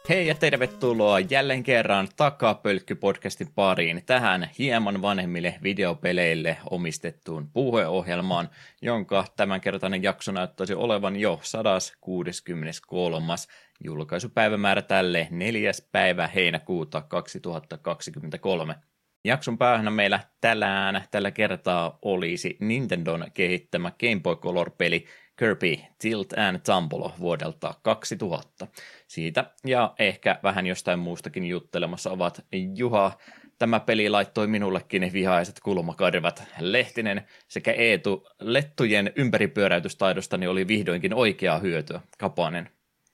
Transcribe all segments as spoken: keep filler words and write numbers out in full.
Hei ja tervetuloa jälleen kerran Takapölkky-podcastin pariin tähän hieman vanhemmille videopeleille omistettuun puheohjelmaan, jonka tämänkertainen jakso näyttäisi olevan jo sata kuusikymmentäkolme. julkaisupäivämäärä tälle neljäs päivä heinäkuuta kaksituhattakaksikymmentäkolme. Jakson päähänä meillä tänään tällä kertaa olisi Nintendon kehittämä Game Boy Color-peli Kirby Tilt and Tumble vuodelta kaksituhatta. Siitä ja ehkä vähän jostain muustakin juttelemassa ovat Juha. Tämä peli laittoi minullekin vihaiset kulmakarvat. Lehtinen sekä Eetu. Lettujen ympäripyöräytystaidostani oli vihdoinkin oikeaa hyötyä. Kapanen.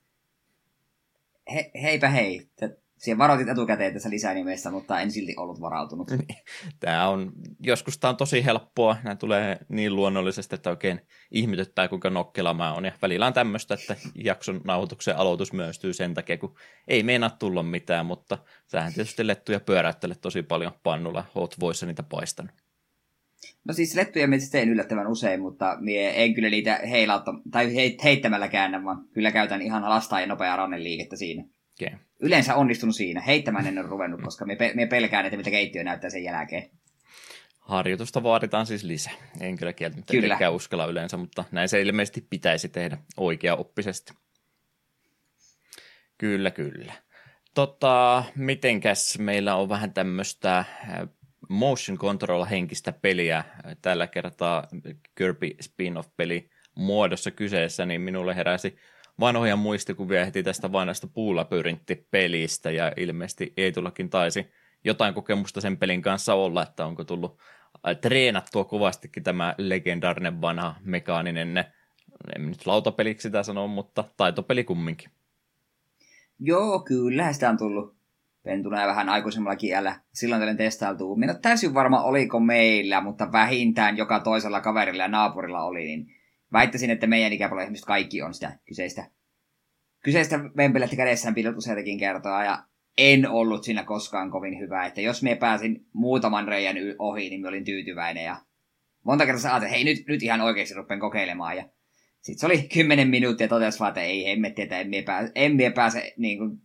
He, heipä hei. Siihen varoitit etukäteen tässä lisänimeessä, mutta en silti ollut varautunut. Tämä on, joskus tämä on tosi helppoa. Nämä tulee niin luonnollisesti, että oikein ihmetyttää, kuinka nokkela mä on. Ja välillä on tämmöistä, että jakson nauhoituksen aloitus myöstyy sen takia, kun ei meinaa tulla mitään, mutta sähän tietysti lettuja pyöräyttelet tosi paljon pannulla. Oot voissa niitä paistanut. No siis lettuja mä teen yllättävän usein, mutta mie en kyllä niitä heilautta, tai heittämällä käännä, vaan kyllä käytän ihan alastaan ja nopeaa ranneliikettä siinä. Okay. Yleensä onnistunut siinä. Heittämään en ole ruvennut, koska me, pe- me pelkään, että mitä keittiö näyttää sen jälkeen. Harjoitusta vaaditaan siis lisää. En kyllä kieltämättä uskalla yleensä, mutta näin se ilmeisesti pitäisi tehdä oikeaoppisesti. Kyllä, kyllä. Tota, mitenkäs meillä on vähän tämmöistä motion control-henkistä peliä tällä kertaa Kirby spin-off-peli muodossa kyseessä, niin minulle heräsi vanhoja muistikuvia heti tästä vanhasta puulapyrinttipelistä, ja ilmeisesti Eetullakin taisi jotain kokemusta sen pelin kanssa olla, että onko tullut treenattua kovastikin tämä legendaarinen vanha mekaaninen, en nyt lautapeliksi sitä sanoa, mutta taitopeli kumminkin. Joo, kyllä sitä on tullut pentuna ja vähän aikuisemmallakin iällä. Silloin tällainen testailtuu. Minä täysin varma oliko meillä, mutta vähintään joka toisella kaverilla ja naapurilla oli, niin väittäisin, että meidän ikäpuolella esimerkiksi kaikki on sitä kyseistä, kyseistä vempelettä kädessään pidot useitakin kertoa, ja en ollut siinä koskaan kovin hyvä, että jos me pääsin muutaman reijän ohi, niin mä olin tyytyväinen, ja monta kertaa ajattelin, että hei, nyt, nyt ihan oikeasti rupean kokeilemaan, ja sitten se oli kymmenen minuuttia, ja totesi vaan, että ei hemmetti, että en mie pääse, en mie pääse niin kuin,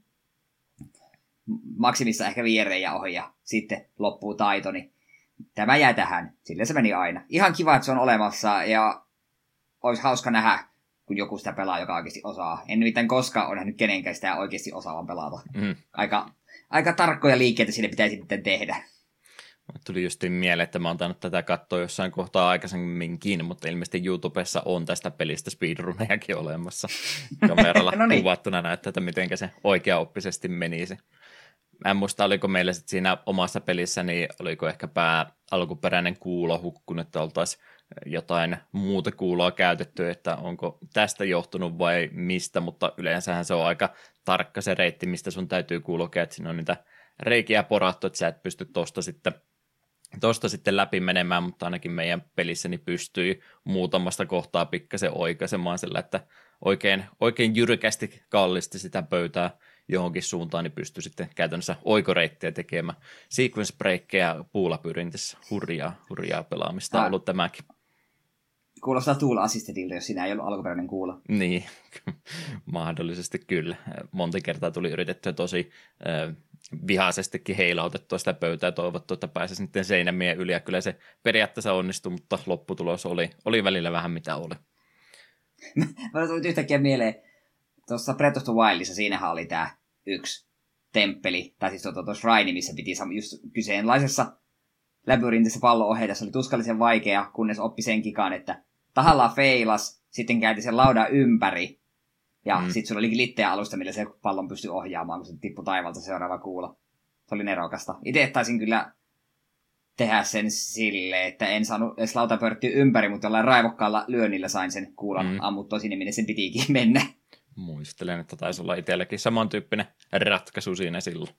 maksimissa ehkä viiden reijän ohi, ja sitten loppuu taito, niin tämä jää tähän, sillä se meni aina. Ihan kiva, että se on olemassa, ja olisi hauska nähdä, kun joku sitä pelaa, joka oikeasti osaa. En nimittäin koskaan ole nähnyt kenenkään sitä oikeasti osaavan pelata. Mm. Aika, aika tarkkoja liikkeitä sinne pitäisi sitten tehdä. Tuli justiin mieleen, että mä oon tainnut tätä katsoa jossain kohtaa aikaisemminkin, mutta ilmeisesti YouTubessa on tästä pelistä speedrunejakin olemassa. Kameralla no niin. Kuvattuna näyttää, että miten se oikeaoppisesti menisi. Mä en muista, oliko meillä sit siinä omassa pelissä, niin oliko ehkä pää alkuperäinen kuulo hukkunut, että oltaisiin jotain muuta kuuloa käytetty, että onko tästä johtunut vai mistä, mutta yleensähän se on aika tarkka se reitti, mistä sun täytyy kuulokea, että siinä on niitä reikiä porattu, että sä et pysty tosta sitten, tosta sitten läpi menemään, mutta ainakin meidän pelissäni pystyy muutamasta kohtaa pikkasen oikaisemaan sillä, että oikein, oikein jyrkästi kallisti sitä pöytää johonkin suuntaan, niin pystyy sitten käytännössä oikoreittiä tekemään. Sequence breakkejä puulapyrintissä, hurjaa, hurjaa pelaamista on ollut tämäkin. Kuulostaa Tool Assistedilta, jos siinä ei ollut alkuperäinen kuulo. Niin, mahdollisesti kyllä. Monta kertaa tuli yritettyä tosi äh, vihaisestikin heilautettua sitä pöytää ja toivottu, että pääsisi sitten seinämien yli. Ja kyllä se periaatteessa onnistui, mutta lopputulos oli, oli välillä vähän mitä oli. Mä tulin yhtäkkiä mieleen, tuossa Breath of the Wildissa siinähän oli tämä yksi temppeli, tai siis tuo shrine, missä piti just kyseenlaisessa labyrintissä pallo ohjeita. Se oli tuskallisen vaikea, kunnes oppi sen kikaan, että tahallaan feilas, sitten käänti sen laudan ympäri, ja mm. sitten sulla olikin litteä alusta, millä se pallon pystyi ohjaamaan, kun se tippui taivalta seuraava kuulo. Se oli nerokasta. Itse taisin kyllä tehdä sen silleen, että en saanut edes lauta pörttyä ympäri, mutta jollain raivokkaalla lyönnillä sain sen kuulon mm. ammuttua sinne, minne sen pitiikin mennä. Muistelen, että taisi olla itselläkin samantyyppinen ratkaisu siinä silloin.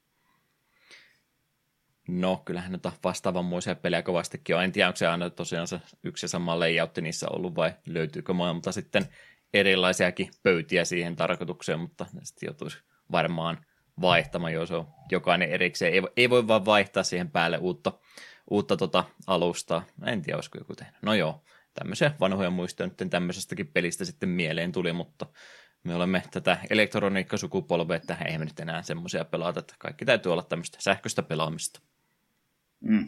No, kyllähän nyt vastaavanmoisia pelejä kovastikin on. En tiedä, onko se aina tosiaan se yksi ja sama layoutti niissä ollut, vai löytyykö monta sitten erilaisiakin pöytiä siihen tarkoitukseen, mutta sitten joutuisi varmaan vaihtamaan, jos on jokainen erikseen. Ei, ei voi vaan vaihtaa siihen päälle uutta, uutta tota alustaa. En tiedä, olisiko joku tehnyt. No joo, tämmöisiä vanhoja muistoja nyt tämmöisestäkin pelistä sitten mieleen tuli, mutta me olemme tätä elektroniikkasukupolvea, että ei me nyt enää semmoisia pelata, että kaikki täytyy olla tämmöistä sähköistä pelaamista. Mm.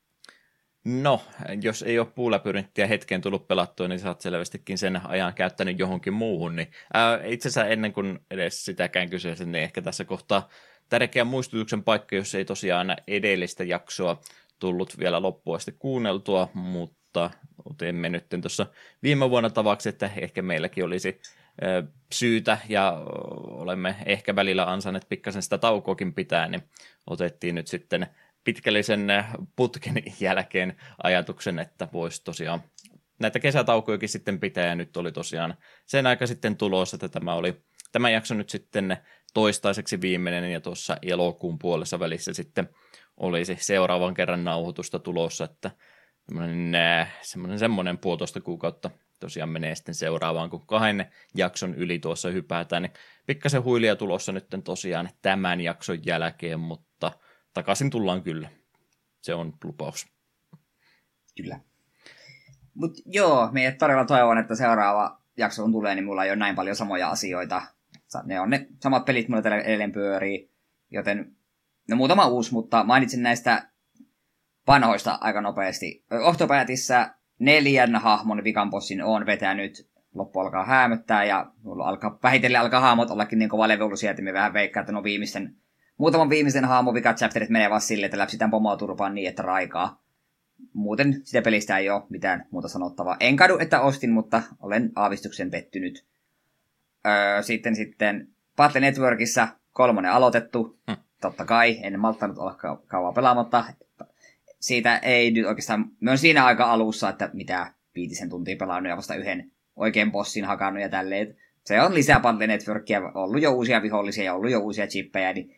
No, jos ei ole puuläpyrinttiä hetkeen tullut pelattua, niin sä oot selvästikin sen ajan käyttänyt johonkin muuhun. Niin, ää, itse asiassa ennen kuin edes sitäkään kysyisin, niin ehkä tässä kohtaa tärkeä muistutuksen paikka, jos ei tosiaan edellistä jaksoa tullut vielä loppuun asti kuunneltua, mutta otimme nyt tuossa viime vuonna tavaksi, että ehkä meilläkin olisi ää, syytä ja olemme ehkä välillä ansainneet pikkasen sitä taukoakin pitää, niin otettiin nyt sitten pitkällisen putken jälkeen ajatuksen, että voisi tosiaan näitä kesätaukojakin sitten pitää, ja nyt oli tosiaan sen aika sitten tulossa, että tämä oli tämä jakso nyt sitten toistaiseksi viimeinen, ja tuossa elokuun puolessa välissä sitten olisi seuraavan kerran nauhoitusta tulossa, että semmoinen, semmoinen, semmoinen puolitoista kuukautta tosiaan menee sitten seuraavaan, kun kahden jakson yli tuossa hypätään, niin pikkasen huilia tulossa nyt tosiaan tämän jakson jälkeen, mutta takaisin tullaan kyllä. Se on lupaus. Kyllä. Mutta joo, minä todella toivon, että seuraava jakso kun tulee, niin mulla ei ole näin paljon samoja asioita. Ne on ne samat pelit, mulla täällä edelleen pyörii. Joten, no muutama uusi, mutta mainitsin näistä vanhoista aika nopeasti. Octopathissa neljän hahmon vikanbossin on vetänyt. Loppu alkaa häämöttää ja mulla alkaa, vähitellen alkaa hahmot ollakin niin kova levelusia, että me vähän veikkaa, että no viimeisten Muutaman viimeisen hahmon vikat chapterit menee vaan silleen, että läpsitään pomoa turpaan niin, että raikaa. Muuten sitä pelistä ei ole mitään muuta sanottavaa. En kadu, että ostin, mutta olen aavistuksen pettynyt. Öö, sitten sitten Battle Networkissa kolmonen aloitettu. Hmm. Totta kai, en malttanut olla kau- kauan pelaamatta. Siitä ei nyt oikeastaan, me on siinä aika alussa, että mitä viitisen tuntia pelannut ja vasta yhden oikein bossin hakannut ja tälleen. Se on lisää Battle Networkia, ollut jo uusia vihollisia ja ollut jo uusia chippejä, niin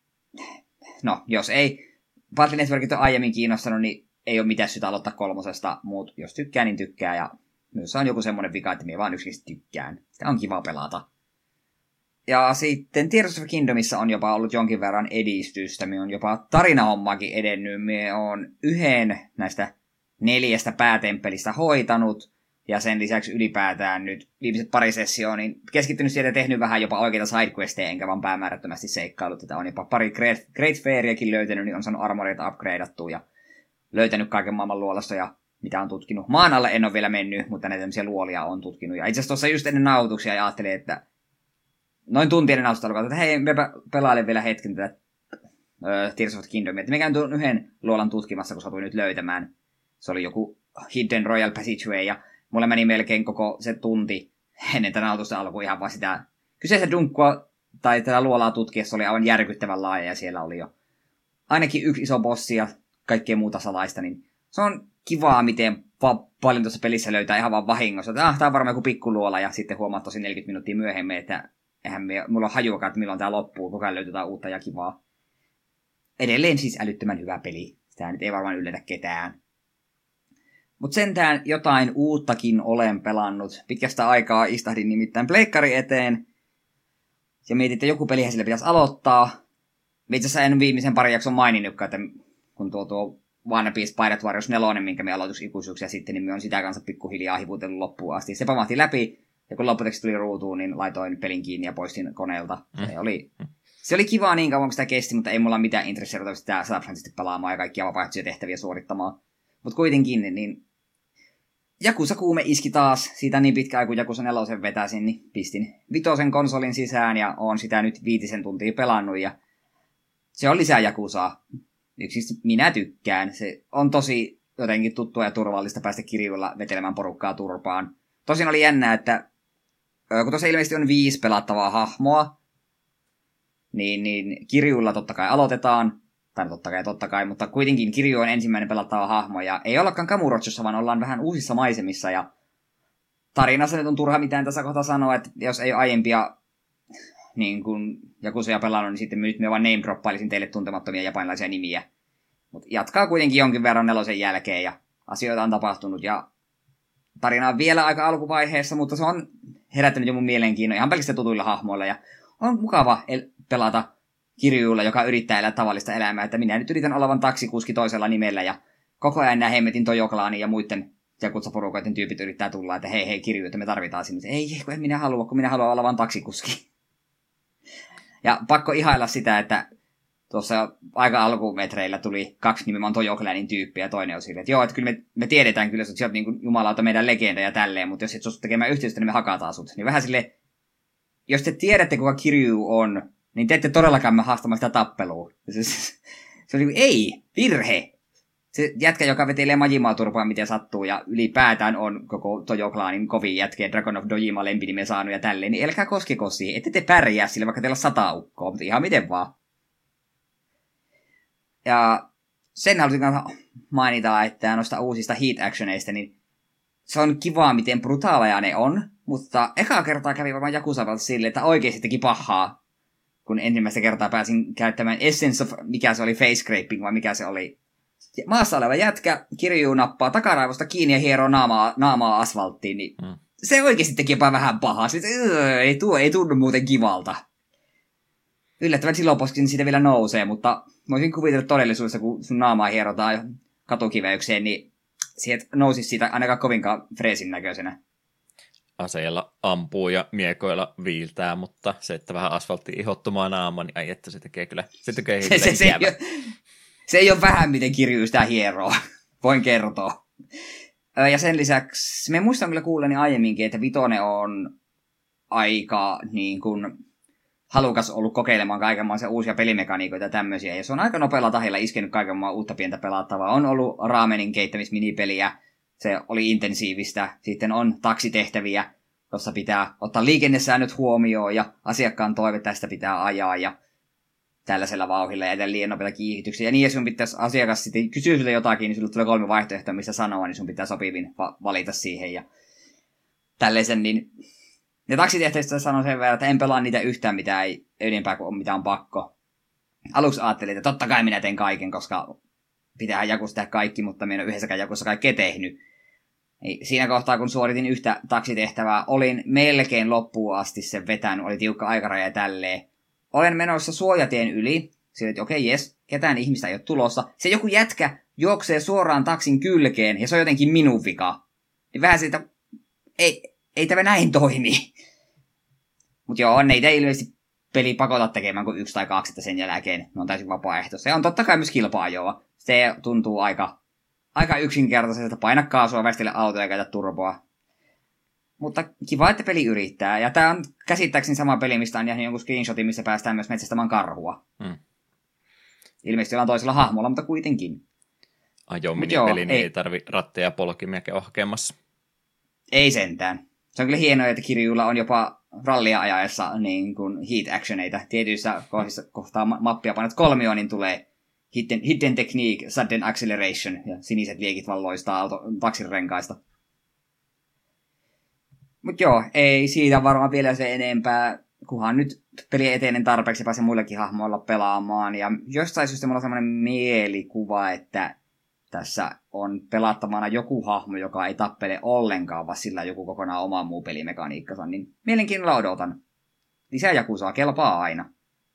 no, jos ei Battle Networkit on aiemmin kiinnostanut, niin ei ole mitään syytä aloittaa kolmosesta, mutta jos tykkää, niin tykkää, ja myös on joku semmoinen vika, että minä vaan yksinkertaisesti tykkään. Sitä on kiva pelata. Ja sitten Tears of Kingdomissa on jopa ollut jonkin verran edistystä, minä on jopa tarinahommaakin edennyt, minä on yhden näistä neljästä päätemppelistä hoitanut, ja sen lisäksi ylipäätään nyt viimeiset pari sessioon, niin keskittynyt sieltä tehnyt vähän jopa oikeita sidequesteja, enkä vaan päämäärättömästi seikkailut. Tätä on jopa pari Great, Great Fairiakin löytänyt, niin on saanut armoreita upgradeattua ja löytänyt kaiken maailman luolasta ja mitä on tutkinut. Maan alle en ole vielä mennyt, mutta näitä tämmöisiä luolia on tutkinut. Ja itse asiassa tuossa just ennen nauhoituksia ajattelin, että noin tunti ennen nauhoitusta alkaa, että hei, me pelailen vielä hetken tätä uh, Tears of Kingdomia. Että me käyn tuon yhden luolan tutkimassa, kun satuin nyt löytämään. Se oli joku Hidden Royal Passageway ja mulle meni melkein koko se tunti ennen tämän nautusta alkuun ihan vaan sitä kyseistä dunkkua tai tätä luolaa tutkiessa oli aivan järkyttävän laaja ja siellä oli jo ainakin yksi iso bossi ja kaikkea muuta salaista, niin se on kivaa, miten va- paljon tuossa pelissä löytää ihan vaan vahingossa. Ah, tää on varmaan joku pikkuluola ja sitten huomaat tosi neljäkymmentä minuuttia myöhemmin, että eihän me, mulla on hajuakaan, että milloin tää loppuu, koko ajan löytyy uutta ja kivaa. Edelleen siis älyttömän hyvä peli. Sitä nyt ei varmaan yllätä ketään. Mutta sentään jotain uuttakin olen pelannut. Pitkästä aikaa istahdin nimittäin pleikkari eteen. Ja mietin, että joku pelihän sillä pitäisi aloittaa. Itse asiassa en viimeisen pari jakson maininnutkaan, että kun tuo, tuo One Piece Pirate Warriors neljä, minkä me aloitus ikuisuuksia sitten, niin me on sitä kanssa pikkuhiljaa hivutellut loppuun asti. Se pamahti läpi, ja kun lopputeksti tuli ruutuun, niin laitoin pelin kiinni ja poistin koneelta. Mm. Se oli, se oli kivaa niin kauan, kun sitä kesti, mutta ei mulla mitään intressiä ruveta sitä sataprosenttisesti pelaamaan ja kaikkia vapaaehtoisia tehtäviä suorittamaan. Mutta kuitenkin, niin Jakusa kuume iski taas, siitä niin pitkään kuin Jakusa nelosen vetäsin, niin pistin vitosen konsolin sisään ja oon sitä nyt viitisen tuntia pelannut ja se on lisää Jakusaa. Yksiksi minä tykkään. Se on tosi jotenkin tuttua ja turvallista päästä kirjuilla vetelemään porukkaa turpaan. Tosin oli jännää, että kun tuossa ilmeisesti on viisi pelattavaa hahmoa, niin, niin kirjuilla totta kai aloitetaan. Tai totta kai, totta kai, mutta kuitenkin Kirju on ensimmäinen pelattava hahmo, ja ei ollakaan Kamurochossa, vaan ollaan vähän uusissa maisemissa, ja tarinassa nyt on turha mitään tässä kohtaa sanoa, että jos ei ole aiempia niin kuin Jakusoja pelannut, niin sitten nyt me vaan name-droppailisin teille tuntemattomia japanilaisia nimiä. Mutta jatkaa kuitenkin jonkin verran nelosen jälkeen, ja asioita on tapahtunut, ja tarina on vielä aika alkuvaiheessa, mutta se on herättänyt jo mun mielenkiinnon ihan pelkästään tutuilla hahmoilla, ja on mukava el- pelata Kirjuulla, joka yrittää elää tavallista elämää, että minä nyt yritän olevan taksikuski toisella nimellä ja koko ajan nämä hemmetin Tojoklaani ja muiden Jakutsa-porukoiden tyypit yrittää tulla, että hei hei Kiryu, että me tarvitaan sinne. Ei, kun en minä halua, kun minä haluan olla vaan taksikuski. Ja pakko ihailla sitä, että tuossa aika alkumetreillä tuli kaksi nimenomaan Toyo Clanin tyyppiä, ja toinen on silleen, että joo, että kyllä me, me tiedetään kyllä, että sä oot niin kuin jumalauta meidän legenda ja tälleen, mutta jos et suostu tekemään yhteistyötä, niin me hakataan sut. Niin vähän silleen, jos te tiedätte, kuka Kiryu on, niin te ette todellakaan me haastamaan sitä tappelua. Se, se, se oli ei, virhe. Se jätkä, joka vetelee Majimaa turpaan, miten sattuu, ja ylipäätään on koko Toyo Clanin kovin jätkeä, Dragon of Dojima lempinimen saanut ja tälleen, niin älkää koskeko siihen. Ette te pärjää sille, vaikka teillä on sata ukkoa, mutta ihan miten vaan. Ja sen halusin mainita, että noista uusista heat-actioneista, niin se on kivaa, miten brutaaleja ne on, mutta ekaa kertaa kävi varmaan Jakusavalta silleen, että oikeasti teki pahaa, kun ensimmäistä kertaa pääsin käyttämään Essence of, mikä se oli, face scraping, vai mikä se oli. Maassa oleva jätkä, Kiryu nappaa takaraivosta kiinni ja hieroo naamaa, naamaa asfalttiin, niin mm. se oikeasti teki jopa vähän pahaa. Sitten, ei, tuo ei tunnu muuten kivalta. Yllättävän siloposkin siitä vielä nousee, mutta voisin kuvitella todellisuudessa, kun sun naamaa hierotaan katukiveykseen, niin sieltä nousisi siitä ainakaan kovinkaan freesin näköisenä. Aseella ampuu ja miekoilla viiltää, mutta se, että vähän asfaltti ihottumaa naama, niin ai että se tekee kyllä, se tekee se, se, se, ei ole, se ei ole vähän, miten Kiryu sitä hieroo, voin kertoa. Ja sen lisäksi, me muistan kyllä kuulleni aiemminkin, että Vitoinen on aika niin kuin halukas ollut kokeilemaan kaikenlaisia uusia pelimekaniikoita ja tämmöisiä, ja se on aika nopealla tahilla iskenyt kaikenlaista uutta pientä pelattavaa. On ollut raamenin keittämisminipeliä, se oli intensiivistä, sitten on taksitehtäviä, jossa pitää ottaa liikennesäännöt huomioon, ja asiakkaan toive tästä pitää ajaa, ja tällaisella vauhdilla ja liian nopealla kiihityksellä. Ja niin, jos sun pitäisi asiakas sitten kysyä sulle jotakin, niin sulle tulee kolme vaihtoehtoa, mistä sanoa, niin sun pitää sopivin va- valita siihen, ja tällaisen, niin ne taksitehtävistä sanon sen verran, että en pelaa niitä yhtään mitään, ei enempää kuin mitään on pakko. Aluksi ajattelin, että totta kai minä teen kaiken, koska pitää Jakussa tehdä kaikki, mutta minä en ole yhdessäkään Jakussa kaikkea tehnyt. Siinä kohtaa, kun suoritin yhtä taksitehtävää, olin melkein loppuun asti sen vetänyt, oli tiukka aikaraja ja tälleen. Olen menossa suojatien yli, sillä että okei, okay, jes, ketään ihmistä ei ole tulossa. Se joku jätkä juoksee suoraan taksin kylkeen, ja se on jotenkin minun vika. Niin vähän siitä, ei, ei tämä näin toimi. Mutta joo, neitä ei ilmeisesti peli pakota tekemään kuin yksi tai kaksi, että sen jälkeen ne on täysin vapaaehtoisia. Se on totta kai myös kilpa-ajoa. Se tuntuu aika, aika yksinkertaiselta, paina kaasua, väistele autoa ja käytä turboa. Mutta kiva, että peli yrittää. Ja tää on käsittääkseni sama peli, mistä on jäänyt jonkun screenshotin, missä päästään myös metsästämään karhua. Hmm. Ilmeisesti ollaan toisella hahmolla, mutta kuitenkin. Ajo minipeli, niin ei, ei tarvi ratteja ja polkimia käydä hakemassa. Ei sentään. Se on kyllä hienoa, että Kiryulla on jopa rallia ajaessa niin kuin heat-actioneita. Tietyissä kohdissa kohtaa mappia painat kolmioon, niin tulee hidden, hidden technique, sudden acceleration, ja siniset liekit vaan loistaa auto, taksin renkaista. Mut joo, ei siitä varmaan vielä se enempää, kunhan nyt peli eteinen tarpeeksi pääsee muillekin hahmoilla pelaamaan. Ja jostain syystä mulla on semmoinen mielikuva, että tässä on pelattavana joku hahmo, joka ei tappele ollenkaan, vaan sillä joku kokonaan oma muu pelimekaniikkansa. Niin mielenkiinnolla odotan. Lisää Jakusaa, kelpaa aina.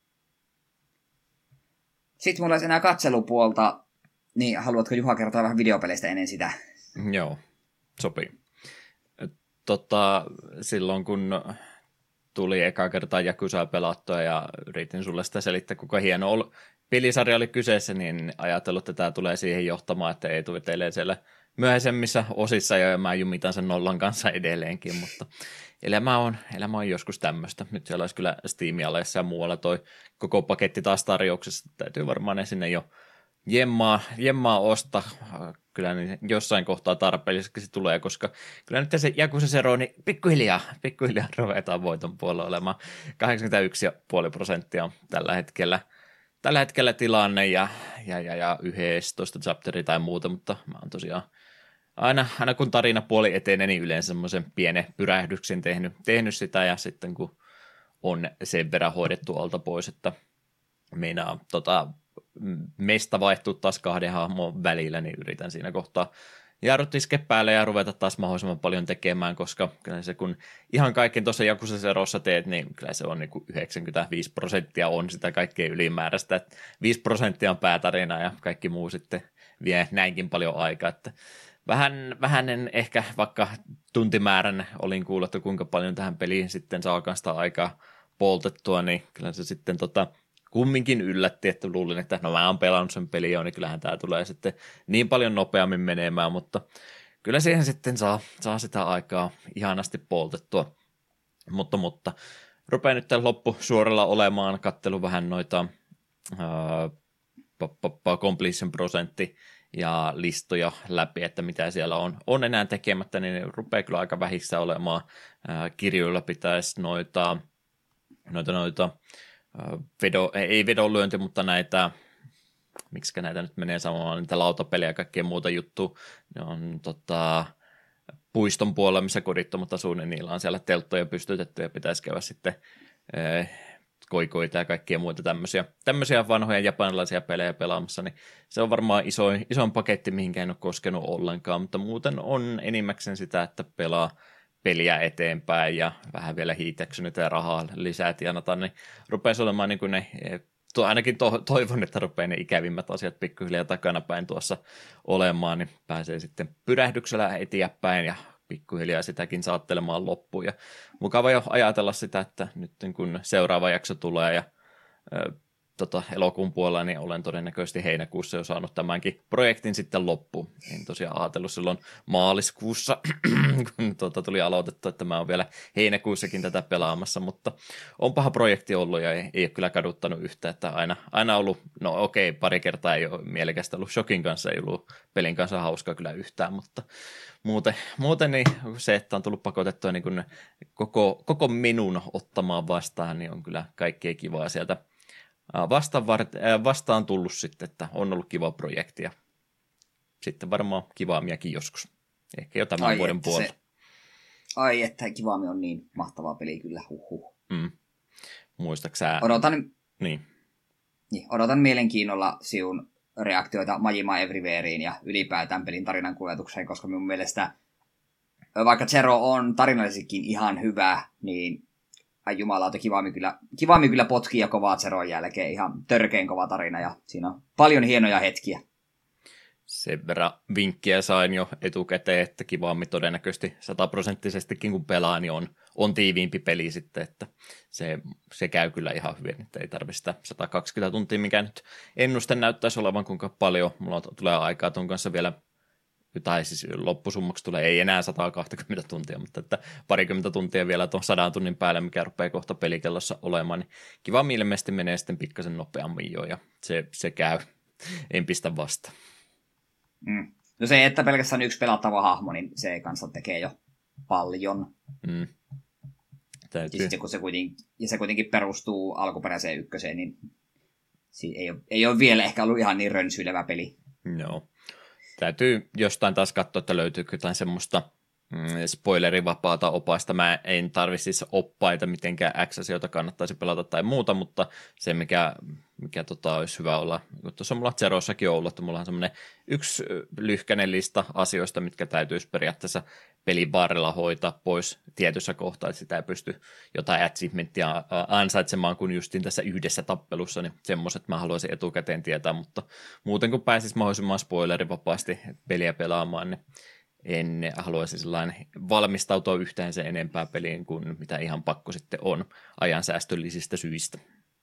Sitten mulla olisi enää katselupuolta, niin haluatko Juha kertoa vähän videopeleistä ennen sitä? Joo, sopii. Tota, silloin kun tuli eka kertaa Jakusaa pelattua ja yritin sulle sitä selittää, kuinka hieno ol- pelisarja oli kyseessä, niin ajatellut, että tämä tulee siihen johtamaan, että ei tule teille siellä myöhäisemmissä osissa ja mä jumitan sen nollan kanssa edelleenkin, mutta elämä on, elämä on joskus tämmöistä. Nyt siellä olisi kyllä Steam-aleissa ja muualla toi koko paketti taas tarjouksessa. Täytyy varmaan ne sinne jo jemmaa, jemmaa osta. Kyllä niin jossain kohtaa tarpeellisesti tulee, koska kyllä nyt se Yakuza Zero, niin pikkuhiljaa, pikkuhiljaa ruvetaan voiton puolella olemaan. kahdeksankymmentäyksi pilkku viisi prosenttia on tällä hetkellä, tällä hetkellä tilanne ja, ja, ja, ja yksitoista chapteri tai muuta, mutta mä oon tosiaan aina, aina kun tarinapuoli etenee, niin yleensä semmoisen pienen pyrähdyksen tehnyt, tehnyt sitä ja sitten kun on sen verran hoidettu alta pois, että meinaa tota, mesta vaihtuu taas kahden hahmon välillä, niin yritän siinä kohtaa jarrut iske päälle ja ruveta taas mahdollisimman paljon tekemään, koska kyllä se kun ihan kaiken tuossa Yakuza Zerossa teet, niin kyllä se on niin kuin yhdeksänkymmentäviisi prosenttia on sitä kaikkea ylimääräistä, että viisi prosenttia on päätarina ja kaikki muu sitten vie näinkin paljon aikaa, että vähän, vähän en ehkä vaikka tuntimäärän olin kuullut, että kuinka paljon tähän peliin sitten saakaan sitä aikaa poltettua, niin kyllä se sitten tota, kumminkin yllätti, että luulin, että no mä oon pelannut sen peliä jo, niin kyllähän tämä tulee sitten niin paljon nopeammin menemään, mutta kyllä siihen sitten saa, saa sitä aikaa ihanasti poltettua. Mutta, mutta rupeaa nyt loppu suoralla olemaan, kattelu vähän noita uh, completion prosentti ja listoja läpi, että mitä siellä on, on enää tekemättä, niin rupeaa kyllä aika vähissä olemaan. Uh, kirjoilla pitäisi noita, noita, noita uh, vedo, ei vedonlyönti, mutta näitä, miksi näitä nyt menee samaan, niitä lautapelejä ja kaikkea muuta juttua, ne on tota... puiston puolella, missä kodittomat asuu, niin niillä on siellä telttoja pystytetty ja pitäisi käydä sitten ee, koikoita ja kaikkia muita tämmöisiä, tämmöisiä vanhoja japanilaisia pelejä pelaamassa, niin se on varmaan iso, isoin paketti, mihinkä en ole koskenut ollenkaan, mutta muuten on enimmäkseen sitä, että pelaa peliä eteenpäin ja vähän vielä hiitäksynyt ja rahaa lisää tienata, niin rupeaisi olemaan niin kuin ne... Tuo, ainakin to, toivon, että rupeaa ne ikävimmät asiat pikkuhiljaa takanapäin tuossa olemaan, niin pääsee sitten pyrähdyksellä eteenpäin ja pikkuhiljaa sitäkin saattelemaan loppuun. Ja mukava jo ajatella sitä, että nyt kun seuraava jakso tulee ja ö, tota, elokuun puolella, niin olen todennäköisesti heinäkuussa jo saanut tämänkin projektin sitten loppuun. En tosiaan ajatellut silloin maaliskuussa, kun tuota tuli aloitettu, että mä oon vielä heinäkuussakin tätä pelaamassa, mutta on paha projekti ollut ja ei, ei ole kyllä kaduttanut yhtä, että aina, aina ollut, no okei, pari kertaa ei ole mielekästä ollut Shokin kanssa, ei ollut pelin kanssa hauskaa kyllä yhtään, mutta muuten, muuten niin se, että on tullut pakotettua niin kuin koko, koko minun ottamaan vastaan, niin on kyllä kaikkea kivaa sieltä Vastaan, vastaan tullut sitten, että on ollut kiva projekti ja sitten varmaan kivaamiakin joskus. Ehkä jo tämän ai vuoden puolella. Se... Ai että kivaami on niin mahtavaa peli kyllä, huhhuh. Mm. Muistatko sä? Odotan, niin. Niin, odotan mielenkiinnolla siun reaktioita Majima Everywhereen ja ylipäätään pelin tarinan kuljetukseen, koska minun mielestä vaikka Zero on tarinallisestikin ihan hyvä, niin ai jumalauta, Kivaami kyllä, Kivaami kyllä potkii ja kovaa Zeron jälkeen. Ihan törkeen kova tarina ja siinä on paljon hienoja hetkiä. Sen verran vinkkiä sain jo etukäteen, että Kivaami todennäköisesti sataprosenttisestikin kun pelaa, niin on, on tiiviimpi peli sitten, että se, se käy kyllä ihan hyvin, että ei tarvitse sitä sata kaksikymmentä tuntia, mikä nyt ennuste näyttäisi olevan, kuinka paljon. Mulla tulee aikaa tuon kanssa vielä, tai siis loppusummaksi tulee ei enää sata kaksikymmentä tuntia, mutta että parikymmentä tuntia vielä tuon sadan tunnin päälle, mikä rupeaa kohta pelikellossa olemaan, niin kiva ilmeisesti menee sitten pikkasen nopeammin jo, ja se, se käy, en pistä vasta. Mm. No se, että pelkästään yksi pelattava hahmo, niin se kanssa tekee jo paljon. Mm. Täytyy. Ja, kun se kuitenkin, ja se kuitenkin perustuu alkuperäiseen ykköseen, niin ei ole, ei ole vielä ehkä ollut ihan niin rönsyilevä peli. No. Täytyy jostain taas katsoa, että löytyykö jotain semmoista mm, spoilerivapaata opasta. Mä en tarvitse siis oppaita, mitenkään X-asioita kannattaisi pelata tai muuta, mutta se, mikä, mikä tota, olisi hyvä olla, kun tuossa mulla Zerossakin on ollut, että mulla on semmoinen yksi lyhkäinen lista asioista, mitkä täytyisi periaatteessa pelin varrella hoitaa pois tietyssä kohtaa, että sitä ei pysty jotain achievementtia ansaitsemaan kuin justiin tässä yhdessä tappelussa, niin semmoiset mä haluaisin etukäteen tietää, mutta muuten kun pääsis mahdollisimman spoilerivapaasti peliä pelaamaan, niin en haluaisi sellainen valmistautua yhtään sen enempää peliin kuin mitä ihan pakko sitten on ajansäästöllisistä syistä.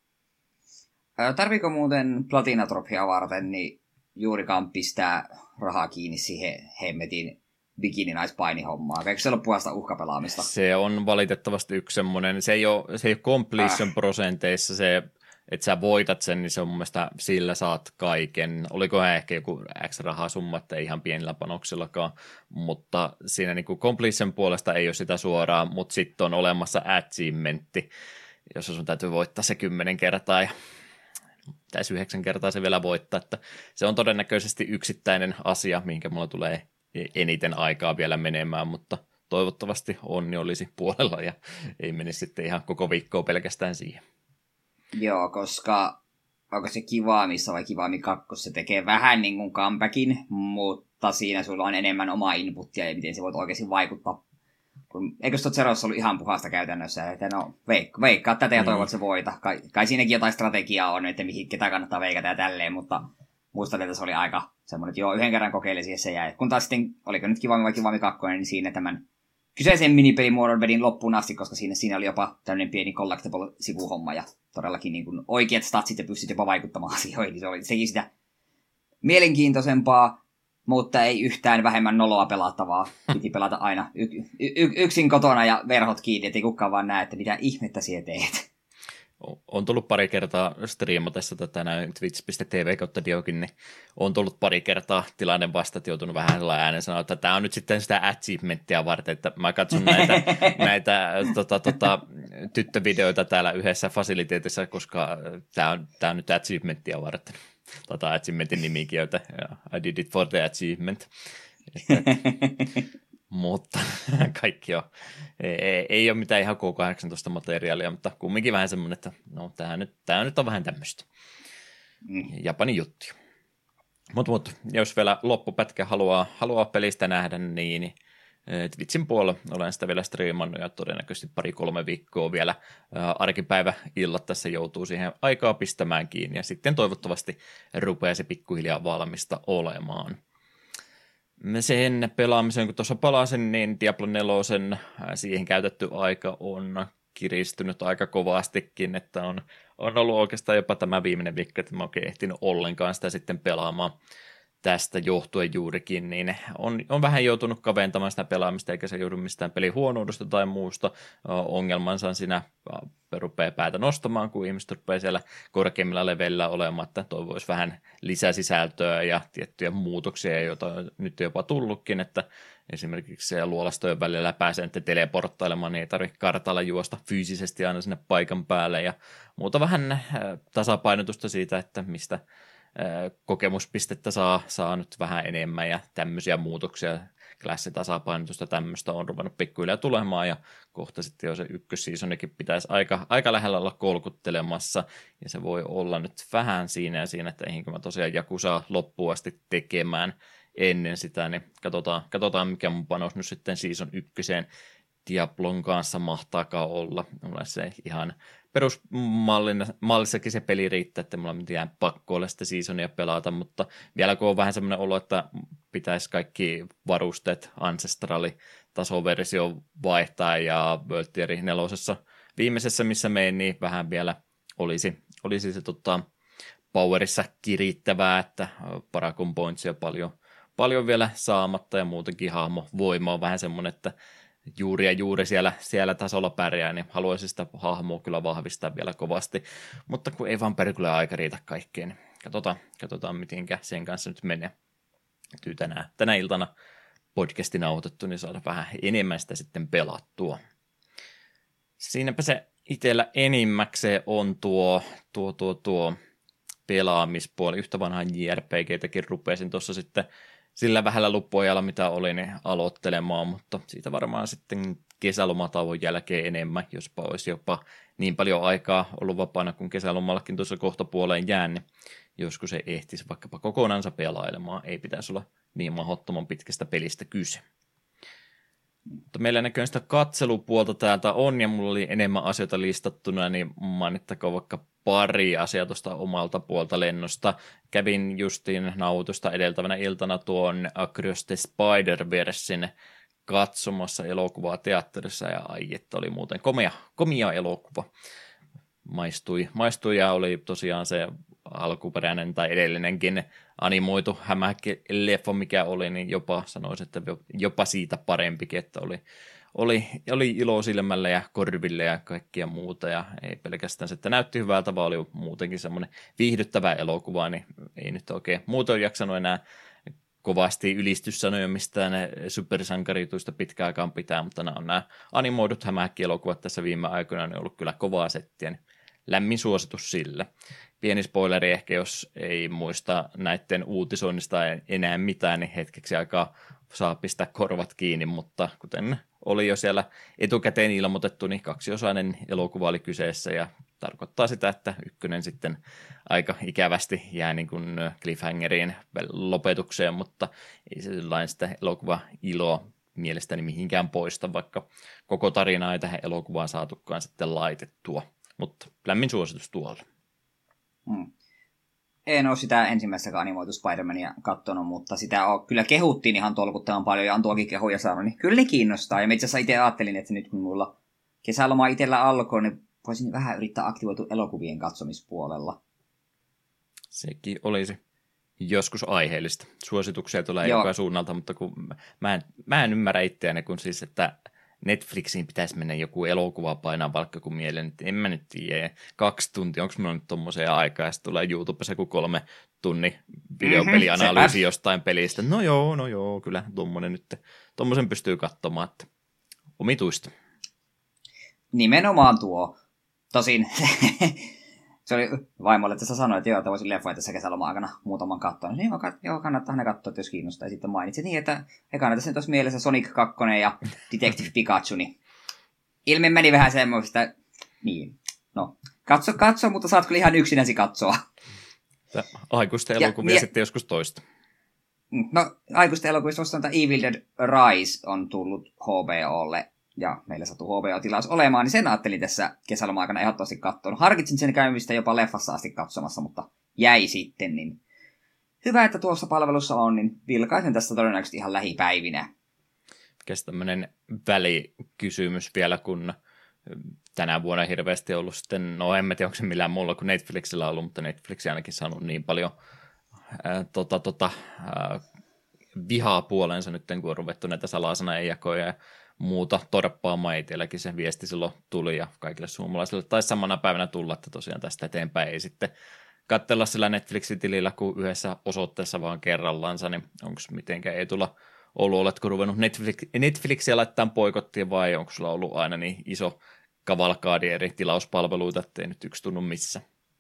Tarviiko muuten platinatrofia varten niin juurikaan pistää rahaa kiinni siihen hemmetin bikininaispaininihommaa? Eikö se ole puhasta uhkapelaamista? Se on valitettavasti yksi semmoinen, se ei ole, se ei ole completion äh. prosenteissa se, että sä voitat sen, niin se on mun mielestä sillä saat kaiken. Olikohan ehkä joku X-rahasumma, että ei ihan pienillä panoksillakaan, mutta siinä niin kuin completion puolesta ei ole sitä suoraan, mutta sitten on olemassa achievementti, jossa sun täytyy voittaa se kymmenen kertaa ja pitäisi yhdeksän kertaa se vielä voittaa, että se on todennäköisesti yksittäinen asia, minkä mulla tulee eniten aikaa vielä menemään, mutta toivottavasti onni olisi puolella ja ei menisi sitten ihan koko viikkoa pelkästään siihen. Joo, koska onko se Kivaamissa vai Kivaami kaksi, se tekee vähän niin kuin comebackin, mutta siinä sulla on enemmän omaa inputtia ja miten se voit oikeasti vaikuttaa. Kun, eikö se ole Zerossa ollut ihan puhasta käytännössä, että no veikkaa, veikkaa tätä ja toivot, että se voita. Kai, kai siinäkin jotain strategiaa on, että mihin, ketä kannattaa veikata ja tälleen, mutta muistan, että se oli aika semmoinen, että joo, yhden kerran kokeilin siihen se jäi. Kun taas sitten, oliko nyt Kivami vai Kivami kaksi, niin siinä tämän kyseisen minipelimuodon vedin loppuun asti, koska siinä, siinä oli jopa tämmöinen pieni collectible-sivuhomma ja todellakin niin kuin oikeat statsit ja pystyt jopa vaikuttamaan asioihin. Se oli sekin sitä mielenkiintoisempaa, mutta ei yhtään vähemmän noloa pelattavaa. Piti pelata aina y- y- y- yksin kotona ja verhot kiinni, ettei kukaan vaan näe, että mitä ihmettä siellä teet. On tullut pari kertaa striimatessa tätä näin twitch piste tv kautta Diokin, niin on tullut pari kertaa tilanne vasta, että joutunut vähän sellainen äänen sanoa, että tämä on nyt sitten sitä achievementtia varten, että mä katson näitä, näitä tota, tota, tyttövideoita täällä yhdessä fasiliteetissa, koska tämä on, tämä on nyt achievementtia varten. Tota achievementin nimikin, että I did it for the achievement. Että, mutta kaikki on. Ei, ei ole mitään ihan K kahdeksantoista materiaalia, mutta kumminkin vähän semmoinen, että no tämä nyt, tämä nyt on vähän tämmöistä. Mm. Japanin juttuja. Mutta mut, jos vielä loppupätkä haluaa, haluaa pelistä nähdä, niin Twitchin puolella olen sitä vielä striimannut ja todennäköisesti pari-kolme viikkoa vielä arkipäivä-illat tässä joutuu siihen aikaa pistämään kiinni ja sitten toivottavasti rupeaa se pikkuhiljaa valmista olemaan. Sen pelaamisen, kun tuossa palasin, niin Diablo neljä, siihen käytetty aika on kiristynyt aika kovastikin, että on, on ollut oikeastaan jopa tämä viimeinen viikko, että mä oikein ehtinyt ollenkaan sitä sitten pelaamaan tästä johtuen juurikin, niin on, on vähän joutunut kaventamaan sitä pelaamista, eikä se joudu mistään pelihuonoudesta tai muusta. Ongelmansa on siinä, rupeaa päätä nostamaan, kun ihmiset rupeaa siellä korkeimmilla leveillä olemaan, että toivoisi vähän lisäsisältöä ja tiettyjä muutoksia, joita on nyt jopa tullutkin, että esimerkiksi se luolastojen välillä pääsee nyt teleporttailemaan, niin ei tarvitse kartalla juosta fyysisesti aina sinne paikan päälle ja muuta vähän tasapainotusta siitä, että mistä kokemuspistettä saa, saa nyt vähän enemmän ja tämmöisiä muutoksia, klassitasapainotusta tämmöistä on ruvennut pikkuhiljaa tulemaan ja kohta sitten jo se ykkösseasonikin pitäisi aika, aika lähellä olla kolkuttelemassa ja se voi olla nyt vähän siinä ja siinä, että eihinkö mä tosiaan Jakusaa loppuun asti tekemään ennen sitä, niin katsotaan, katsotaan mikä mun panos nyt sitten season ykköseen Diablon kanssa mahtaakaan olla. Mulla se ihan perusmallissakin se peli riittää, että mulla mitään pakko ole sitä seasonia pelata, mutta vielä kun on vähän semmoinen olo, että pitäisi kaikki varusteet Ancestrali-tasoversio vaihtaa ja World Tier nelosessa viimeisessä, missä menen, niin vähän vielä olisi, olisi se tota, powerissa kirittävää, että Paragon Pointsia paljon, paljon vielä saamatta ja muutenkin hahmo voima on vähän semmoinen, että juuri ja juuri siellä, siellä tasolla pärjää, niin haluaisin sitä hahmoa kyllä vahvistaa vielä kovasti, mutta kun ei vaan perkele aika riitä kaikkeen, niin katsotaan, katsotaan mitenkä sen kanssa nyt menee. Tyy tänä, tänä iltana podcastin nauhoitettu, niin saada vähän enemmän sitä sitten pelattua. Siinäpä se itsellä enimmäkseen on tuo, tuo, tuo, tuo pelaamispuoli. Yhtä vanhaa J R P G:täkin rupesin tuossa sitten sillä vähällä loppuajalla, mitä oli, niin aloittelemaan, mutta siitä varmaan sitten kesälomatauon jälkeen enemmän, jospa olisi jopa niin paljon aikaa ollut vapaana, kun kesälomallakin tuossa kohtapuoleen jään, niin joskus se ehtisi vaikkapa kokonansa pelailemaan. Ei pitäisi olla niin mahdottoman pitkästä pelistä kyse. Mutta meillä näköjään sitä katselupuolta täältä on, ja mulla oli enemmän asioita listattuna, niin mainittakoon vaikka pari asiaa tuosta omalta puolta lennosta. Kävin justiin nauhoitusta edeltävänä iltana tuon Across the Spider-Versen katsomassa elokuvaa teatterissa, ja ai, että oli muuten komea, komia elokuva. Maistui, maistui ja oli tosiaan se alkuperäinen tai edellinenkin animoitu hämähäkki-leffa, mikä oli, niin jopa sanoisin, että jopa siitä parempikin, että oli, oli, oli ilo silmällä ja korville ja kaikkia muuta, ja ei pelkästään se, että näytti hyvältä, vaan oli muutenkin semmoinen viihdyttävä elokuva, niin ei nyt oikein muuta jaksanut enää kovasti ylistyssanoja mistään supersankarituista pitkään aikaan pitää, mutta nämä on nämä animoidut hämähäkki-elokuvat tässä viime aikoina, ne on ollut kyllä kovaa settiä, niin lämmin suositus sille. Pieni spoileri ehkä, jos ei muista näiden uutisoinnista enää mitään, niin hetkeksi aikaa saa pistää korvat kiinni, mutta kuten oli jo siellä etukäteen ilmoitettu, niin kaksiosainen elokuva oli kyseessä ja tarkoittaa sitä, että ykkönen sitten aika ikävästi jää niin kuin cliffhangeriin lopetukseen, mutta ei se sellainen sitä elokuva-iloa mielestäni mihinkään poista, vaikka koko tarina ei tähän elokuvaan saatukaan sitten laitettua. Mutta lämmin suositus tuolla. Hmm. en ole sitä ensimmäistäkään animoitu Spider-Mania kattonut, mutta sitä on, kyllä kehuttiin ihan tolkuttavan paljon ja on tuokin kehuja saanut, niin kyllä ne kiinnostaa. Ja mä itse asiassa itse ajattelin, että nyt kun mulla kesäloma itsellä alkoi, niin voisin vähän yrittää aktivoitua elokuvien katsomispuolella. Sekin olisi joskus aiheellista. Suosituksia tulee Joo. joka suunnalta, mutta kun mä en, mä en ymmärrä itseäni, kun siis, että Netflixiin pitäisi mennä joku elokuva painaa vaikka kun mieleen, että en mä nyt tiedä, kaksi tuntia, onko minulla nyt tommoseen aikaa, ja sitten tulee YouTubessa joku kolme tunnin videopelianalyysi mm-hmm, jostain pelistä. No joo, no joo, kyllä tommonen nyt, tommosen pystyy katsomaan, että omituista. Nimenomaan tuo. Tosin se oli vaimolle, että sä sanoit, että joo, että voisin leffoja tässä kesäloma aikana muutaman katsoa. Niin joo, joo, kannattaa ne katsoa, jos kiinnostaa. Ja sitten mainitsit niin, että ekana tässä nyt olisi mielessä Sonic kaksi ja Detective Pikachu, niin ilme meni vähän semmoista, niin, no, katso, katso, mutta saat kyllä ihan yksinäsi katsoa. Aikuisten elokuvia ja, sitten ja, joskus toista. No, aikuisten elokuvista vasta Evil Dead Rise on tullut H B O:lle. Ja meillä sattuu H B O-tilaus olemaan, niin sen ajattelin tässä kesäloma-aikana ehdottomasti katsoa. Harkitsin sen käymistä jopa leffassa asti katsomassa, mutta jäi sitten. Niin hyvä, että tuossa palvelussa on, niin vilkaisen tästä todennäköisesti ihan lähipäivinä. Mikäs tämmöinen välikysymys vielä, kun tänä vuonna hirveästi ollut sitten, no en tiedä, onko se millään muulla kuin Netflixillä ollut, mutta Netflix ainakin saanut niin paljon ää, tota, tota, ää, vihaa puolensa nyt, kun on ruvettu näitä salasana-jakoja ja muuta torppaamaan. Itselläkin se viesti silloin tuli ja kaikille suomalaisille taisi samana päivänä tulla, että tosiaan tästä eteenpäin ei sitten katsella sillä Netflixin tilillä kuin yhdessä osoitteessa vaan kerrallansa, niin onko mitenkään ei tulla ollut, oletko ruvennut Netflix, Netflixiä laittaa poikottiin vai onko sulla ollut aina niin iso kavalkaadi eri tilauspalveluita, ettei nyt yksi tunnu missä?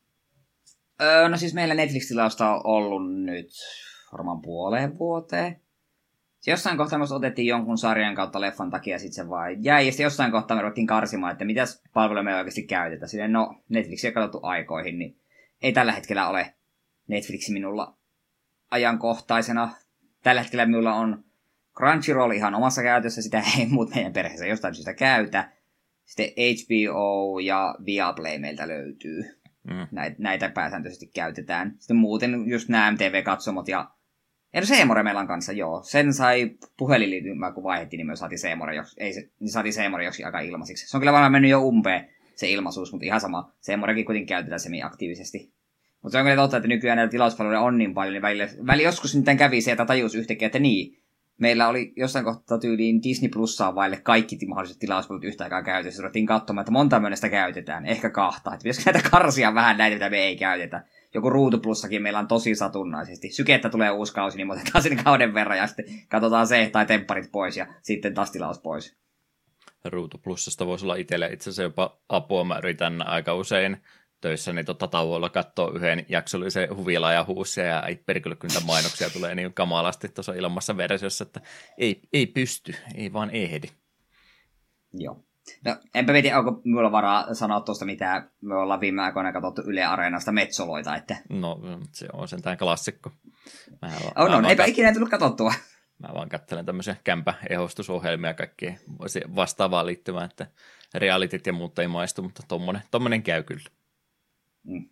Öö, no siis meillä Netflix-tilausta on ollut nyt varmaan puoleen vuoteen. Jossain kohtaa me otettiin jonkun sarjan kautta leffan takia, sitten se vaan jäi. Ja sitten jossain kohtaa me ruvettiin karsimaan, että mitäs palveluja me oikeasti käytetään. Silleen, no, Netflixiä on katsottu aikoihin, niin ei tällä hetkellä ole Netflixi minulla ajankohtaisena. Tällä hetkellä minulla on Crunchyroll ihan omassa käytössä, sitä ei muut meidän perheessä jostain syystä käytä. Sitten H B O ja Viaplay meiltä löytyy. Mm. Näitä, näitä pääsääntöisesti käytetään. Sitten muuten just nämä M T V-katsomot ja ja Seemore meillä on kanssa, joo. Sen sai puhelinliittymään, kun vaihdettiin, niin me saatiin Seemore joksi, ei se, niin saatiin Seemore joksi aika ilmaisiksi. Se on kyllä varmaan mennyt jo umpeen, se ilmaisuus, mutta ihan sama. Seemorekin kuitenkin käytetään semi-aktiivisesti. Mutta se on kyllä totta, että nykyään näitä tilauspalveluja on niin paljon, niin välillä, välillä joskus nyt kävi se, että tajus yhtäkkiä, että niin. Meillä oli jossain kohtaa tyyliin Disney Plussaa vaille kaikki mahdolliset tilauspalvelut yhtä aikaa käytössä. Ruvettiin katsomaan, että monta myönnä sitä käytetään, ehkä kahta. Että pitäisikö näitä karsia vähän näitä, mitä me ei käytetä. Joku Ruutuplussakin meillä on tosi satunnaisesti. Sykettä tulee uusi kausi, niin otetaan sinne kauden verran ja sitten katsotaan se tai tempparit pois ja sitten taas tilaus pois. Ruutuplussasta voisi olla itselle itse asiassa jopa apua. Mä yritän aika usein töissäni tota tauolla katsoa yhden jaksollisen huvila ja huussia ja ei perkylekyntä mainoksia tulee niin kamalasti tuossa ilmassa versiossa, että ei, ei pysty, ei vaan ehdi. Joo. No, enpä tiedä, onko minulla varaa sanoa tuosta mitään. Me ollaan viime aikoina katsottu Yle Areenasta Metsoloita. Että... No, se on sentään klassikko. Mä oh, no, eipä kat... ikinä tullut katsottua. Mä vaan katselen tämmöisiä kämpäehostusohjelmia ja kaikkea vastaavaa liittyvää, että realitit ja muut ei maistu, mutta tommonen, tommonen käy kyllä. Mm.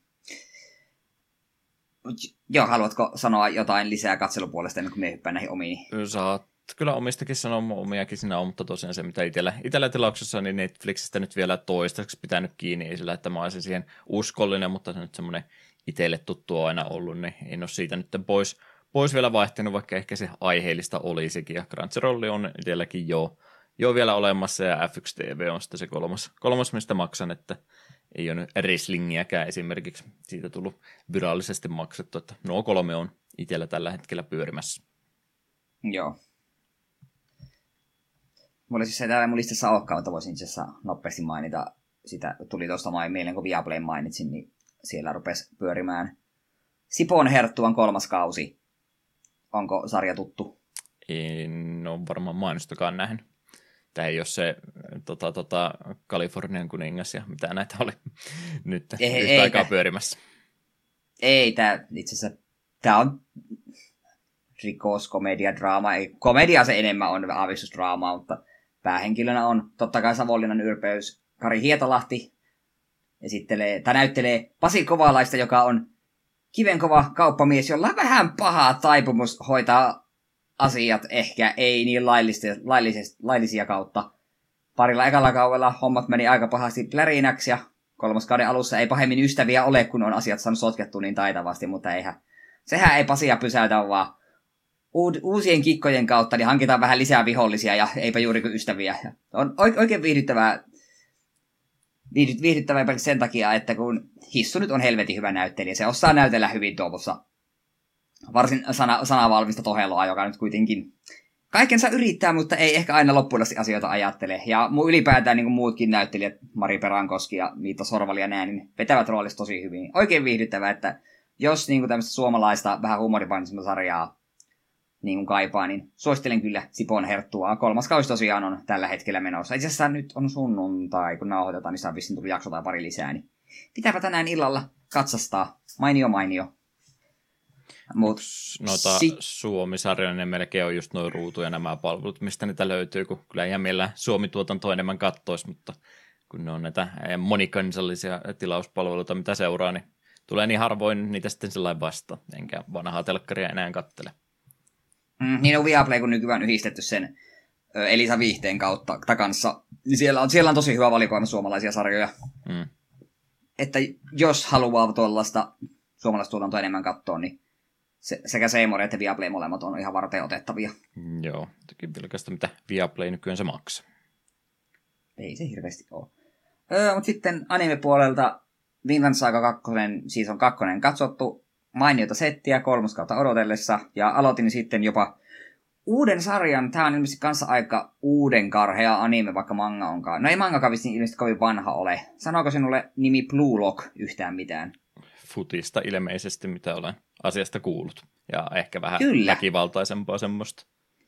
Joo, haluatko sanoa jotain lisää katselupuolesta ennen kuin me hyppään näihin omiin? Saat kyllä omistakin sanoa, omiakin siinä on, mutta tosiaan se, mitä itsellä, itsellä tilauksessa, niin Netflixistä nyt vielä toistaiseksi pitänyt kiinni, ei sillä, että mä olisin siihen uskollinen, mutta se nyt semmoinen itselle tuttu aina ollut, niin en ole siitä nyt pois, pois vielä vaihtanut, vaikka ehkä se aiheellista olisikin, ja Crunchyroll on itselläkin jo, jo vielä olemassa, ja F yksi T V on sitten se kolmas, kolmas mistä maksan, että ei ole nyt wrestlingiäkään esimerkiksi siitä tullut virallisesti maksettu, että nuo kolme on itsellä tällä hetkellä pyörimässä. Joo. Mulla siis ei täällä mun listassa olekaan, mutta voisin itse asiassa nopeasti mainita. Sitä tuli tuosta mieleen, kun Viaplayn mainitsin, niin siellä rupesi pyörimään Sipon Herttuan kolmas kausi. Onko sarja tuttu? En ole varmaan mainostakaan nähnyt. Tämä ei ole se tota, tota, Kalifornian kuningas ja mitä näitä oli nyt ei, yhtä ei, aikaa tä... pyörimässä. Ei, tämä itse asiassa tämä on rikos, komedia, draama. Ei, komedia se enemmän on aavistusdraamaa, mutta päähenkilönä on totta kai Savonlinnan ylpeys Kari Hietalahti. Esittelee, tai näyttelee Pasi Kovalaista, joka on kivenkova kauppamies, jolla on vähän paha taipumus hoitaa asiat ehkä ei niin laillisia kautta. Parilla ekalla kaudella hommat meni aika pahasti plärinäksi ja kolmoskauden alussa ei pahemmin ystäviä ole, kun on asiat saanut sotkettu niin taitavasti, mutta eihän, sehän ei Pasia pysäytä, vaan uusien kikkojen kautta niin hankitaan vähän lisää vihollisia ja eipä juuri kuin ystäviä. On oikein viihdyttävää, viihdyttävää sen takia, että kun Hissu nyt on helvetin hyvä näyttelijä, se osaa näytellä hyvin tuossa varsin sana, sanavalmista toheloa, joka nyt kuitenkin kaikensa yrittää, mutta ei ehkä aina loppuun asti asioita ajattele. Ja mu ylipäätään niin kuin muutkin näyttelijät, Mari Perankoski ja Miitta Sorvali ja näin, niin vetävät roolista tosi hyvin. Oikein viihdyttävää, että jos niin kuin tämmöistä suomalaista vähän huumoripainoista sarjaa niin kuin kaipaa, niin suosittelen kyllä Sipon herttua. Kolmas kausi tosiaan on tällä hetkellä menossa. Itse asiassa nyt on sunnuntai, kun nauhoitetaan, niin saa vissiin tullut jakso tai pari lisää. Niin pitääpä tänään illalla katsastaa. Mainio, mainio. Mut noita si- Suomi-sarjoja, ne melkein on just noin Ruutu ja nämä palvelut, mistä niitä löytyy, kun kyllä ihan meillä Suomi-tuotanto enemmän kattoisi, mutta kun ne on näitä monikansallisia tilauspalveluita, mitä seuraa, niin tulee niin harvoin niitä sitten sellainen vasta, enkä vanhaa telkkaria enää kattele. Mm, niin on Viaplay, kun nykyään yhdistetty sen Elisa Viihteen kautta kanssa, niin siellä on, siellä on tosi hyvä valikoima suomalaisia sarjoja. Mm. Että jos haluaa tuollaista suomalaista tuotantoa enemmän katsoa, niin se, sekä Seymour että Viaplay molemmat on ihan varten otettavia. Joo, toki vilkaista mitä Viaplay nykyään se maksaa. Ei se hirveästi ole. Öö, mutta sitten anime-puolelta Vinland Saga kaksi, season kaksi katsottu, mainiota settiä kolmoskautta odotellessa, ja aloitin sitten jopa uuden sarjan. Tämä on ilmeisesti kanssa aika uuden karhea anime, vaikka manga onkaan. No ei mangakaan vissiin ilmeisesti kovin vanha ole. Sanooko sinulle nimi Blue Lock yhtään mitään? Futista ilmeisesti, mitä olen asiasta kuullut. Ja ehkä vähän Kyllä. väkivaltaisempaa semmoista.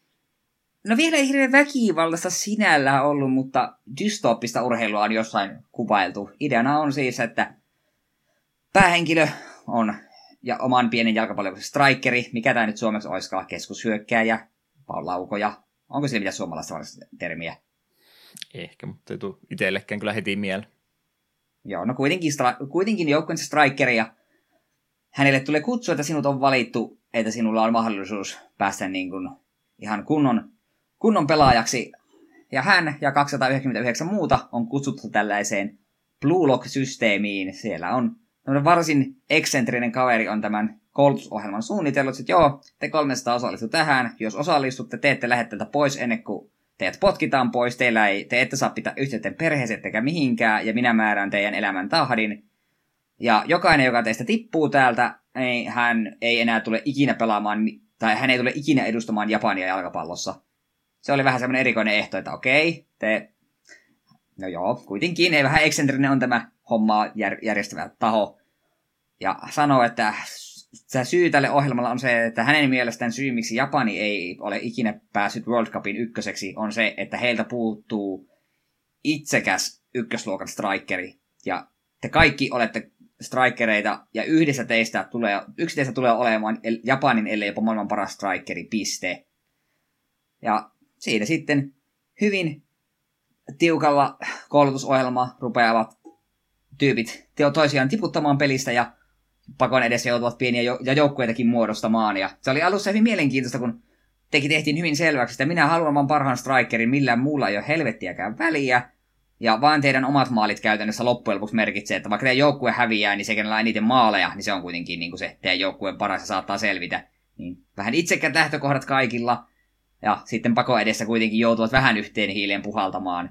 No vielä ei hirveän väkivaltaista sinällään ollut, mutta dystooppista urheilua on jossain kuvailtu. Ideana on siis, että päähenkilö on ja oman pienen jalkapallon strikeri, mikä tämä nyt suomeksi olisikaan, keskushyökkääjä, laukoja. Onko sillä mitään suomalaista termiä? Ehkä, mutta ei tule itsellekään kyllä heti mieleen. Joo, no kuitenkin, stra- kuitenkin joukkueensa strikeri ja hänelle tulee kutsu, että sinut on valittu, että sinulla on mahdollisuus päästä niin kuin ihan kunnon, kunnon pelaajaksi. Ja hän ja kaksisataayhdeksänkymmentäyhdeksän muuta on kutsuttu tällaiseen Blue Lock-systeemiin. Siellä on varsin eksentrinen kaveri on tämän koulutusohjelman suunnitellut, että joo, te kolmesataa osallistu tähän. Jos osallistutte, te ette lähde täältä pois ennen kuin teidät potkitaan pois. Teillä ei, te ette saa pitää yhteyttä perheeseen ettekä mihinkään, ja minä määrään teidän elämän tahdin. Ja jokainen, joka teistä tippuu täältä, niin hän ei enää tule ikinä pelaamaan, tai hän ei tule ikinä edustamaan Japania jalkapallossa. Se oli vähän semmoinen erikoinen ehto, että okei, te... No joo, kuitenkin, ei vähän eksentrinen on tämä hommaa jär- järjestävä taho. Ja sanoo, että se syy tälle ohjelmalle on se, että hänen mielestään syy, miksi Japani ei ole ikinä päässyt World Cupin ykköseksi, on se, että heiltä puuttuu itsekäs ykkösluokan strikeri. Ja te kaikki olette strikereita, ja yhdessä teistä tulee, yksi teistä tulee olemaan Japanin, ellei jopa maailman paras strikeri, piste. Ja siinä sitten hyvin tiukalla koulutusohjelma rupeavat tyypit toisiaan tiputtamaan pelistä ja pakon edessä joutuvat pieniä jo- ja joukkueitakin muodostamaan. Ja se oli alussa hyvin mielenkiintoista, kun teki tehtiin hyvin selväksi, että minä haluan vaan parhaan strikerin, millään muulla ei ole helvettiäkään väliä. Ja vaan teidän omat maalit käytännössä loppujen lopuksi merkitsee, että vaikka teidän joukkue häviää, niin se, kenellä on eniten maaleja, niin se on kuitenkin niin kuin se teidän joukkueen paras ja saattaa selvitä. Niin vähän itsekään lähtökohdat kaikilla. Ja sitten pakon edessä kuitenkin joutuvat vähän yhteen hiileen puhaltamaan.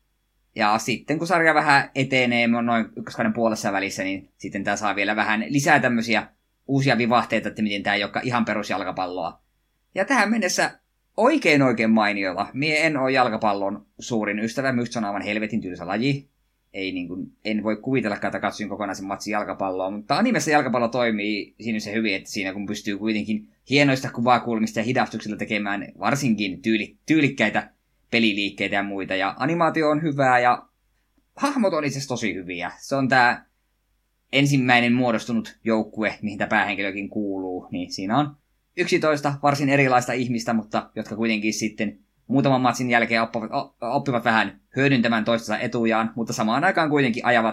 Ja sitten kun sarja vähän etenee noin ykköskauden puolessa välissä, niin sitten tämä saa vielä vähän lisää tämmöisiä uusia vivahteita, että miten tämä ei olekaan ihan perusjalkapalloa. Ja tähän mennessä oikein oikein mainiolla. Mie en ole jalkapallon suurin ystävä, minusta se on aivan helvetin tylsä laji. Ei, niin kuin, en voi kuvitellakaan, että katsoin kokonaisen matsin jalkapalloa, mutta animessa jalkapallo toimii siinä se hyvin, että siinä kun pystyy kuitenkin hienoista kuvakulmista ja hidastuksilla tekemään varsinkin tyyli, tyylikkäitä peliliikkeitä ja muita, ja animaatio on hyvää, ja hahmot on itse asiassa tosi hyviä. Se on tämä ensimmäinen muodostunut joukkue, mihin tämä päähenkilökin kuuluu, niin siinä on yksitoista varsin erilaista ihmistä, mutta jotka kuitenkin sitten muutaman matsin jälkeen oppivat, oppivat vähän hyödyntämään toistensa etujaan, mutta samaan aikaan kuitenkin ajavat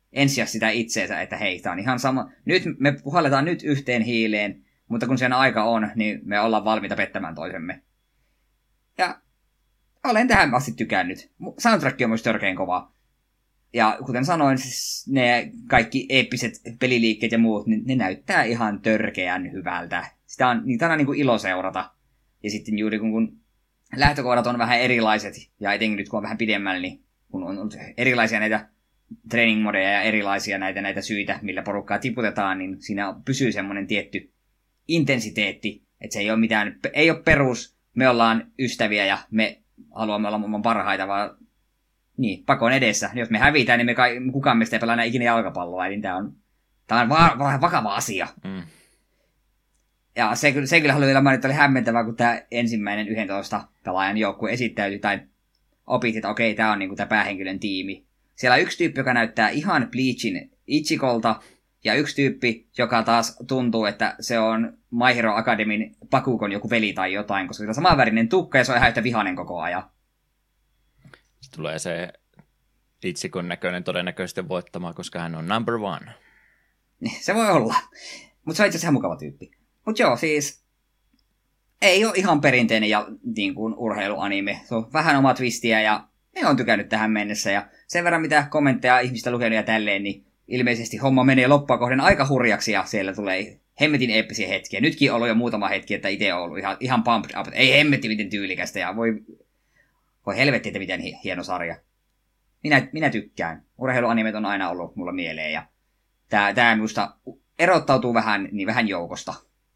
ensisijaisesti sitä itseensä, että hei, tämä on ihan sama. Nyt me puhalletaan nyt yhteen hiileen, mutta kun sen aika on, niin me ollaan valmiita pettämään toisemme. Ja olen tähän asti tykännyt. Soundtrack on myös törkeän kova. Ja kuten sanoin, siis ne kaikki eeppiset peliliikkeet ja muut, niin ne näyttää ihan törkeän hyvältä. Sitä on, niitä on niin kuin ilo seurata. Ja sitten juuri kun, kun lähtökohdat on vähän erilaiset, ja etenkin nyt kun on vähän pidemmällä, niin kun on erilaisia näitä training modeja ja erilaisia näitä, näitä syitä, millä porukkaa tiputetaan, niin siinä pysyy semmoinen tietty intensiteetti, että se ei ole mitään, ei ole perus, me ollaan ystäviä ja me haluamme olla maailman parhaita, vaan niin, pakon edessä. Jos me hävitään, niin me kai, kukaan meistä ei pelaa enää ikinä jalkapalloa, niin tämä on, tämä on va- va- vakava asia. Mm. Ja se, se kyllä oli vielä mainittu, oli hämmentävää, kun tämä ensimmäinen yksitoista pelaajan joukkue esittäytyi, tai opit, että okei, tämä on niinku tämä päähenkilön tiimi. Siellä on yksi tyyppi, joka näyttää ihan Bleachin Ichikolta, ja yksi tyyppi, joka taas tuntuu, että se on My Hero Academyn Bakukon joku veli tai jotain, koska se on samanvärinen tukka, ja se on ihan yhtä vihainen koko ajan. Se tulee se Ichikon näköinen todennäköisesti voittamaan, koska hän on number one. Se voi olla. Mutta se on itse asiassa ihan mukava tyyppi. Mutta joo, siis ei ole ihan perinteinen ja, niin kuin urheiluanime. Se on vähän omaa twistiä ja ne on tykännyt tähän mennessä. Ja sen verran mitä kommentteja ihmistä lukenut ja tälleen, niin ilmeisesti homma menee loppua kohden aika hurjaksi ja siellä tulee hemmetin eeppisiä hetkiä. Nytkin on ollut jo muutama hetki, että itse on ollut ihan, ihan pumped up. Ei hemmetti miten tyylikästä ja voi, voi helvetti, että miten hieno sarja. Minä, minä tykkään. Urheiluanimet on aina ollut mulla mieleen ja tää, tää minusta erottautuu vähän, niin vähän joukosta.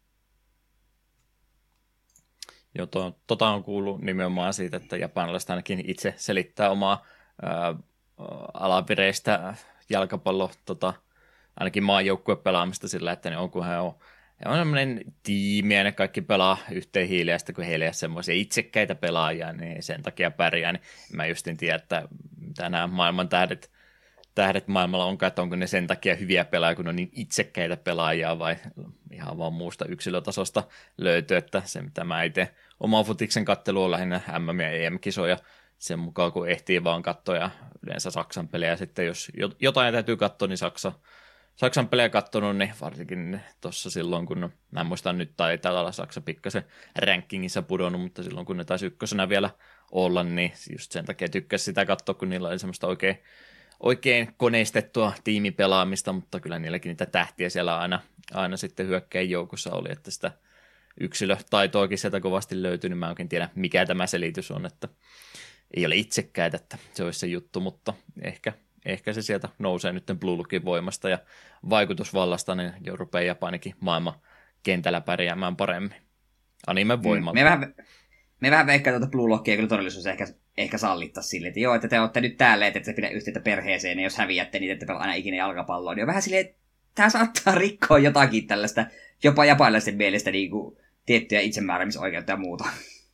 Joo, to, tota on kuullut nimenomaan siitä, että japanilaiset ainakin itse selittää omaa ää, alavireistä jalkapallo, tota, ainakin maajoukkuepelaamista sillä, että ne on, kun he on, he on sellainen tiimi ja ne kaikki pelaa yhteen hiileen, ja kun heillä ei ole semmoisia itsekkäitä pelaajia, niin sen takia pärjää. Niin mä justin tiedä, että mitä nämä maailman tähdet, tähdet maailmalla onkaan, että onko ne sen takia hyviä pelaajia, kun on niin itsekkäitä pelaajia vai ihan vaan muusta yksilötasosta löytyy, että se mitä mä itse oma futiksen kattelu on lähinnä M M- ja E M-kisoja sen mukaan, kun ehtii vaan katsoa ja yleensä Saksan pelejä sitten, jos jotain täytyy katsoa, niin Saksa, Saksan pelejä katsonut, niin varsinkin tuossa silloin, kun mä en muista nyt, tai täällä olla Saksa pikkasen rankingissa pudonnut, mutta silloin kun ne taisi ykkösenä vielä olla, niin just sen takia tykkäsi sitä katsoa, kun niillä oli semmoista oikein oikein koneistettua tiimipelaamista, mutta kyllä niilläkin niitä tähtiä siellä aina, aina sitten hyökkäin joukossa oli, että sitä yksilötaitoakin sieltä kovasti löytyi, niin mä en oikein tiedä, mikä tämä selitys on, että ei ole itsekkäitä, että se olisi se juttu, mutta ehkä, ehkä se sieltä nousee nyt Blue Lookin voimasta ja vaikutusvallasta, niin jo rupeaa Japanikin maailman kentällä pärjäämään paremmin. Anime voimalla. Mm, me vähän, me vähän veikkaa tuota Blue Lockia kyllä todellisuus ehkä ehkä sallittaisi sille, että joo, että te olette nyt täällä, että te pidä yhteyttä perheeseen, ja jos häviätte, niin ette pelaa aina ikinä jalkapalloa. Niin on vähän silleen, että tämä saattaa rikkoa jotakin tällaista, jopa japanilaisten mielestä niin kuin, tiettyjä itsemääräämisoikeutta ja muuta.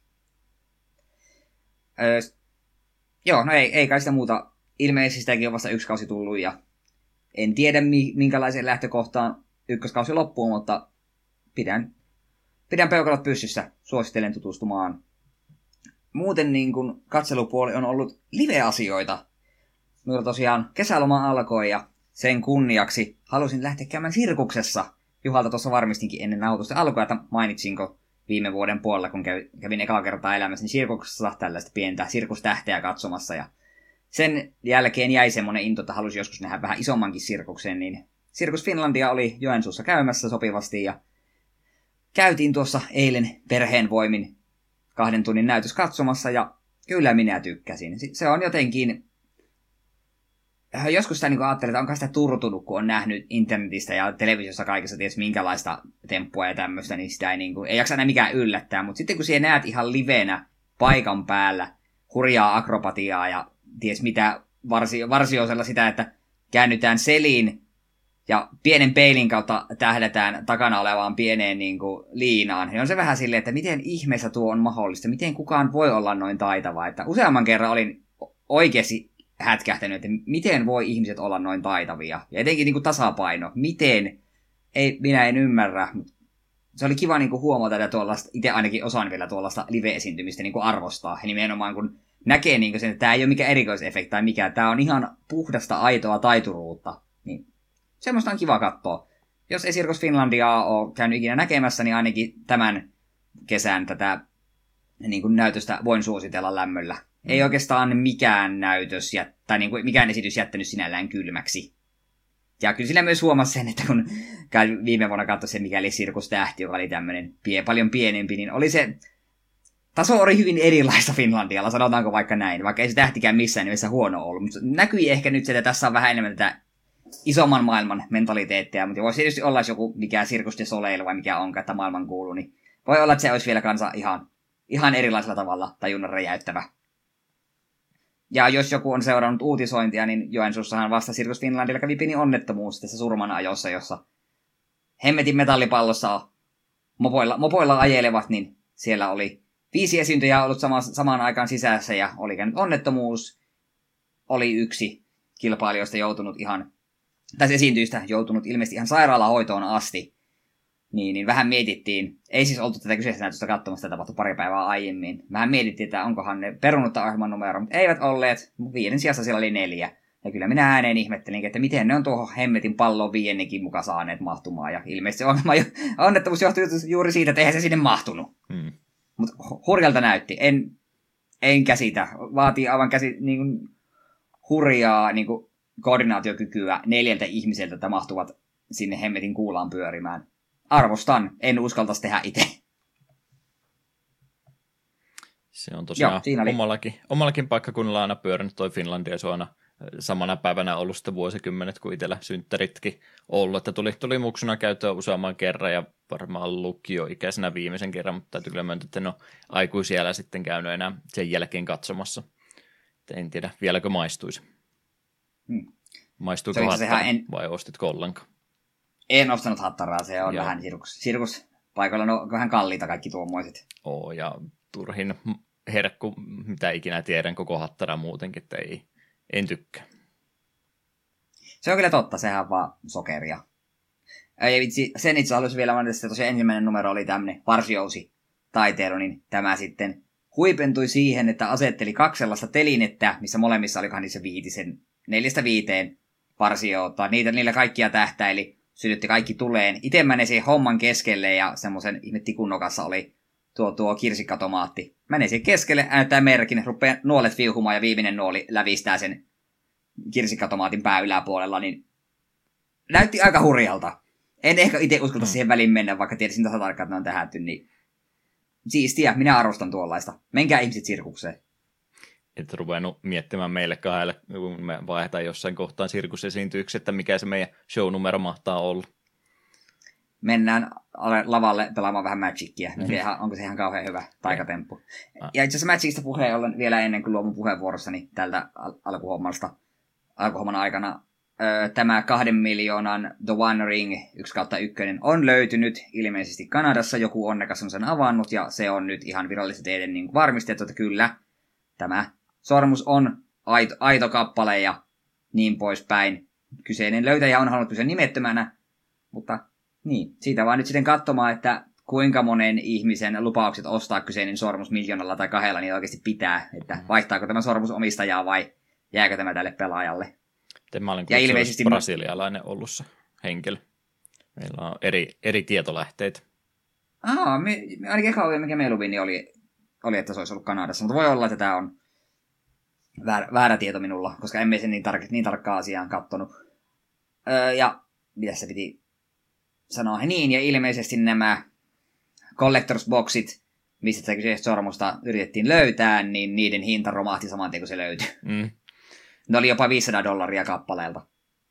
öö, joo, no ei, ei kai sitä muuta. Ilmeisesti sitäkin on vasta yksi kausi tullut, ja en tiedä minkälaiseen lähtökohtaan ykköskausi loppuu, mutta pidän, pidän peukalot pyssyssä. Suosittelen tutustumaan. Muuten niin kun katselupuoli on ollut live-asioita. Minulla tosiaan kesäloma alkoi ja sen kunniaksi halusin lähteä käymään sirkuksessa. Juhalta tuossa varmistinkin ennen nauhoitusta alkua, että mainitsinko viime vuoden puolella, kun kävin ekalla kertaa elämässäni sirkuksessa tällaista pientä sirkustähteä katsomassa. Ja sen jälkeen jäi semmoinen into, että halusin joskus nähdä vähän isommankin sirkuksen, niin Sirkus Finlandia oli Joensuussa käymässä sopivasti ja käytiin tuossa eilen perheen voimin kahden tunnin näytös katsomassa, ja kyllä minä tykkäsin. Se on jotenkin, joskus sitä niin ajattelin, että onko sitä turtunut, kun on nähnyt internetistä ja televisiossa kaikessa ties minkälaista temppua ja tämmöistä, niin sitä ei, niin kuin, ei jaksa enää mikään yllättää, mutta sitten kun siellä näet ihan livenä paikan päällä hurjaa akrobatiaa ja ties mitä varsi, varsiosella sitä, että käännytään seliin ja pienen peilin kautta tähdätään takana olevaan pieneen niin kuin, liinaan. Niin on se vähän silleen, että miten ihmeessä tuo on mahdollista. Miten kukaan voi olla noin taitava. Että useamman kerran olin oikeasti hätkähtänyt, että miten voi ihmiset olla noin taitavia. Ja etenkin niin kuin, tasapaino. Miten? Ei, minä en ymmärrä. Se oli kiva niin kuin, huomata, että tuollaista, itse ainakin osaan vielä tuollaista live-esiintymistä niin kuin, arvostaa. Ja nimenomaan kun näkee niin kuin, sen, että tämä ei ole mikään erikoisefekti tai mikään. Tämä on ihan puhdasta, aitoa taituruutta. Niin. Semmoista on kiva katsoa. Jos ei Circus Finlandia ole käynyt ikinä näkemässä, niin ainakin tämän kesän tätä niin kuin näytöstä voin suositella lämmöllä. Mm. Ei oikeastaan mikään näytös jät, tai niin kuin mikään esitys jättänyt sinällään kylmäksi. Ja kyllä sillä myös huomasi sen, että kun viime vuonna katsoi se, mikä oli Sirkus-tähti, joka oli tämmöinen pie, paljon pienempi, niin oli se taso oli hyvin erilaista Finlandialla, sanotaanko vaikka näin, vaikka ei se tähtikään missään nimessä huono ollut. Mutta näkyi ehkä nyt se, että tässä on vähän enemmän tätä isomman maailman mentaliteettia, mutta voisi tietysti olla, jos joku mikä Circus de Soleil vai mikä onkaan, että maailman kuuluu, niin voi olla, että se olisi vielä kanssa ihan, ihan erilaisella tavalla tajunnan räjäyttävä. Ja jos joku on seurannut uutisointia, niin Joensuussahan vasta Circus Finlandilla kävi pieni onnettomuus tässä surman ajossa, jossa hemmetin metallipallossa mopoilla, mopoilla ajelevat, niin siellä oli viisi esiintyjää ollut sama, samaan aikaan sisässä ja oli käynyt onnettomuus. Oli yksi kilpailijoista joutunut ihan, tai esiintyjistä joutunut ilmeisesti ihan sairaalahoitoon asti. Niin, niin vähän mietittiin, ei siis oltu tätä kyseistä näytöstä katsomassa, tätä tapahtui pari päivää aiemmin. Vähän mietittiin, että onkohan ne perunut ohjelman numero, mutta eivät olleet. Viiden sijassa siellä oli neljä. Ja kyllä minä ääneen ihmettelin, että miten ne on tuohon hemmetin palloon viiennekin mukaan saaneet mahtumaan. Ja ilmeisesti se ongelma, onnettomuus johtui juuri siitä, että eihän se sinne mahtunut. Hmm. Mutta hurjalta näytti. En, en käsitä. Vaatii aivan käsi, niin kuin, hurjaa niin kuin, koordinaatiokykyä neljältä ihmiseltä, että mahtuvat sinne hemmetin kuulaan pyörimään. Arvostan. En uskaltaisi tehdä itse. Se on tosiaan Joo, omallakin, omallakin paikkakunnalla aina pyörinyt toi Finlandia. Se on aina samana päivänä ollut sitä vuosikymmenet, kun itsellä synttäritkin ollut. Että tuli, tuli muksuna käyttöön useamman kerran ja varmaan lukioikäisenä viimeisen kerran, mutta täytyy kyllä myöntää, että en ole aikuisiellä sitten käynyt enää sen jälkeen katsomassa. Että en tiedä, vieläkö maistuisi. Hmm. Maistuiko hattara en... vai ostitko ollenkaan? En ostanut hattaraa, se on Joo. vähän sirkus. Sirkuspaikoilla ne on vähän kalliita kaikki tuommoiset. Oo, ja turhin herkku, mitä ikinä tiedän koko hattara muutenkin, että ei, en tykkää. Se on kyllä totta, sehän on vaan sokeria. Ja vitsi, sen itse haluaisin vielä mainita, että tosiaan ensimmäinen numero oli tämmöinen varsiousi taiteelu, niin tämä sitten huipentui siihen, että asetteli kaksi sellaista telinettä, missä molemmissa olikohan niissä viitisen, neljästä viiteen varsioota. Niitä, niillä kaikkia tähtäili. Sytytti kaikki tuleen. Itse meni siihen homman keskelle ja semmoisen ihmetikunnokassa oli tuo, tuo kirsikkatomaatti. Meni siihen keskelle, äänettää merkin, rupeaa nuolet viuhumaan ja viimeinen nuoli lävistää sen kirsikkatomaatin pää yläpuolella, niin näytti aika hurjalta. En ehkä itse uskalta siihen väliin mennä, vaikka tiedäisin tasa tarkkaan, että ne on tähätty, niin siistiä, minä arvostan tuollaista. Menkää ihmiset sirkukseen. Et ruvennut miettimään meille kahdelle, kun me vaihdetaan jossain kohtaan sirkusesiintyyksi, että mikä se meidän show-numero mahtaa olla. Mennään lavalle pelaamaan vähän Magicia. Mm-hmm. Onko se ihan kauhean hyvä taikatemppu. Ah. Ja itse asiassa Magicista puheen ollen vielä ennen kuin luo mun puheenvuorossani tältä al- alkuhommasta, alkuhomman aikana. Öö, tämä kahden miljoonan The One Ring yksi kautta ykkönen on löytynyt ilmeisesti Kanadassa. Joku onnekas on sen avannut ja se on nyt ihan virallisesti teidän niin varmistettu, että kyllä tämä sormus on aito, aito kappale ja niin poispäin. Kyseinen löytäjä on halunnut pysyä nimettömänä, mutta niin, siitä vaan nyt sitten katsomaan, että kuinka monen ihmisen lupaukset ostaa kyseinen sormus miljoonalla tai kahdella niin oikeasti pitää, että vaihtaako tämä sormus omistajaa vai jääkö tämä tälle pelaajalle. Mä olen kuullut, ilmeisesti brasilialainen ollut se henkilö. Meillä on eri, eri tietolähteitä. Aa, me, ainakin eka mikä me luin, niin oli, oli, että se olisi ollut Kanadassa, mutta voi olla, että tämä on väärä, väärä tieto minulla, koska emme sen niin, tar- niin tarkkaan asiaan katsonut. Öö, ja mitä se piti sanoa? Niin, ja ilmeisesti nämä collectors boxit, mistä tätä kyseistä sormusta yritettiin löytää, niin niiden hinta romahti saman tien, kun se löytyi. Mm. Ne oli jopa viisisataa dollaria kappaleelta.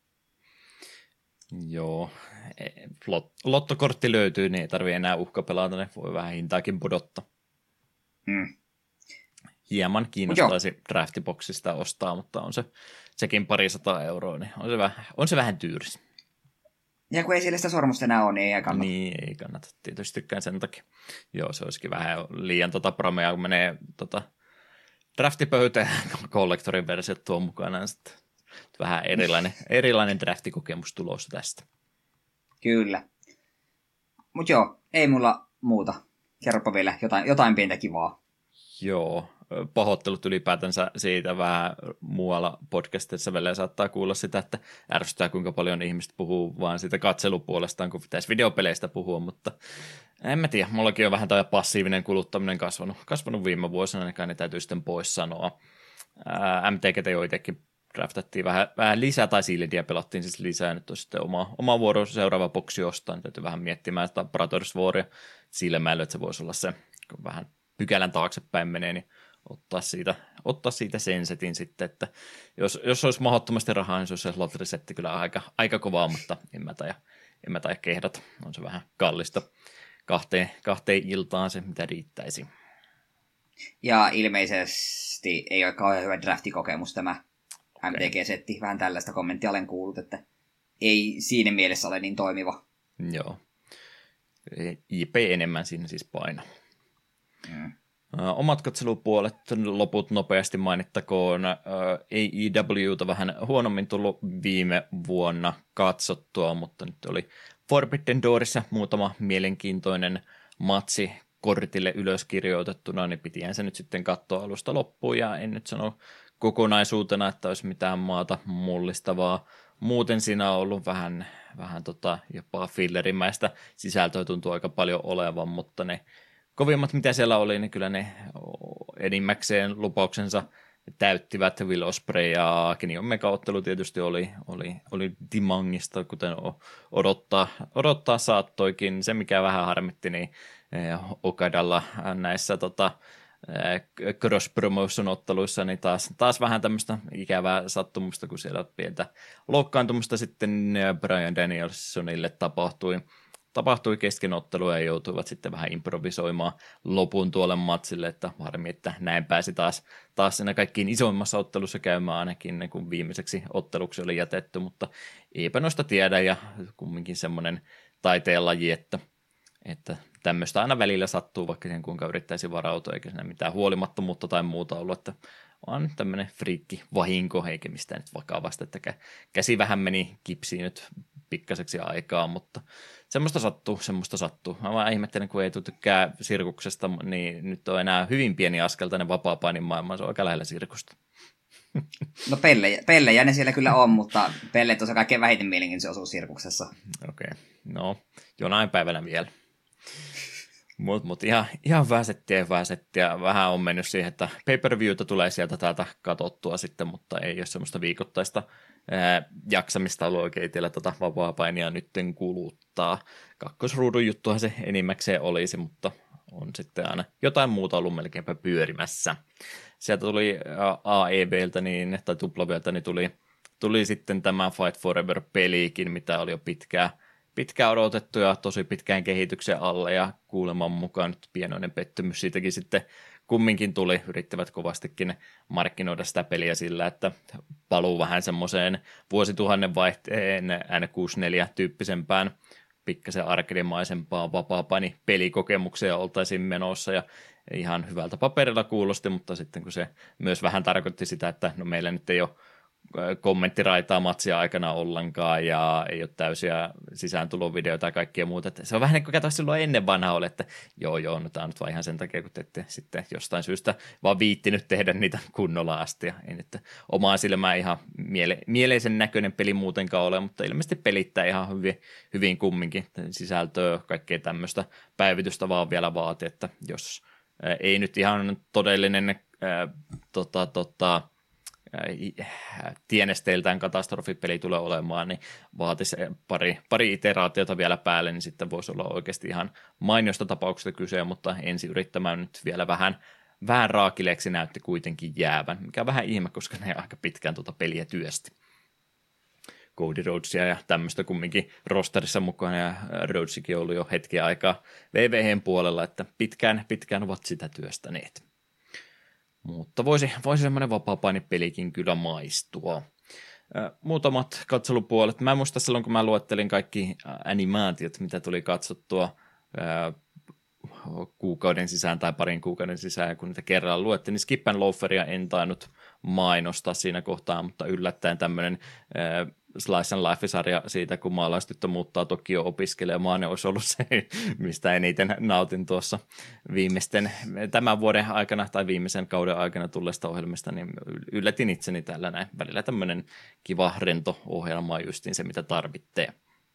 Joo. Lot- lottokortti löytyy, niin ei tarvitse enää uhkapelata, ne voi vähän hintaakin pudottaa. Mm. Hieman kiinnostaisi draftiboxista ostaa, mutta on se sekin parisataa euroa, niin on se vähän, on se vähän tyyris. Ja kun ei siellä sitä sormusta enää ole, niin ei kannata. Niin, ei kannata. Tietysti tykkään sen takia. Joo, se olisikin vähän liian tota pramea, kun menee tota draftipöytään, kollektorin versiot tuon mukana. Sitten vähän erilainen, erilainen draftikokemus tulossa tästä. Kyllä. Mut joo, ei mulla muuta. Kerropa vielä jotain, jotain pientä kivaa. Joo, pahoittelut ylipäätänsä siitä vähän muualla podcastissa välillä saattaa kuulla sitä, että ärsyttää kuinka paljon ihmiset puhuu vaan siitä katselupuolestaan, kun pitäisi videopeleistä puhua, mutta en mä tiedä, mullakin on vähän tämä passiivinen kuluttaminen kasvanut, kasvanut viime vuosina, niin kai ne täytyy sitten pois sanoa. Ää, M T G T jo itsekin draftattiin vähän, vähän lisää, tai Sealedia pelattiin siis lisää, nyt on sitten oma, oma vuoro seuraava boksi ostaa, niin täytyy vähän miettimään sitä Brothers Waria silmäily, että se voisi olla se, kun vähän pykälän taaksepäin menee, niin ottaa siitä, ottaa siitä sen setin sitten, että jos, jos olisi mahdottomasti rahaa, niin se olisi se lotterisetti kyllä aika, aika kovaa, mutta en mä taida, en mä taida kehdata, on se vähän kallista kahteen, kahteen iltaan se, mitä riittäisi. Ja ilmeisesti ei ole kauhean hyvä draftikokemus tämä okay. M T G-setti, vähän tällaista kommenttia olen kuullut, että ei siinä mielessä ole niin toimiva. Joo, I P enemmän siinä siis paino. Mm. Omat katselupuolet, loput nopeasti mainittakoon. A E W:ta vähän huonommin tullut viime vuonna katsottua, mutta nyt oli Forbidden Doorissa muutama mielenkiintoinen matsi kortille ylöskirjoitettuna, niin pitihän se nyt sitten katsoa alusta loppuun, ja en nyt sano kokonaisuutena, että olisi mitään maata mullistavaa. Muuten siinä on ollut vähän, vähän tota, jopa fillerimäistä sisältöä tuntuu aika paljon olevan, mutta ne kovimmat, mitä siellä oli, niin kyllä ne enimmäkseen lupauksensa täyttivät. Will Ospreay ja Kenny Omega-ottelu tietysti oli, oli, oli Dimangista, kuten odottaa, odottaa saattoikin. Se, mikä vähän harmitti, niin Okadalla näissä tota, cross-promotion-otteluissa, niin taas, taas vähän tämmöistä ikävää sattumusta, kun siellä pientä loukkaantumista sitten Bryan Danielsonille tapahtui. Tapahtui keskenottelua ja joutuivat sitten vähän improvisoimaan lopun tuolle matsille, että harmi, että näin pääsi taas, taas siinä kaikkiin isoimmassa ottelussa käymään ainakin, kun viimeiseksi otteluksi oli jätetty, mutta eipä noista tiedä ja kumminkin semmoinen taiteen että, että tämmöistä aina välillä sattuu, vaikka siihen kuinka yrittäisi varautua, eikä siinä mitään huolimattomuutta tai muuta ollut, että vaan tämmöinen friikki vahinko, eikä mistään nyt vakavasta, että käsi vähän meni kipsiin nyt pikkaseksi aikaa, mutta semmoista sattuu, semmoista sattuu. Mä vaan ihmettelen, kun ei tykkää sirkuksesta, niin nyt on enää hyvin pieni askel tänne vapaa-painin maailmaan, se on aika lähellä sirkusta. No pellejä, pellejä ne siellä kyllä on, mutta pelleet on se kaikkein vähiten mielenkiintoinen osuus sirkuksessa. Okei, okay. No jonain päivänä vielä. Mutta mut ihan, ihan väsettiä ja väsettiä. Vähän on mennyt siihen, että pay-per-viewtä tulee sieltä täältä katsottua sitten, mutta ei ole semmoista viikoittaista ää, jaksamista ollut oikein itsellä tätä vapaa-painia nytten kuluttaa. Kakkosruudun juttuhan se enimmäkseen olisi, mutta on sitten aina jotain muuta ollut melkeinpä pyörimässä. Sieltä tuli A E B:ltä niin, tai Tuplavelta niin tuli, tuli sitten tämä Fight Forever-pelikin, mitä oli jo pitkään pitkään odotettu ja tosi pitkään kehityksen alle ja kuuleman mukaan nyt pienoinen pettymys siitäkin sitten kumminkin tuli. Yrittivät kovastikin markkinoida sitä peliä sillä, että paluu vähän semmoiseen vuosituhannen vaihteen N kuusikymmentäneljä-tyyppisempään pikkasen arkadimaisempaan vapaa-paini pelikokemukseen oltaisiin menossa ja ihan hyvältä paperilla kuulosti, mutta sitten kun se myös vähän tarkoitti sitä, että no meillä nyt ei ole kommenttiraitaa matsia aikana ollenkaan ja ei ole täysiä sisääntulovideoita ja kaikkea muuta. Että se on vähän niin kuin katsoa silloin ennen vanhaa oli, että joo joo, no tämä on nyt vaan ihan sen takia, kun te ette sitten jostain syystä vaan viittinyt tehdä niitä kunnolla asti. Ja ei nyt omaa silmää ihan miele- mieleisen näköinen peli muutenkaan ole, mutta ilmeisesti pelittää ihan hyvin, hyvin kumminkin sisältöä, kaikkea tämmöistä päivitystä vaan vielä vaati, että jos ää, ei nyt ihan todellinen ää, tota, tota, tienesteiltään katastrofipeli tulee olemaan, niin vaatisi pari, pari iteraatiota vielä päälle, niin sitten voisi olla oikeasti ihan mainiosta tapauksesta kyse, mutta ensi yrittämään nyt vielä vähän, vähän raakileeksi näytti kuitenkin jäävän, mikä on vähän ihme, koska ne aika pitkään tuota peliä työsti. Cody Rhodesia ja tämmöistä kumminkin rosterissa mukana, ja Rhodesikin on ollut jo hetken aikaa V V H:n puolella, että pitkään, pitkään ovat sitä työstäneet. Mutta voisi, voisi semmoinen vapaa-painipelikin kyllä maistua. Muutamat katselupuolet. Mä en muista silloin, kun mä luettelin kaikki animaatiot, mitä tuli katsottua kuukauden sisään tai parin kuukauden sisään, kun niitä kerralla luettiin, niin Skip and Loaferia en tainnut mainostaa siinä kohtaa, mutta yllättäen tämmöinen Slice and Life-sarja siitä, kun maalaistyttö muuttaa Tokio opiskelemaan, ne olisi ollut se, mistä eniten nautin tuossa viimeisten, tämän vuoden aikana tai viimeisen kauden aikana tulleesta ohjelmista, niin yllätin itseni tällä näin. Välillä tämmöinen kiva, rento ohjelma on justiin se, mitä tarvitsee.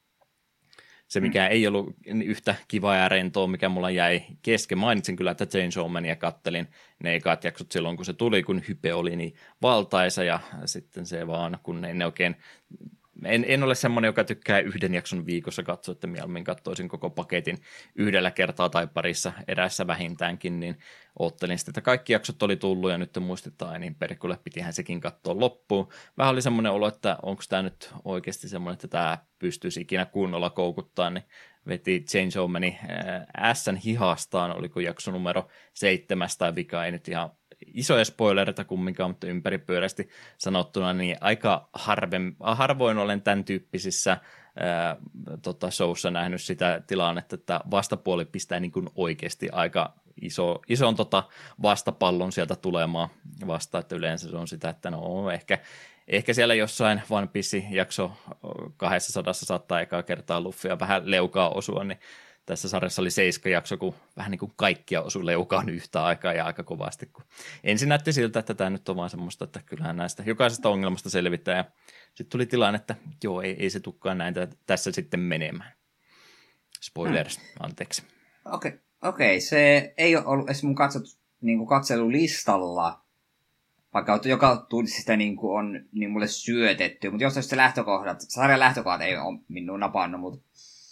Se, mikä mm. ei ollut yhtä kivaa ja rentoa, mikä mulla jäi kesken. Mainitsin kyllä, että Chainsaw Mania kattelin ne ekat jaksot silloin, kun se tuli, kun hype oli niin valtaisa, ja sitten se vaan, kun en oikein... En, en ole semmoinen, joka tykkää yhden jakson viikossa katsoa, että mieluummin katsoisin koko paketin yhdellä kertaa tai parissa erässä vähintäänkin, niin oottelin sitten, että kaikki jaksot oli tullut ja nyt muistetaan, niin perkulle pitihän sekin katsoa loppuun. Vähän oli semmoinen olo, että onko tämä nyt oikeasti semmoinen, että tämä pystyisi ikinä kunnolla koukuttaa, niin veti Chainsaw Mani S:n hihastaan, oliko jakso numero seitsemäs tai vika, ei nyt ihan isoja spoilereita kumminkaan, mutta ympäripyörästi sanottuna, niin aika harven, harvoin olen tämän tyyppisissä ää, tota, showssa nähnyt sitä tilannetta, että vastapuoli pistää niin kuin oikeasti aika iso, ison tota, vastapallon sieltä tulemaan vasta, että yleensä se on sitä, että no ehkä, ehkä siellä jossain One Piece-jakso kaksisataa saattaa ekaa kertaa Luffia vähän leukaa osua, niin tässä sarjassa oli seiska jakso, kun vähän niin kuin kaikkia osui leukaan yhtä aikaa ja aika kovasti. Kun ensin näytti siltä, että tämä nyt on vaan semmoista, että kyllähän näistä jokaisesta ongelmasta selvittää. Ja sitten tuli tilanne, että joo, ei, ei se tukkaan näin tässä sitten menemään. Spoilers, hmm. anteeksi. Okei, okay. okay. Se ei ole ollut edes mun katsot, niin kuin katselulistalla, vaikka joka tunnissa sitä niin kuin on niin mulle syötetty. Mutta jos se lähtökohdat, sarjan lähtökohdat ei ole minun napannut, mutta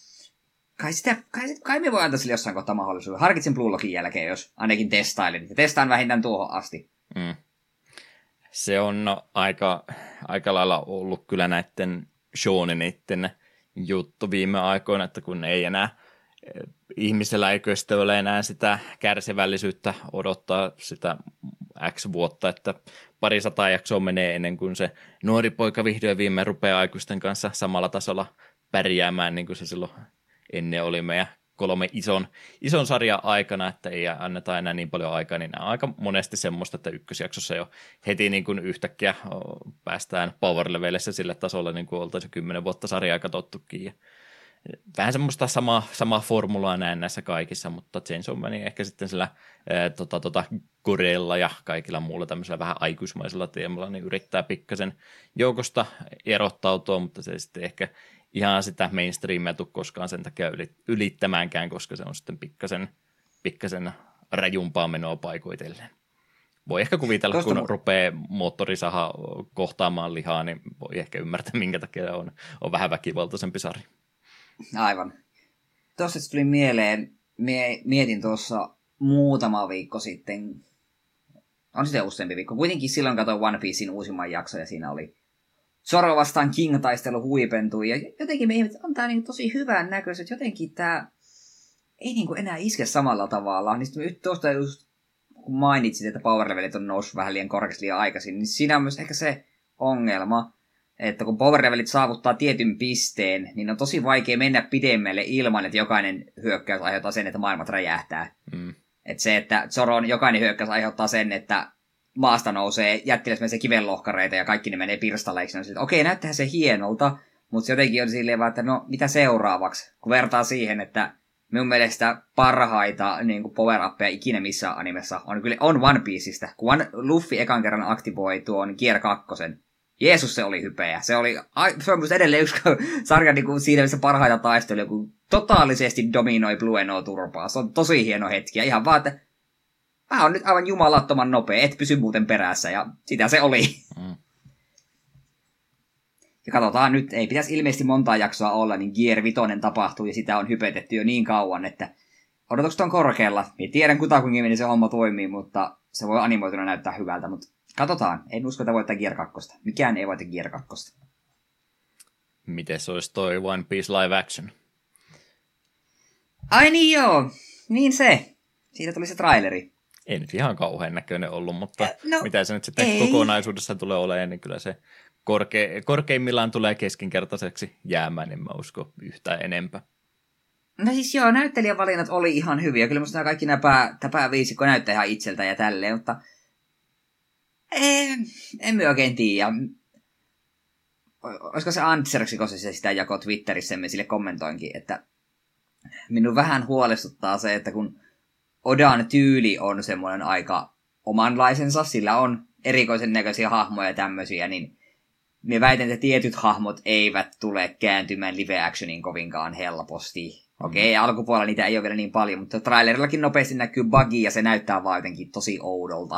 Kai, sitä, kai, kai me voi antaa sille jossain kohtaa mahdollisuuden. Harkitsin Blue Lockin jälkeen, jos ainakin testailin. Ja testaan vähintään tuohon asti. Mm. Se on aika, aika lailla ollut kyllä näiden shonenitten juttu viime aikoina, että kun ei enää ihmisellä ei sitten ole enää sitä kärsivällisyyttä odottaa sitä X vuotta, että pari sataa jaksoa menee ennen kuin se nuori poika vihdoin viimein rupeaa aikuisten kanssa samalla tasolla pärjäämään, niin kuin se silloin ennen oli meidän kolme ison, ison sarjan aikana, että ei anneta enää niin paljon aikaa, niin nämä on aika monesti semmoista, että ykkösjaksossa jo heti niin kuin yhtäkkiä päästään power-leveleissä sille tasolle, niin kuin oltaisiin kymmenen vuotta sarjaa katsottukin. Ja vähän semmoista samaa, samaa formulaa näen näissä kaikissa, mutta Chainsaw Man ehkä sitten sillä ää, tota, tota, Gorella ja kaikilla muulla tämmöisellä vähän aikuismaisella teemalla niin yrittää pikkasen joukosta erottautua, mutta se sitten ehkä ihan sitä mainstreamia tule koskaan sen takia ylittämäänkään, koska se on sitten pikkasen, pikkasen rajumpaa menoa paikoitellen. Voi ehkä kuvitella, Tosta kun mu- rupeaa moottorisaha kohtaamaan lihaa, niin voi ehkä ymmärtää, minkä takia on, on vähän väkivaltaisempi sarja. Aivan. Tuossa tuli mieleen, mie, mietin tuossa muutama viikko sitten, on sitten useampi viikko, kuitenkin silloin katsoin One Piecein uusimman jakson ja siinä oli Zoro vastaan King-taistelu huipentui, ja jotenkin me ihmiset, on tää niin tosi hyvän näköiset, jotenkin tää ei niin enää iske samalla tavalla. Niin sitten tuosta just, kun mainitsit, että power levelit on noussut vähän liian korkeasti liian aikaisin, niin siinä on myös ehkä se ongelma, että kun power levelit saavuttaa tietyn pisteen, niin on tosi vaikea mennä pidemmälle ilman, että jokainen hyökkäys aiheuttaa sen, että maailmat räjähtää. Mm. Että se, että Zoron jokainen hyökkäys aiheuttaa sen, että maasta nousee jättiläismäisiä kivenlohkareita ja kaikki ne menee pirstaleiksi. No, okei, näyttäähän se hienolta, mutta se jotenkin on silleen vaan, että no mitä seuraavaksi? Kun vertaa siihen, että minun mielestä parhaita niin kuin power-appeja ikinä missään animessa on kyllä on One Pieceistä. Kun One, Luffy ekan kerran aktivoi tuon Gear kakkosen, Jeesus se oli hypeä. Se oli se on musta edelleen yksi sarja niin kuin siinä, missä parhaita taisteluja, kun totaalisesti dominoi Blue No turpaa. Se on tosi hieno hetki. Ja ihan vaan, että mä oon nyt aivan jumalattoman nopea, et pysy muuten perässä, ja sitä se oli. Mm. Ja katsotaan nyt, ei pitäisi ilmeisesti montaa jaksoa olla, niin Gear Vitoinen tapahtuu, ja sitä on hypetetty jo niin kauan, että odotukset on korkealla. Minä tiedän kutakuinkin, se homma toimii, mutta se voi animoituna näyttää hyvältä, mutta katsotaan. En usko, että voittaa Gear kakkosta. Mikään ei voita Gear kakkosta. Miten se olisi toi One Piece live action? Ai niin joo, niin se. Siitä tuli se traileri. Ei nyt ihan kauhean näköinen ollut, mutta no, mitä se nyt sitten ei. kokonaisuudessa tulee olemaan, niin kyllä se korke, korkeimmillaan tulee keskinkertaiseksi jäämään, niin mä uskon yhtään enempää. No siis joo, näyttelijävalinnat oli ihan hyviä. Kyllä musta nämä kaikki nämä pää, pääviisikko näyttää ihan itseltä ja tälleen, mutta en, en mä oikein tiedä. olisiko se Antserksi, kun se sitä jakoi Twitterissä, me sille kommentoinkin, että minun vähän huolestuttaa se, että kun Odan tyyli on semmoinen aika omanlaisensa, sillä on erikoisen näköisiä hahmoja ja tämmöisiä, niin me väitän, että tietyt hahmot eivät tule kääntymään live-actioniin kovinkaan helposti. Okei, okay, alkupuolella niitä ei ole vielä niin paljon, mutta trailerillakin nopeasti näkyy buggy ja se näyttää vaan jotenkin tosi oudolta.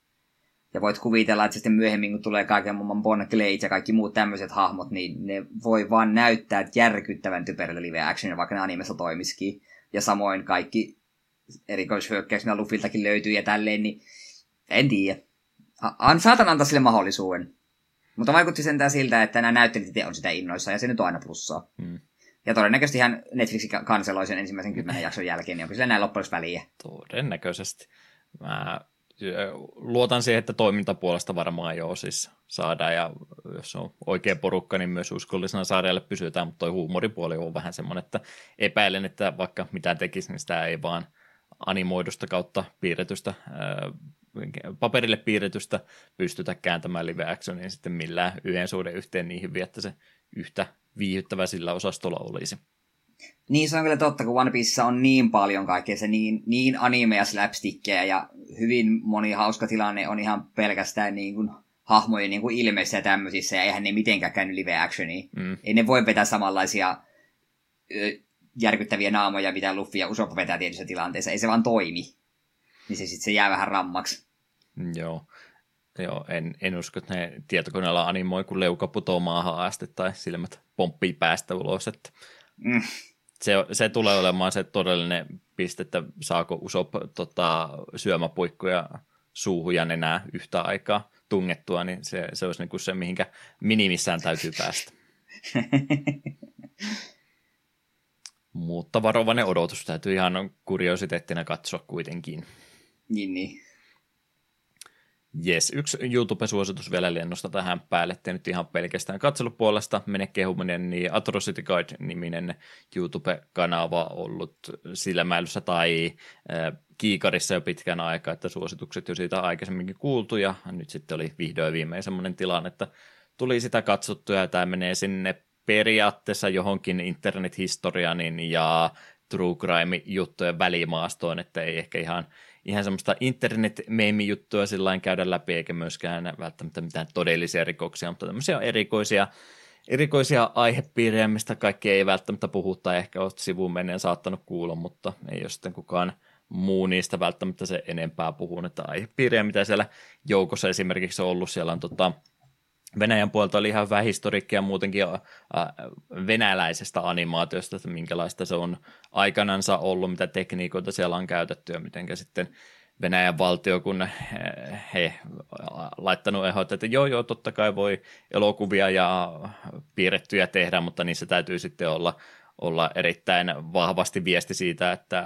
Ja voit kuvitella, että sitten myöhemmin, kun tulee kaiken maailman Bon Glade ja kaikki muut tämmöiset hahmot, niin ne voi vaan näyttää järkyttävän typerältä live-actionia, vaikka ne animessa toimisikin. Ja samoin kaikki erikoishyökkäykset, mitä Luffiltakin löytyy ja tälleen, niin en tiedä. An, saatan antaa sille mahdollisuuden. Mutta vaikutti sentään siltä, että nämä näyttelijät on sitä innoissaan, ja se nyt on aina plussaa. Hmm. Ja todennäköisesti hän Netflixi kanseloi sen ensimmäisen kymmenen jakson jälkeen, niin onko sillä näin loppujen väliä? Todennäköisesti. Mä luotan siihen, että toimintapuolesta varmaan joo siis saadaan, ja jos on oikea porukka, niin myös uskollisena sarjalle pysytään, mutta toi huumoripuoli on vähän semmoinen, että epäilen, että vaikka mitä tekisi, niin sitä ei vaan animoidusta kautta piirretystä, ää, paperille piirretystä pystytä kääntämään live-actioniin sitten millään yhden suhde yhteen niin hyvin, että se yhtä viihyttävä sillä osastolla olisi. Niin se on kyllä totta, kun One Piecessa on niin paljon kaikkea, se niin, niin anime ja slapstickia ja hyvin moni hauska tilanne on ihan pelkästään niin kuin hahmojen niin kuin ilmeissä ja tämmöisissä, ja eihän ne mitenkään käynyt live-actioniin. Mm. Ei ne voi vetää samanlaisia ö, järkyttäviä naamoja, mitä Luffy ja Usopp vetää tietyissä tilanteissa. Ei se vaan toimi. Niin se sitten se jää vähän rammaksi. Joo. Joo, en, en usko, että ne tietokoneella animoi, kun leuka putoo maahan asti tai silmät pomppii päästä ulos. Että mm. se, se tulee olemaan se todellinen piste, että saako Usopp tota, syömäpuikkoja suuhun ja nenää yhtä aikaa tungettua, niin se, se olisi niinku se, mihinkä minimissään täytyy päästä. Mutta varovainen odotus täytyy ihan kuriositeettina katsoa kuitenkin. Niin, niin. Jes, yksi YouTube-suositus vielä lennosta tähän päälle, ettei nyt ihan pelkästään katselupuolesta mene kehuminen, niin Atrocity Guide-niminen YouTube-kanava ollut silmäilyssä tai äh, kiikarissa jo pitkän aikaa, että suositukset jo siitä aikaisemminkin kuultu, ja nyt sitten oli vihdoin viimein semmoinen tilanne, että tuli sitä katsottua, ja tämä menee sinne periaatteessa johonkin internethistorianin ja true crime-juttujen välimaastoon, että ei ehkä ihan ihan semmoista internet-meemi-juttua sillain käydä läpi, eikä myöskään välttämättä mitään todellisia rikoksia, mutta tämmöisiä erikoisia, erikoisia aihepiirejä, mistä kaikki ei välttämättä puhu tai ehkä ole sivuun menneen saattanut kuulla, mutta ei ole sitten kukaan muu niistä välttämättä se enempää puhunut, että aihepiirejä, mitä siellä joukossa esimerkiksi on ollut, siellä on tota, Venäjän puolelta oli ihan hyvä historiikki ja muutenkin venäläisestä animaatiosta, että minkälaista se on aikanansa ollut, mitä tekniikoita siellä on käytetty ja miten sitten Venäjän valtio, kun he laittanut ehdot, että joo joo, totta kai voi elokuvia ja piirrettyjä tehdä, mutta niissä täytyy sitten olla olla erittäin vahvasti viesti siitä, että,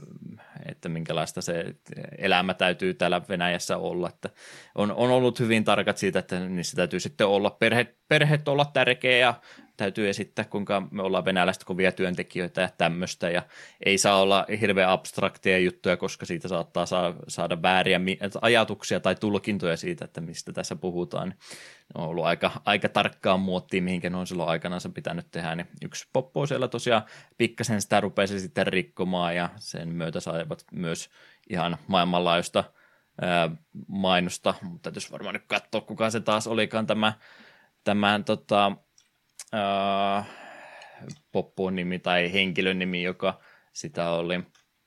että minkälaista se elämä täytyy täällä Venäjässä olla. Että on, on ollut hyvin tarkat siitä, että niissä täytyy sitten olla perhe, perheet olla tärkeä ja täytyy esittää, kuinka me ollaan venäläiset kovia työntekijöitä ja tämmöistä, ja ei saa olla hirveän abstrakteja juttuja, koska siitä saattaa saa, saada vääriä ajatuksia tai tulkintoja siitä, että mistä tässä puhutaan. On ollut aika, aika tarkkaan muottia, mihinkä ne on silloin aikanaan se pitänyt tehdä, niin yksi poppo siellä tosiaan pikkasen sitä rupesi sitten rikkomaan, ja sen myötä saivat myös ihan maailmanlaajuista ää, mainosta, mutta täytyisi varmaan nyt katsoa, kuka se taas olikaan tämä, tämän tota, Uh, poppuun nimi tai henkilön nimi, joka sitä oli,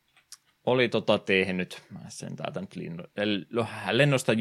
oli tota tehnyt. Mä sen täältä nyt lennosta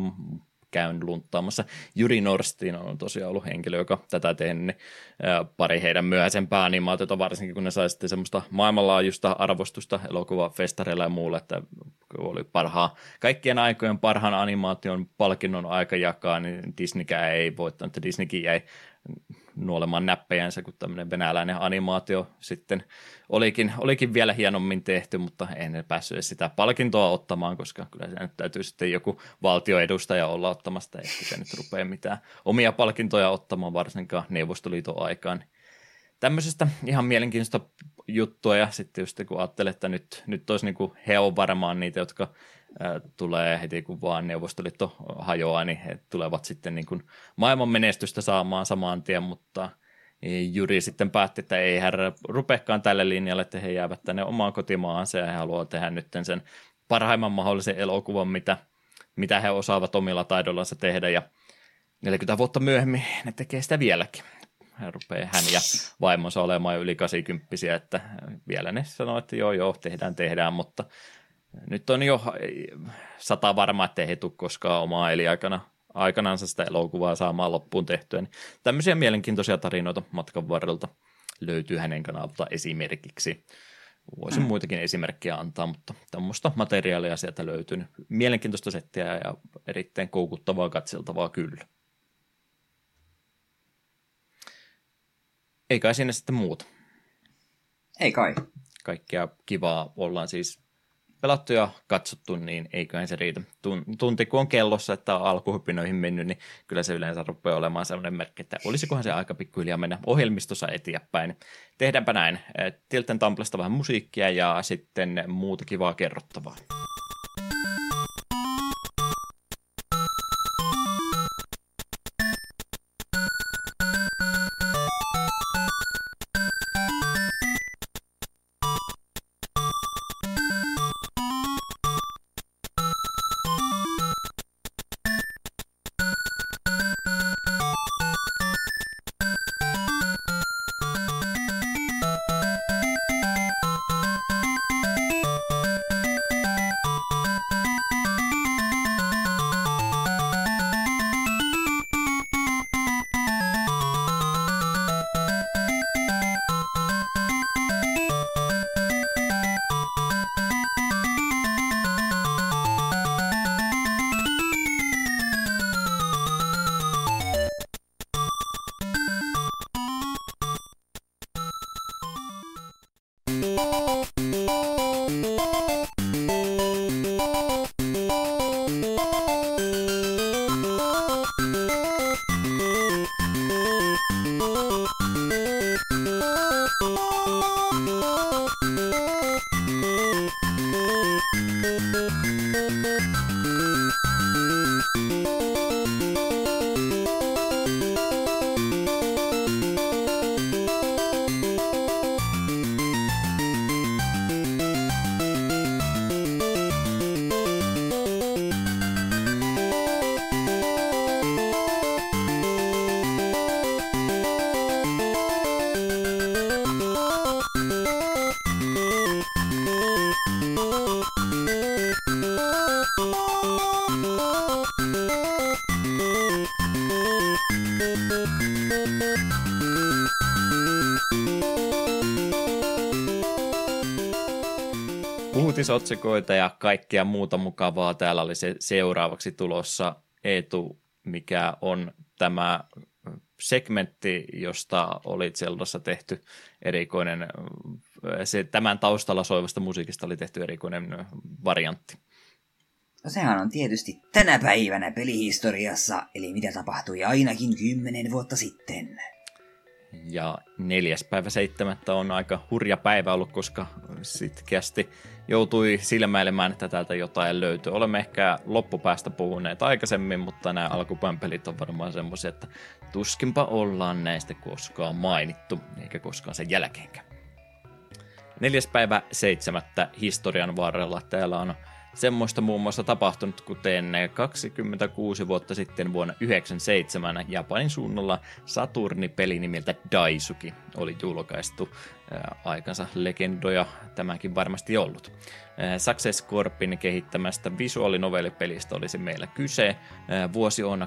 käyn lunttaamassa. Juri Norstin on tosiaan ollut henkilö, joka tätä tehnyt. Niin, uh, pari heidän myöhäisempää animaatiota, varsinkin kun ne sai sitten semmoista maailmanlaajuista arvostusta elokuvafestareilla ja muulla, että oli parhaa, kaikkien aikojen parhaan animaation palkinnon aika jakaa, niin Disneykään ei voittanut, että Disneykin jäi nuolemaan näppejänsä, kun tämmöinen venäläinen animaatio sitten olikin, olikin vielä hienommin tehty, mutta en ne päässyt edes sitä palkintoa ottamaan, koska kyllä se nyt täytyy sitten joku valtioedustaja olla ottamasta, että se nyt rupeaa mitään omia palkintoja ottamaan, varsinkaan Neuvostoliiton aikaan. Tämmöisestä ihan mielenkiintoista juttua, ja sitten just kun ajattelee, että nyt, nyt olisi niin kuin he on varmaan niitä, jotka tulee heti, kun vaan Neuvostoliitto hajoaa, niin he tulevat sitten niin kuin maailman menestystä saamaan saman tien, mutta Juri sitten päätti, että ei hän rupeakaan tälle linjalle, että he jäävät tänne omaan kotimaansa ja he haluavat tehdä nyt sen parhaimman mahdollisen elokuvan, mitä, mitä he osaavat omilla taidollansa tehdä, ja neljäkymmentä vuotta myöhemmin ne tekee sitä vieläkin. Hän rupeaa hän ja vaimonsa olemaan jo yli kahdeksankymppisiä, että vielä ne sanoo, että joo joo, tehdään, tehdään, mutta nyt on jo sata varmaa, että ei tule koskaan omaa eliaikana aikanansa sitä elokuvaa saamaan loppuun tehtyä. Niin tämmöisiä mielenkiintoisia tarinoita matkan varrelta löytyy hänen kanavalta esimerkiksi. Voisin mm. muitakin esimerkkejä antaa, mutta tämmöistä materiaalia sieltä löytyy. Mielenkiintoista settiä ja erittäin koukuttavaa katseltavaa kyllä. Ei kai siinä sitten muuta. Ei kai. Kaikkea kivaa ollaan siis pelattu ja katsottu, niin eiköhän se riitä. Tunti kun on kellossa, että on alkuhypinoihin mennyt, niin kyllä se yleensä rupeaa olemaan sellainen merkki, että olisikohan se aika pikkuhiljaa mennä ohjelmistossa eteenpäin. Tehdäänpä näin. Tilt and Tumblesta vähän musiikkia ja sitten muuta kivaa kerrottavaa. Uutisotsikoita ja kaikkea muuta mukavaa. Täällä oli se seuraavaksi tulossa, Eetu, mikä on tämä segmentti, josta oli Zeldassa tehty erikoinen, se, tämän taustalla soivasta musiikista oli tehty erikoinen variantti. No sehän on tietysti tänä päivänä pelihistoriassa, eli mitä tapahtui ainakin kymmenen vuotta sitten. Ja neljäs päivä seitsemättä on aika hurja päivä ollut, koska sitkeästi joutui silmäilemään, että täältä jotain löytyy. Olemme ehkä loppupäästä puhuneet aikaisemmin, mutta nämä alkupään pelit on varmaan semmoisia, että tuskinpa ollaan näistä koskaan mainittu, eikä koskaan sen jälkeenkään. Neljäs päivä seitsemättä historian varrella täällä on semmoista muun muassa tapahtunut, kuten kaksikymmentäkuusi vuotta sitten vuonna yhdeksänkymmentäseitsemän Japanin suunnalla Saturni-peli nimeltä Daisuki oli julkaistu. Ää, aikansa legendoja tämäkin varmasti ollut. Ää, Success Corpin kehittämästä visuaalinovelipelistä olisi meillä kyse. Ää, vuosi on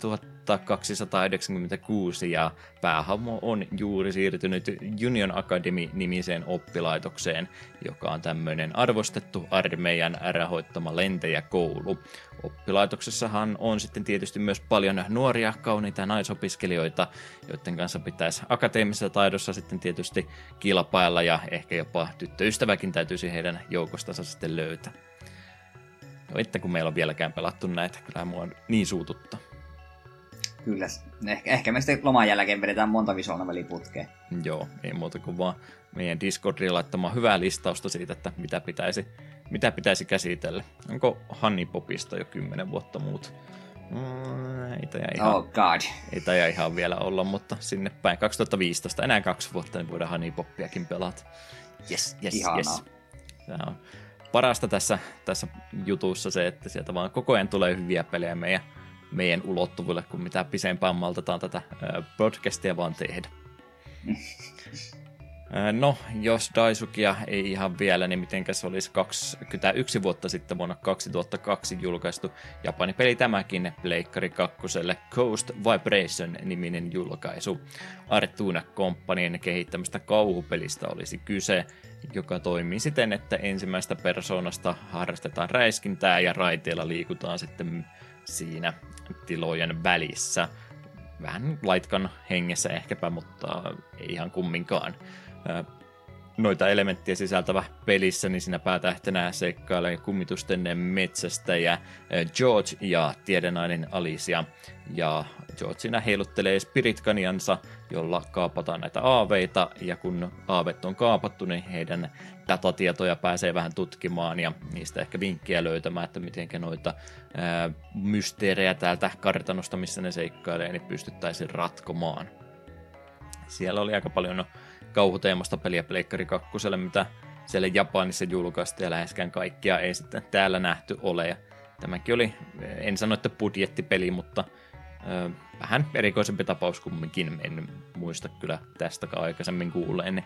kaksituhattakaksisataayhdeksänkymmentäkuusi ja päähahmo on juuri siirtynyt Union Academy-nimiseen oppilaitokseen, joka on tämmöinen arvostettu armeijan rahoittama lentäjäkoulu. Oppilaitoksessahan on sitten tietysti myös paljon nuoria, kauniita naisopiskelijoita, joiden kanssa pitäisi akateemisessa taidossa sitten tietysti kilpailla ja ehkä jopa tyttöystäväkin täytyisi heidän joukostansa sitten löytää. No, että kun meillä on vieläkään pelattu näitä, kyllä mua on niin suututta. Kyllä, ehkä, ehkä me sitten loman jälkeen vedetään monta visuaalinovelliputkea. Joo, ei muuta kuin vaan meidän Discordiin laittamaan hyvää listausta siitä, että mitä pitäisi mitä pitäisi käsitellä? Onko Honey Popista jo kymmenen vuotta muuta? Mm, ei taida ihan, oh god. Ei taida ihan vielä olla, mutta sinne päin. kaksituhattaviisitoista, enää kaksi vuotta, niin voidaan Honey Popiakin pelata. Yes, yes, Ihanaa. yes. Tämä on parasta tässä, tässä jutussa se, että sieltä vaan koko ajan tulee hyviä pelejä meidän, meidän ulottuville, kun mitä pisempään maltetaan tätä podcastia vaan tehdä. No, jos Daisukia ei ihan vielä, niin mitenkäs olisi kaksikymmentäyksi vuotta sitten vuonna kaksituhattakaksi julkaistu Japanin peli tämäkin Pleikkari kakkoselle Coast Vibration-niminen julkaisu. Artuna Companyn kehittämästä kauhupelistä olisi kyse, joka toimii siten, että ensimmäistä persoonasta harrastetaan räiskintää ja raiteilla liikutaan sitten siinä tilojen välissä. Vähän laitkan hengessä ehkäpä, mutta ei ihan kumminkaan. Noita elementtejä sisältävä pelissä, niin siinä päätähtenä seikkailee kummitusten metsästäjä George ja tiedenainen Alicia. Ja George siinä heiluttelee spiritkaniansa, jolla kaapataan näitä aaveita, ja kun aavet on kaapattu, niin heidän datatietoja pääsee vähän tutkimaan, ja niistä ehkä vinkkejä löytämään, että miten noita ää, mysteerejä täältä kartanosta, missä ne seikkailee, niin pystyttäisiin ratkomaan. Siellä oli aika paljon kauhuteemasta peliä Pleikkari kakkoselle, mitä siellä Japanissa julkaistiin, ja läheskään kaikkia ei sitten täällä nähty ole. Ja tämäkin oli, en sano, että budjettipeli, mutta ö, vähän erikoisempi tapaus kumminkin. En muista kyllä tästäkään aikaisemmin kuulleeni.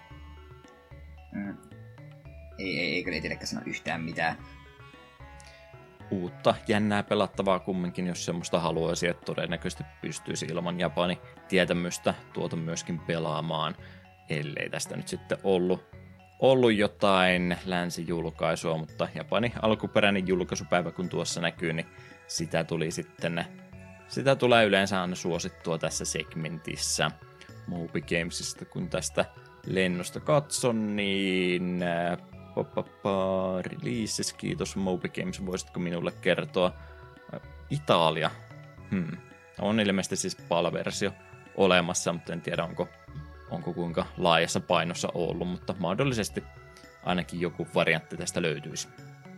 Mm. Ei, ei, ei kyllä ei tiedäkään sano yhtään mitään. Uutta, jännää pelattavaa kumminkin, jos semmoista haluaisi, että todennäköisesti pystyisi ilman Japanin tietämystä tuota myöskin pelaamaan, ellei tästä nyt sitten ollut, ollut jotain länsijulkaisua, mutta Japanin alkuperäinen julkaisupäivä, kun tuossa näkyy, niin sitä tuli sitten, sitä tulee yleensä aina suosittua tässä segmentissä. Moby Gamesista, kun tästä lennosta katson, niin Papapa, releases, kiitos Moby Games, voisitko minulle kertoa? Italia. Hmm. On ilmeisesti siis PAL-versio olemassa, mutta en tiedä onko, onko kuinka laajassa painossa ollut, mutta mahdollisesti ainakin joku variantti tästä löytyisi.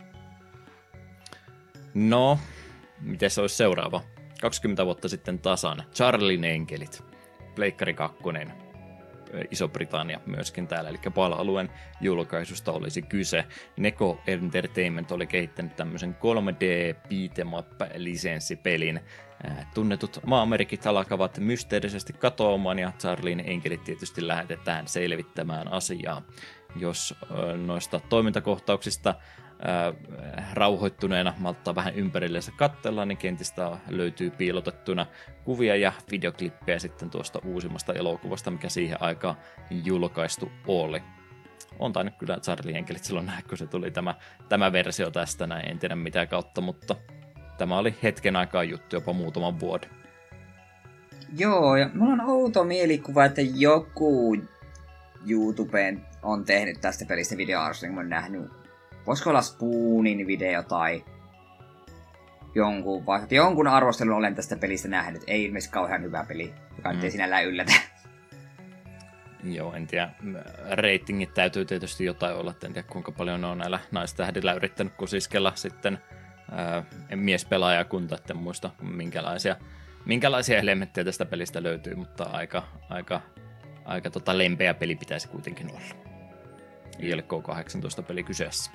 No, miten se olisi seuraava? kaksikymmentä vuotta sitten tasan. Charlien enkelit. Pleikkari kakkonen. Iso-Britannia myöskin täällä, eli PAL-alueen julkaisusta olisi kyse. Neko Entertainment oli kehittänyt tämmöisen kolme D beat'em up-lisenssipelin. Tunnetut maamerkit alkavat mysteerisesti katoamaan, ja Charlien enkelit tietysti lähetetään selvittämään asiaa. Jos noista toimintakohtauksista Äh, rauhoittuneena malttaa vähän ympärillensä katsella, niin kentistä löytyy piilotettuna kuvia ja videoklippejä sitten tuosta uusimmasta elokuvasta, mikä siihen aikaan julkaistu oli. On tainnut kyllä Charlien enkelit silloin nähdä, kun se tuli tämä, tämä versio tästä, näin en tiedä mitä kautta, mutta tämä oli hetken aikaa juttu, jopa muutaman vuoden. Joo, ja mulla on outo mielikuva, että joku YouTubeen on tehnyt tästä pelistä videoarvostelun, kun mä oon nähnyt. Voisiko olla Spoonin video tai jonkun, vaikka jonkun arvostelun olen tästä pelistä nähnyt. Ei ilmeisesti kauhean hyvä peli, joka mm. ei sinällään yllätä. Joo, en tiedä. Ratingit täytyy tietysti jotain olla. En tiedä, kuinka paljon ne on näillä naistähdillä yrittänyt kusiskella sitten ää, miespelaajakunta. En muista, minkälaisia, minkälaisia elementtejä tästä pelistä löytyy, mutta aika, aika, aika tota lempeä peli pitäisi kuitenkin olla. I L K kahdeksantoista peli kyseessä.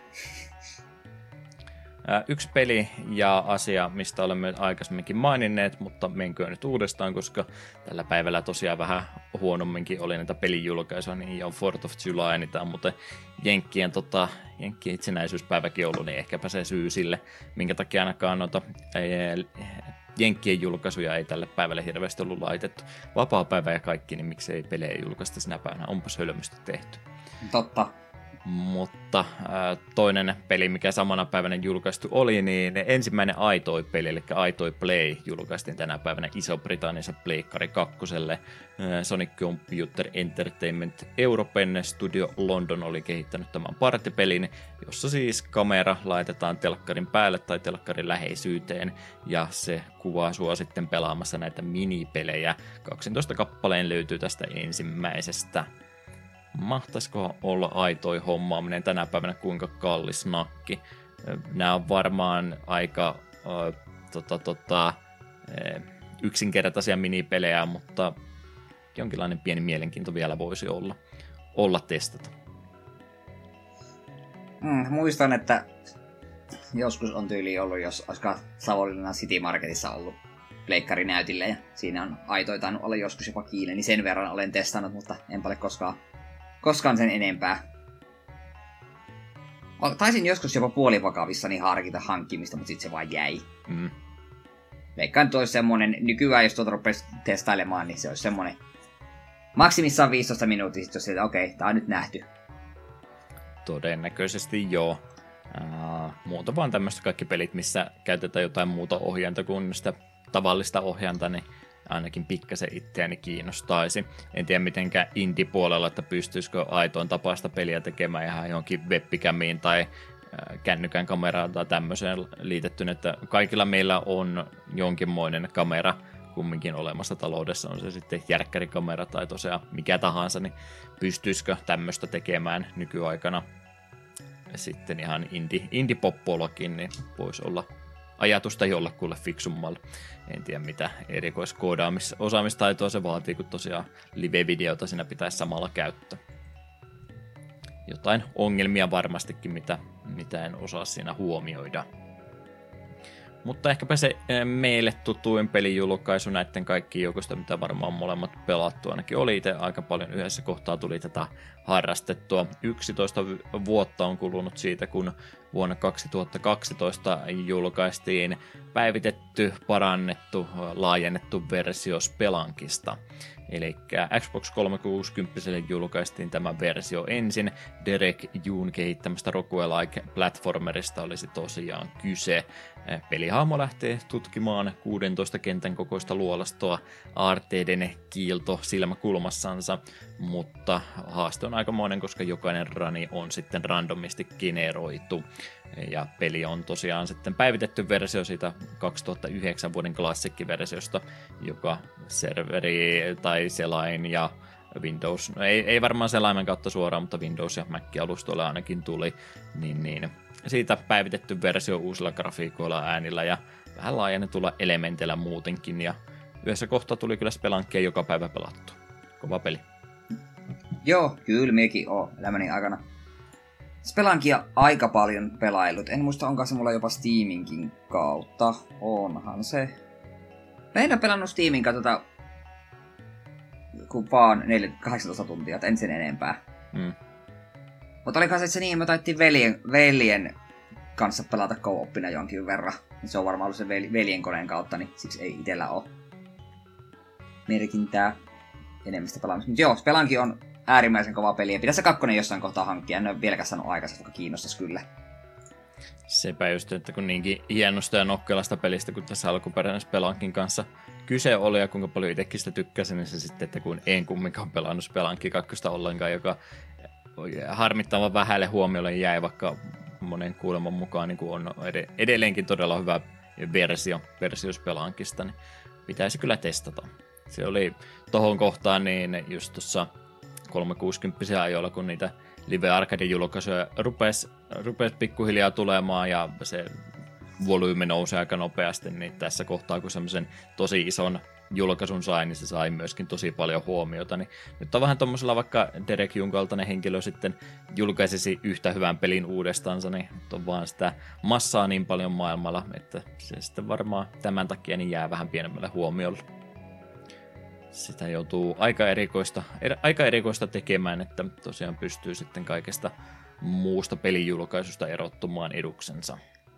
Yksi peli ja asia, mistä olemme aikaisemminkin maininneet, mutta menköön nyt uudestaan, koska tällä päivällä tosiaan vähän huonomminkin oli näitä pelijulkaisuja, niin on fourth of July, niin tämä on muuten Jenkkien, tota, Jenkkien itsenäisyyspäiväkin ollut, niin ehkäpä se syy sille, minkä takia ainakaan noita Jenkkien julkaisuja ei tälle päivälle hirveästi ollut laitettu. Vapaa-päivä ja kaikki, niin miksei pelejä julkaista sinä päivänä, onpas hölmösti tehty. Totta. Mutta äh, toinen peli, mikä samana päivänä julkaistu oli, niin ensimmäinen Aitoi-peli, eli Aitoi Play, julkaistiin tänä päivänä Iso-Britanniassa Pleikkari kakkoselle. Äh, Sonic Computer Entertainment Europen Studio London oli kehittänyt tämän partipelin, jossa siis kamera laitetaan telkkarin päälle tai telkkarin läheisyyteen, ja se kuvaa sua sitten pelaamassa näitä minipelejä. kaksitoista kappaleen löytyy tästä ensimmäisestä. Mahtaisiko olla Aitoi hommaaminen tänä päivänä kuinka kallis nakki? Nämä on varmaan aika äh, tota, tota, äh, yksinkertaisia minipelejä, mutta jonkinlainen pieni mielenkiinto vielä voisi olla, olla testata. Mm, muistan, että joskus on tyyli ollut, jos olisiko Savonlinnan City Marketissa ollut pleikkarinäytille ja siinä on aitoja tainnut olla joskus jopa kiinni, niin sen verran olen testannut, mutta enpä ole koskaan, koskaan sen enempää. Taisin joskus jopa puolivakavissani harkita hankkimista, mutta sitten se vaan jäi. Mm. Veikkaan, että olisi semmonen, nykyään jos tuota rupesi testailemaan, niin se olisi semmonen maksimissaan viisitoista minuuttia, sitten jos sieltä, okei, okay, tää on nyt nähty. Todennäköisesti joo. Uh, muuta vaan tämmöistä kaikki pelit, missä käytetään jotain muuta ohjainta kuin sitä tavallista ohjainta, niin ainakin pikkasen itseäni kiinnostaisi. En tiedä mitenkään indie-puolella, että pystyisikö aitoon tapaista peliä tekemään ihan johonkin webbikämiin tai kännykän kameraan tai tämmöiseen liitettynä, että kaikilla meillä on jonkinmoinen kamera kumminkin olemassa taloudessa, on se sitten järkkärikamera tai tosiaan mikä tahansa, niin pystyisikö tämmöistä tekemään nykyaikana sitten ihan indie, indie-poppuollakin, niin voisi olla ajatusta jollekulle fiksummalle. En tiedä mitä erikoiskoodaamis-osaamistaitoa se vaatii, kun tosiaan live-videota siinä pitäisi samalla käyttää. Jotain ongelmia varmastikin, mitä, mitä en osaa siinä huomioida. Mutta ehkäpä se meille tutuin pelijulkaisu näiden kaikkien joukosta, mitä varmaan molemmat pelattu ainakin oli itse aika paljon yhdessä kohtaa tuli tätä harrastettua. yksitoista vuotta on kulunut siitä, kun vuonna kaksituhattakaksitoista julkaistiin päivitetty, parannettu, laajennettu versio Spelankista. Eli Xbox kolmesataakuusikymmentä julkaistiin tämä versio ensin. Derek Juun kehittämästä roguelike platformerista olisi tosiaan kyse. Pelihahmo lähtee tutkimaan kuudentoista kentän kokoista luolastoa aarteiden kiilto silmäkulmassansa, mutta haaste on aikamoinen, koska jokainen rani on sitten randomisti generoitu. Ja peli on tosiaan sitten päivitetty versio siitä kaksituhattayhdeksän vuoden klassikkiversiosta, joka serveri tai selain ja Windows, no ei, ei varmaan selaimen kautta suoraan, mutta Windows ja Mac-alustoilla ainakin tuli, niin, niin siitä päivitetty versio uusilla grafiikoilla, äänillä ja vähän laajennetulla elementeillä muutenkin, ja yhdessä kohtaa tuli kyllä Spelankkia joka päivä pelattu. Kova peli. Joo, kyllä minäkin oon elämäni aikana Spelankia aika paljon pelaillut. En muista, onko se mulla jopa Steaminkin kautta. Onhan se. Mä en ole pelannut Steamin kautta kuin vaan kahdeksantoista tuntia, en sen enempää. Mm. Mutta olikohan se, että se niin, me taittiin veljen, veljen kanssa pelata co-oppina jonkin verran. Se on varmaan ollut se veljen koneen kautta, niin siksi ei itellä ole merkintää enemmästä pelaamista. Mutta joo, Spelanki on äärimmäisen kova peli, ja pitäisi se kakkonen jossain kohtaa hankkia. En ole vieläkään sanonut aikaisemmin, vaikka kiinnostaisi kyllä. Sepä just, että kun niinkin hienosta ja nokkelasta pelistä, kun tässä alkuperäinen Spelankin kanssa kyse oli, ja kuinka paljon itsekin sitä tykkäsin, niin se sitten, että kun en kumminkaan pelannut Spelanki kakkosta ollenkaan, joka harmittavan vähälle huomiolle jäi, vaikka monen kuuleman mukaan niin on edelleenkin todella hyvä versio, versio Spelankista, niin pitäisi kyllä testata. Se oli tohon kohtaan niin just tuossa kolmesataakuusikymmentä ajoilla, kun niitä Live Arcade-julkaisuja rupesi, rupesi pikkuhiljaa tulemaan ja se volyymi nousi aika nopeasti, niin tässä kohtaa, kun semmoisen tosi ison julkaisun sai, niin se sai myöskin tosi paljon huomiota. Niin nyt on vähän tommosella, vaikka Derek Jun kaltainen henkilö sitten julkaisisi yhtä hyvän pelin uudestaansa, niin on vaan sitä massaa niin paljon maailmalla, että se sitten varmaan tämän takia niin jää vähän pienemmälle huomiolle. Sitä joutuu aika erikoista, er, aika erikoista tekemään, että tosiaan pystyy sitten kaikesta muusta pelijulkaisusta erottumaan eduksensa.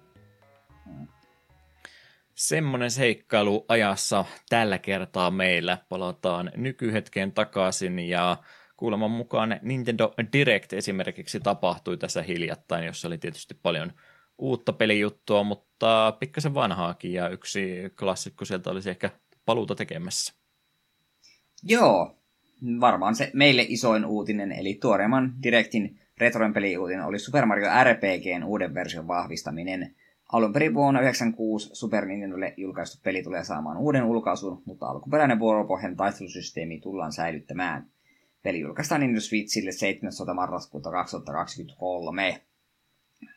Semmonen seikkailu ajassa tällä kertaa meillä. Palataan nykyhetkeen takaisin ja kuuleman mukaan Nintendo Direct esimerkiksi tapahtui tässä hiljattain, jossa oli tietysti paljon uutta pelijuttua, mutta pikkasen vanhaakin ja yksi klassikko sieltä olisi ehkä paluuta tekemässä. Joo, varmaan se meille isoin uutinen, eli tuoreemman Directin retroin peliuutinen oli Super Mario R P G:n uuden version vahvistaminen. Alun perin vuonna yhdeksänkymmentäkuusi Super Nintendolle julkaistu peli tulee saamaan uuden ulkaisun, mutta alkuperäinen vuoropohjan taistelusysteemi tullaan säilyttämään. Peli julkaistaan Nintendo Switchille seitsemästoista marraskuuta kaksituhattakaksikymmentäkolme.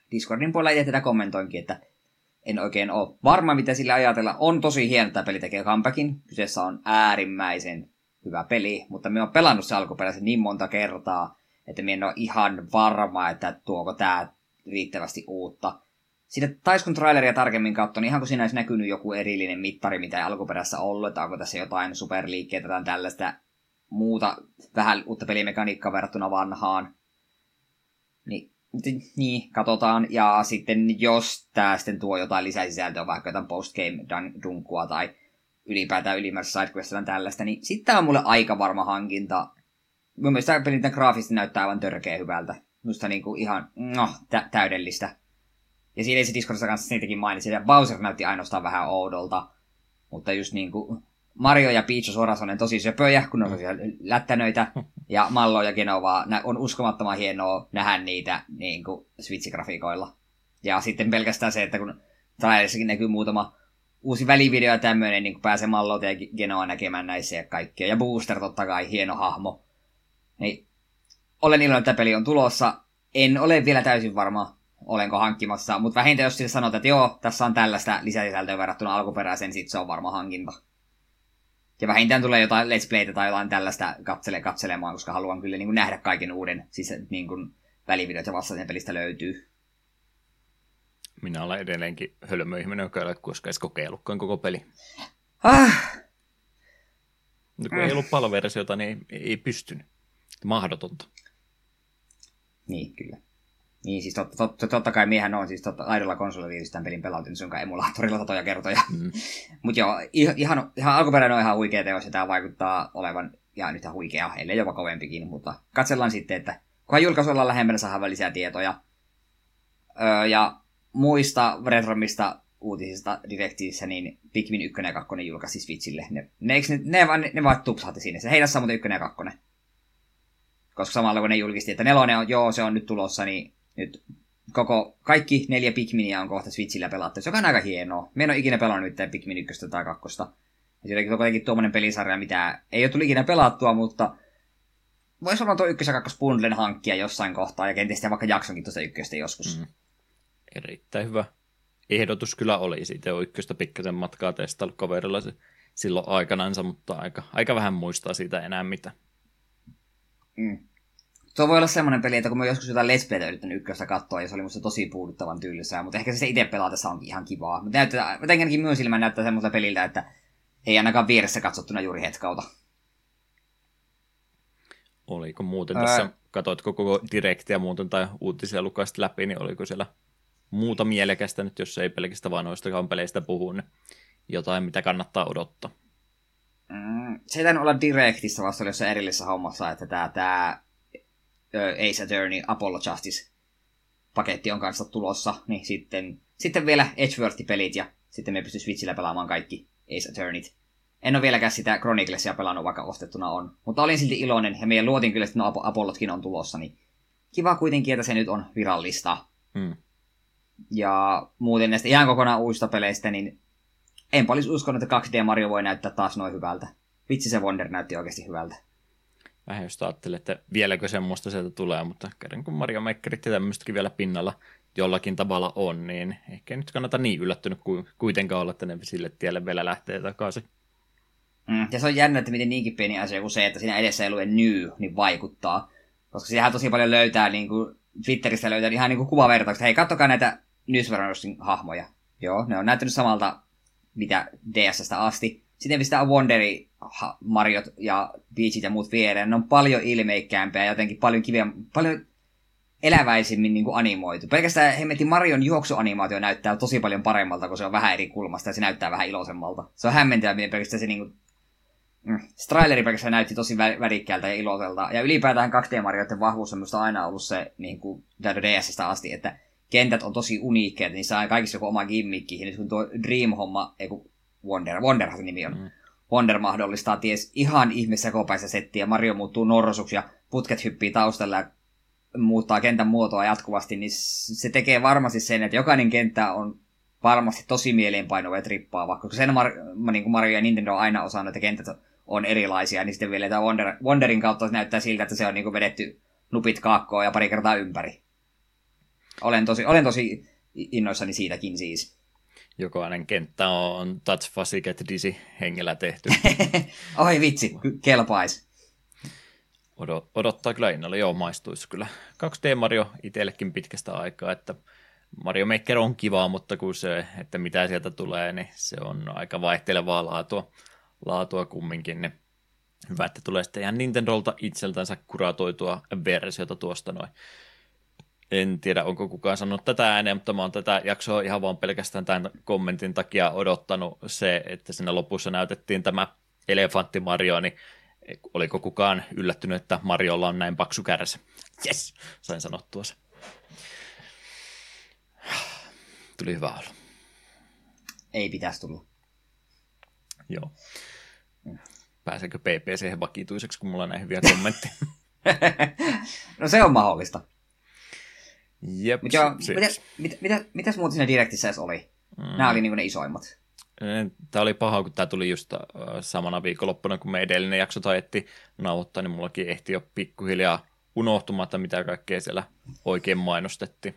Discordin puolella itse tätä kommentoinkin, että en oikein ole varma, mitä sillä ajatella. On tosi hieno, että peli tekee comebackin. Kyseessä on äärimmäisen hyvä peli, mutta me oon pelannut se alkuperäisen niin monta kertaa, että me en ole ihan varma, että tuoko tää riittävästi uutta. Sitten Taiskun traileria tarkemmin kautta, niin ihan kun siinä olisi näkynyt joku erillinen mittari, mitä ei alkuperässä ollut, että onko tässä jotain superliikkeitä tai tällaista muuta vähän uutta pelimekaniikkaa verrattuna vanhaan. Niin, niin, katsotaan. Ja sitten jos tää sitten tuo jotain lisäsisältöä, vaikka jotain postgame-dunkua tai ylipäätään ylimääräistä sidequestia tällaista, niin sitten tää on mulle aika varma hankinta. Mun mielestä tämä peli graafisesti näyttää aivan törkeä hyvältä. Minusta niinku ihan no, tä- täydellistä. Ja siinä se Discordissa kanssa niitäkin mainitsin, että Bowser näytti ainoastaan vähän oudolta. Mutta just niinku Mario ja Peach suoraan on tosi söpöjä, kun ne on siellä lättänöitä. Ja Mallo ja Genova on uskomattoman hienoa nähdä niitä niinku Switch-grafiikoilla. Ja sitten pelkästään se, että kun trailerissakin näkyy muutama uusi välivideo ja tämmöinen, niin pääsee Mallota ja Genoa näkemään näissä ja kaikkea. Ja Booster totta kai, hieno hahmo. Niin, olen iloinen, että peli on tulossa. En ole vielä täysin varma, olenko hankkimassa, mutta vähintään jos sille sanotaan, että joo, tässä on tällaista lisäsisältöä verrattuna alkuperäiseen, sit se on varma hankinta. Ja vähintään tulee jotain Let's Playtä tai jotain tällaista katsele katselemaan, koska haluan kyllä niin kuin nähdä kaiken uuden, siis niin kuin välivideot ja vastaisen pelistä löytyy. Minä olen edelleenkin hölmöihminen, joka ei ole koskaan edes kokeillutkaan koko peli. Ah! No, kun ei ollut paloversiota, niin ei, ei pystynyt. Mahdotonta. Niin, kyllä. Niin, siis totta, totta, totta kai miehän on siis totta, aidolla konsolilla tämän pelin pelautin, jonka emulaattorilla satoja kertoja. Mm. Mutta joo, ihan, ihan alkuperäinen on ihan huikea teos, ja tämä vaikuttaa olevan ihan yhtä huikea, ellei jopa kovempikin, mutta katsellaan sitten, että kunhan julkaisu ollaan lähempänä, saadaan lisää tietoja. Öö, ja muista retromista uutisista direktiivissä, niin Pikmin yksi ja kaksi julkaisi Switchille. Ne, ne, ne, ne, ne, ne vaan tupsahti sinne. Se heidät saa muuten yksi ja kaksi. Koska samalla kun ne julkisti, että nelonen on, joo, se on nyt tulossa, niin nyt koko, kaikki neljä Pikminia on kohta Switchillä pelattu. Se on aika hienoa. Mä en ole ikinä pelannut mitään Pikmin ykköstä tai kakkosta. Ja jotenkin on kuitenkin tuommoinen pelisarja, mitä ei ole tullut ikinä pelattua, mutta voisi varmaan tuo ykkös- ja kakkos bundlen hankkia jossain kohtaa, ja kenties vaikka jaksonkin tuosta ykköstä joskus. Mm. Erittäin hyvä ehdotus kyllä oli. Siitä on ykköstä pikkasen matkaa testailla kaverilla se silloin aikanansa, mutta aika, aika vähän muistaa siitä enää mitä. Mm. Tuo voi olla semmoinen peli, että kun mä joskus jotain Let's Playtä yrittänyt ykköstä katsoa, ja se oli musta tosi puuduttavan tyylisää, mutta ehkä se itse pelatessa onkin ihan kivaa. Mutta näyttää, jotenkin myös silmään näyttää semmoista peliltä, että ei ainakaan vieressä katsottuna juuri hetkauta. Oliko muuten tässä, öö... katoitko koko direktiä muuten tai uutisia lukaisit läpi, niin oliko siellä muuta mielekästä nyt, jos ei pelkästään vaan noistakaan peleistä puhu, niin jotain, mitä kannattaa odottaa? Mm, se ei tainnut olla direktissä, vasta oli jossain erillisessä hommassa, että tämä, tämä Ace Attorney Apollo Justice-paketti on kanssa tulossa, niin sitten, sitten vielä Edgeworth-pelit, ja sitten me pystyy Switchillä pelaamaan kaikki Ace Attorneyt. En ole vieläkään sitä Chroniclesia pelannut, vaikka ostettuna on, mutta olin silti iloinen, ja meidän luotin kyllä, että no Apollotkin on tulossa, niin kiva kuitenkin, että se nyt on virallista. Hmm. Ja muuten näistä ihan kokonaan uusista peleistä, niin enpä olisi uskonut, että kaksi D Mario voi näyttää taas noin hyvältä. Vitsi, se Wonder näytti oikeasti hyvältä. Vähän just ajattelin, että vieläkö semmoista sieltä tulee, mutta kerran kun Mario Makerit ja tämmöistäkin vielä pinnalla jollakin tavalla on, niin ehkä nyt kannata niin yllättynyt kuitenkaan olla, että ne sille tielle vielä lähtee takaisin. Mm, ja se on jännä, että miten niinkin pieni asia kuin se, että siinä edessä ei lue new, niin vaikuttaa. Koska siitähän tosi paljon löytää, niin kuin Twitteristä löytää ihan niin kuin kuvavertauksia. Hei, katsokaa näitä Newsveranosin hahmoja. Joo, ne on näyttänyt samalta, mitä D S:stä asti. Sitten pistää Wonderi, Mariot ja Peachit ja muut viereen. Ne on paljon ilmeikkäämpiä ja jotenkin paljon kiveä, paljon eläväisimmin niin kuin animoitu. Pelkästään hemmetin Marion juoksuanimaatio näyttää tosi paljon paremmalta, kun se on vähän eri kulmasta ja se näyttää vähän iloisemmalta. Se on hämmentävä, miten pelkästään se niin kuin Mm. Traileri pelkästään näytti tosi värikkäältä ja iloiselta. Ja ylipäätään kaksi D-marioiden vahvuus on minusta aina ollut se niin kuin D S:stä asti, että kentät on tosi uniikkeja, niin saa kaikissa joku oma gimmikki. Ja nyt kun tuo Dream-homma, ei kun Wonder, Wonderhan se nimi on, mm. Wonder mahdollistaa ties ihan ihmeessä kopäistä settiä. Mario muuttuu norrosuksi ja putket hyppii taustalla ja muuttaa kentän muotoa jatkuvasti, niin se tekee varmasti sen, että jokainen kenttä on varmasti tosi mieleenpainuva ja trippaava. Koska sen Mar- niin kuin Mario ja Nintendo on aina osannut, että kentät on erilaisia, niin sitten vielä tämä Wonder, Wonderin kautta näyttää siltä, että se on niin kuin vedetty nupit kaakkoon ja pari kertaa ympäri. Olen tosi, olen tosi innoissani siitäkin siis. Jokainen kenttä on Touch Facet Dizzy hengellä tehty. Oi vitsi, kelpais. Odot, odottaa kyllä innolla, joo, maistuisi kyllä. kaksi D Mario itsellekin pitkästä aikaa, että Mario Maker on kivaa, mutta kun se, että mitä sieltä tulee, niin se on aika vaihtelevaa laatua, laatua kumminkin. Niin hyvä, että tulee sitten ihan Nintendolta itseltänsä kuratoitua versiota tuosta noin. En tiedä, onko kukaan sanonut tätä ääneen, mutta mä oon tätä jaksoa ihan vaan pelkästään tämän kommentin takia odottanut se, että siinä lopussa näytettiin tämä elefantti Mario, niin oliko kukaan yllättynyt, että Mariolla on näin paksu kärsä? Jes, sain sanottua se. Tuli hyvä olla. Ei pitäisi tulla. Joo. Pääseekö P P C vakituiseksi, kun mulla on näin hyviä kommentteja? No se on mahdollista. Jep. Mut joo, mitä, mitä, mitä, mitäs muuta siinä Directissä edes oli? Mm. Nämä oli niinku ne isoimmat. Tämä oli paha, kun tämä tuli just samana viikonloppuna, kun me edellinen jakso taettiin nauhoittaa, niin mullakin ehti jo pikkuhiljaa unohtumatta, mitä kaikkea siellä oikein mainostettiin.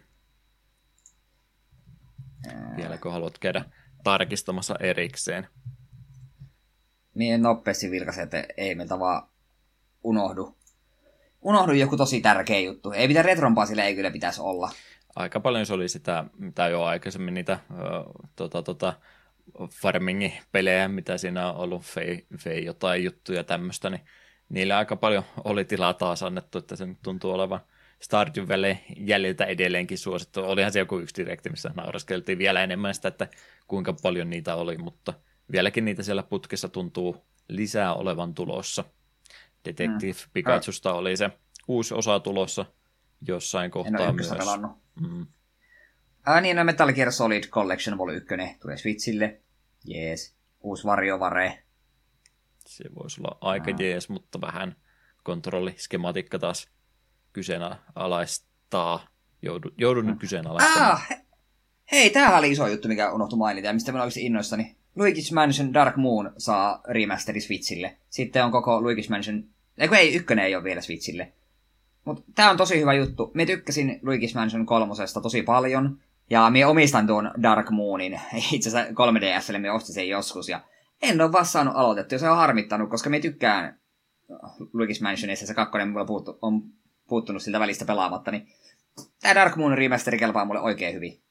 Ää... Vieläkö haluat käydä tarkistamassa erikseen? Mie nopeasti vilkaisen, että ei meiltä vaan unohdu. Unohdu joku tosi tärkeä juttu. Ei mitään retrompaa sillä ei kyllä pitäisi olla. Aika paljon se oli sitä, mitä jo aikaisemmin niitä äh, tota, tota, farming-pelejä, mitä siinä on ollut, fei, fei jotain juttuja tämmöistä, niin niillä aika paljon oli tilaa taas annettu, että se nyt tuntuu olevan Stardew Valley jäljiltä edelleenkin suosittu. Olihan se joku yksi direkti, missä nauraskeltiin vielä enemmän sitä, että kuinka paljon niitä oli, mutta vieläkin niitä siellä putkessa tuntuu lisää olevan tulossa. Detective mm. Pikachusta oli se uusi osa tulossa jossain kohtaa en myös. Mm. Ah niin, no Metal Gear Solid Collection Vol yksi tulee Switchille. Jees. Uusi VarioVare. Se voisi olla aika ah. jees, mutta vähän kontrolliskematiikka taas kyseenalaistaa. Joudun, joudun nyt kyseenalaistamaan. Ah, he, hei, tämähän oli iso juttu, mikä unohtui mainita, ja mistä minä olisin innoissani. Luigi's Mansion Dark Moon saa remasteri Switchille. Sitten on koko Luigi's Mansion... Eiku ei, ykkönen ei ole vielä Switchille. Mutta tää on tosi hyvä juttu. Mä tykkäsin Luigi's Mansion kolmosesta tosi paljon. Ja mä omistan tuon Dark Moonin. Itse asiassa kolme D S:lle mä ostin sen joskus. Ja en ole vaan saanut aloitettua. Se on harmittanut, koska mä tykkään Luigi's Mansionissa. Se kakkonen mulla puuttu, on puuttunut siltä välistä pelaamatta. Niin tää Dark Moon remasteri kelpaa mulle oikein hyvin.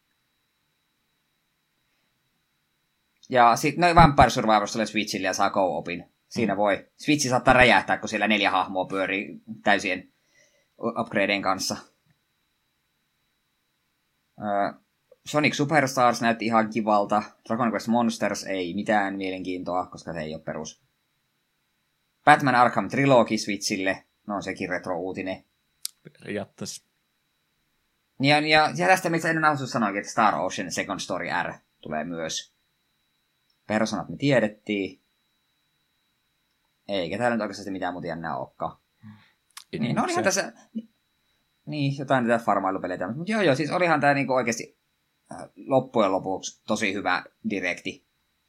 Ja sitten no Vampire Survivors tulee Switchille ja saa co-opin. Siinä mm. voi. Switchi saattaa räjähtää, kun siellä neljä hahmoa pyörii täysien upgradein kanssa. Uh, Sonic Superstars näytti ihan kivalta. Dragon Quest Monsters ei mitään mielenkiintoa, koska se ei ole perus. Batman Arkham Trilogy Switchille. No sekin retro-uutinen. Periaatteessa. Ja, ja, ja tästä mitä ennen nauhoitus sanoikin, että Star Ocean Second Story R tulee myös. Personat me tiedettiin. Eikä täällä nyt oikeasti mitään muuta jännää olekaan. Niin, no olihan tässä... Niin, jotain tätä farmailupeleitä. Mutta joo joo, siis olihan tää niinku oikeasti loppujen lopuksi tosi hyvä direkti.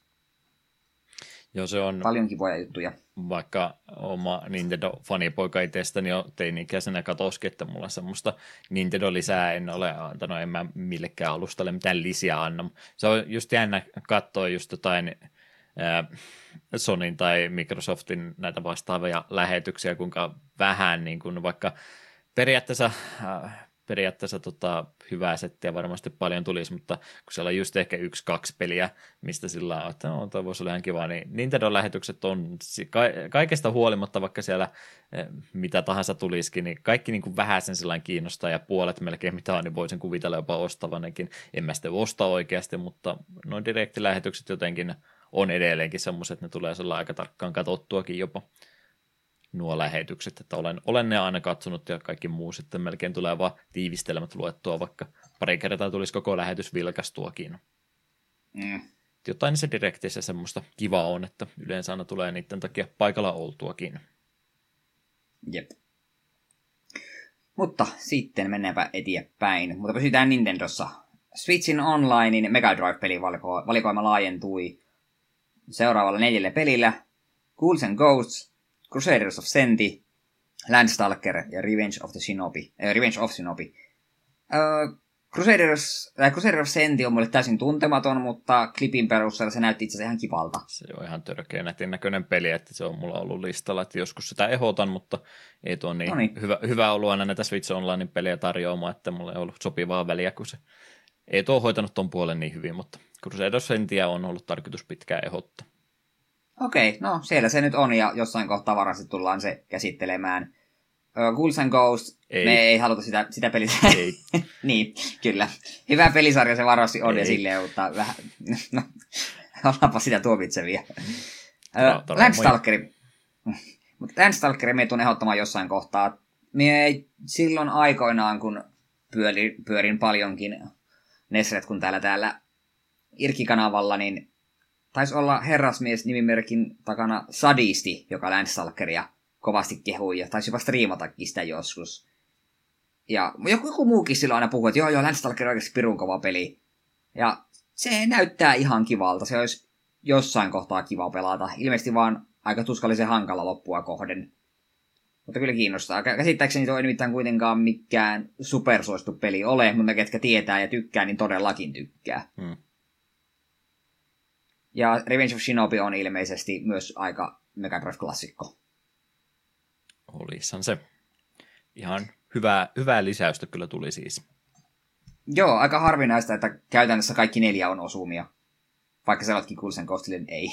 Joo, se on... Paljon kivoja juttuja. Vaikka oma Nintendo-fanipoika itsestäni jo teini-ikäisenä katoskin, että mulla semmoista Nintendo-lisää en ole antanut, en mä millekään alustalle mitään lisiä anna. Se on just jännä katsoa just jotain ää, Sonyn tai Microsoftin näitä vastaavia lähetyksiä, kuinka vähän niin kuin vaikka periaatteessa... Ää, periaatteessa tota, hyvää settiä varmasti paljon tulisi, mutta kun siellä on just ehkä yksi, kaksi peliä, mistä sillä on, että no, toi voisi olla ihan kiva, niin Nintendo-lähetykset on ka- kaikesta huolimatta, vaikka siellä eh, mitä tahansa tulisikin, niin kaikki niin kuin vähän sen sellainen kiinnostaa, ja puolet melkein mitä on, niin voisin kuvitella jopa ostavanakin. En mä sitten osta oikeasti, mutta noin direktilähetykset jotenkin on edelleenkin semmoiset, että ne tulee sellainen aika tarkkaan katsottuakin jopa. Nuo lähetykset, että olen, olen ne aina katsonut ja kaikki muu sitten melkein tulee vaan tiivistelmät luettua, vaikka pari kertaa tulisi koko lähetys vilkastuakin. Mm. Jotain se direktissä semmoista kivaa on, että yleensä aina tulee niiden takia paikalla oltuakin. Jep. Mutta sitten mennäänpä eteenpäin. Mutta pysytään Nintendossa. Switchin Onlinein Mega Drive-pelin valikoima laajentui seuraavalla neljällä pelillä. Ghouls and Ghosts, Crusaders of Senti, Landstalker ja Revenge of the Shinobi. Äh, Revenge of Shinobi. Äh, Crusaders, äh, Crusader of Senti on mulle täysin tuntematon, mutta klipin perusteella se näytti itse asiassa ihan kivalta. Se on ihan törkeä nätin näköinen peli, että se on mulla ollut listalla, että joskus sitä ehdotan, mutta ei tuo niin, niin. Hyvä, hyvä ollut aina näitä Switch Online-pelejä tarjoamaan, että mulla ei ollut sopivaa väliä, kun se ei tuo hoitanut ton puolen niin hyvin, mutta Crusader of Sentia on ollut tarkoitus pitkään ehdottaa. Okei, no siellä se nyt on, ja jossain kohtaa varmasti tullaan se käsittelemään. Uh, Ghouls and Ghosts, ei. Me ei haluta sitä, sitä peliä. Ei. Niin, kyllä. Hyvä pelisarja se varmasti on, ei. Ja silleen, mutta vähän, no, ollaanpa sitä tuomitsevia. Uh, Landstalkeri. Mutta Landstalkeri me tuun ehdottamaan jossain kohtaa. Me ei silloin aikoinaan, kun pyörin, pyörin paljonkin Nesret, kun täällä täällä Irkki-kanavalla, niin taisi olla herrasmies nimimerkin takana Sadisti, joka Landstalkeria kovasti kehui, ja taisi jopa striimatakin sitä joskus. Ja joku, joku muukin silloin aina puhui, että joo joo, Landstalker on oikeasti pirun kova peli. Ja se näyttää ihan kivalta, se olisi jossain kohtaa kiva pelata. Ilmeisesti vaan aika tuskallisen hankala loppua kohden. Mutta kyllä kiinnostaa. Käsittääkseni se ei nimittäin kuitenkaan mikään supersuosittu peli ole, mutta ketkä tietää ja tykkää, niin todellakin tykkää. Hmm. Ja Revenge of Shinobi on ilmeisesti myös aika Mega Drive-klassikko. Olishan se. Ihan hyvää, hyvää lisäystä kyllä tuli siis. Joo, aika harvinaista, että käytännössä kaikki neljä on osumia. Vaikka sä oletkin Ghouls and Ghostille, niin ei.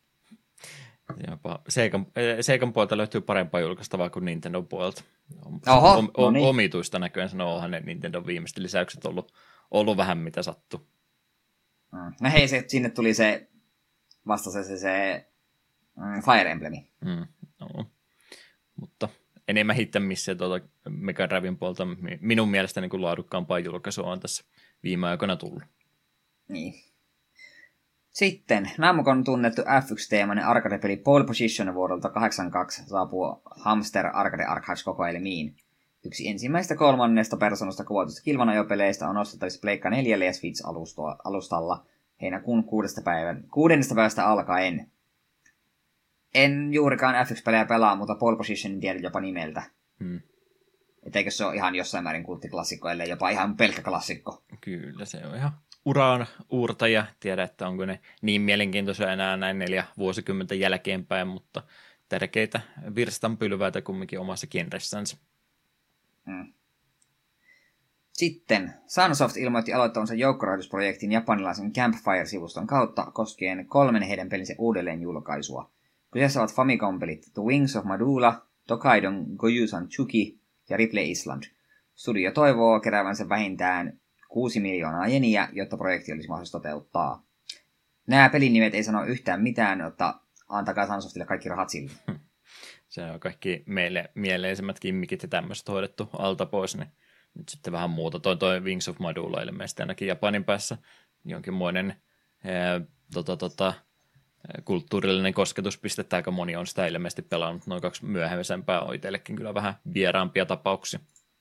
Jopa Seikan, Seikan puolta löytyy parempaa julkaistavaa kuin Nintendo puolta. Oho, om, no niin. Omituista näköjään sanoo, ne Nintendo viimeiset lisäykset ollut, ollut vähän mitä sattuu. Mm. No hei, se, sinne tuli se vasta se, se, se mm, Fire Emblemi. Mm, no. Mutta enemmän hittämissä tuota Mega Driven puolta minun mielestäni niin laadukkaampaa julkaisua on tässä viime aikoina tullut. Niin. Sitten Namcon tunnettu F yksi-teemainen arcade-peli Pole Position vuodelta kahdeksankymmentäkaksi saapuu Hamster Arcade Archives-kokoelmiin. Yksi ensimmäistä kolmannesta persoonasta kuvatusta kilvanajopeleistä on ostettavissa Pleikka neljälle ja Switch-alustalla heinäkuun kuudesta, päivän, kuudennesta päivästä alkaen. En juurikaan F yksi-pelejä pelaa, mutta Pole Positionin tiedän jopa nimeltä. Hmm. Että eikö se ole ihan jossain määrin kulttiklassikko, ellei jopa ihan pelkkä klassikko? Kyllä, se on ihan uraan uurtaja. Tiedä, että onko ne niin mielenkiintoisia enää näin neljä vuosikymmenten jälkeenpäin, mutta tärkeitä virstanpylväitä kumminkin omassa genressänsä. Hmm. Sitten Sunsoft ilmoitti aloittavansa joukkorahoitusprojektin japanilaisen Campfire-sivuston kautta koskien kolmen heidän pelinsä uudelleen julkaisua. Kyseessä ovat Famicom-pelit The Wings of Madula, Tokaidon Goyusan Chuki ja Ripley Island. Studio toivoo keräävänsä vähintään kuusi miljoonaa jeniä, jotta projekti olisi mahdollista toteuttaa. Nämä pelin nimet ei sano yhtään mitään, mutta antakaa Sunsoftille kaikki rahat sille. Se on kaikki meille mieleisemmät kimmikit ja tämmöiset hoidettu alta pois, niin nyt sitten vähän muuta. Toi, toi Wings of Madula ilmeisesti ainakin Japanin päässä jonkinmoinen ää, tota, tota, kulttuurillinen kosketuspiste, että aika moni on sitä ilmeisesti pelannut. Noin kaksi myöhemmäisempää on itsellekin kyllä vähän vieraampia tapauksia.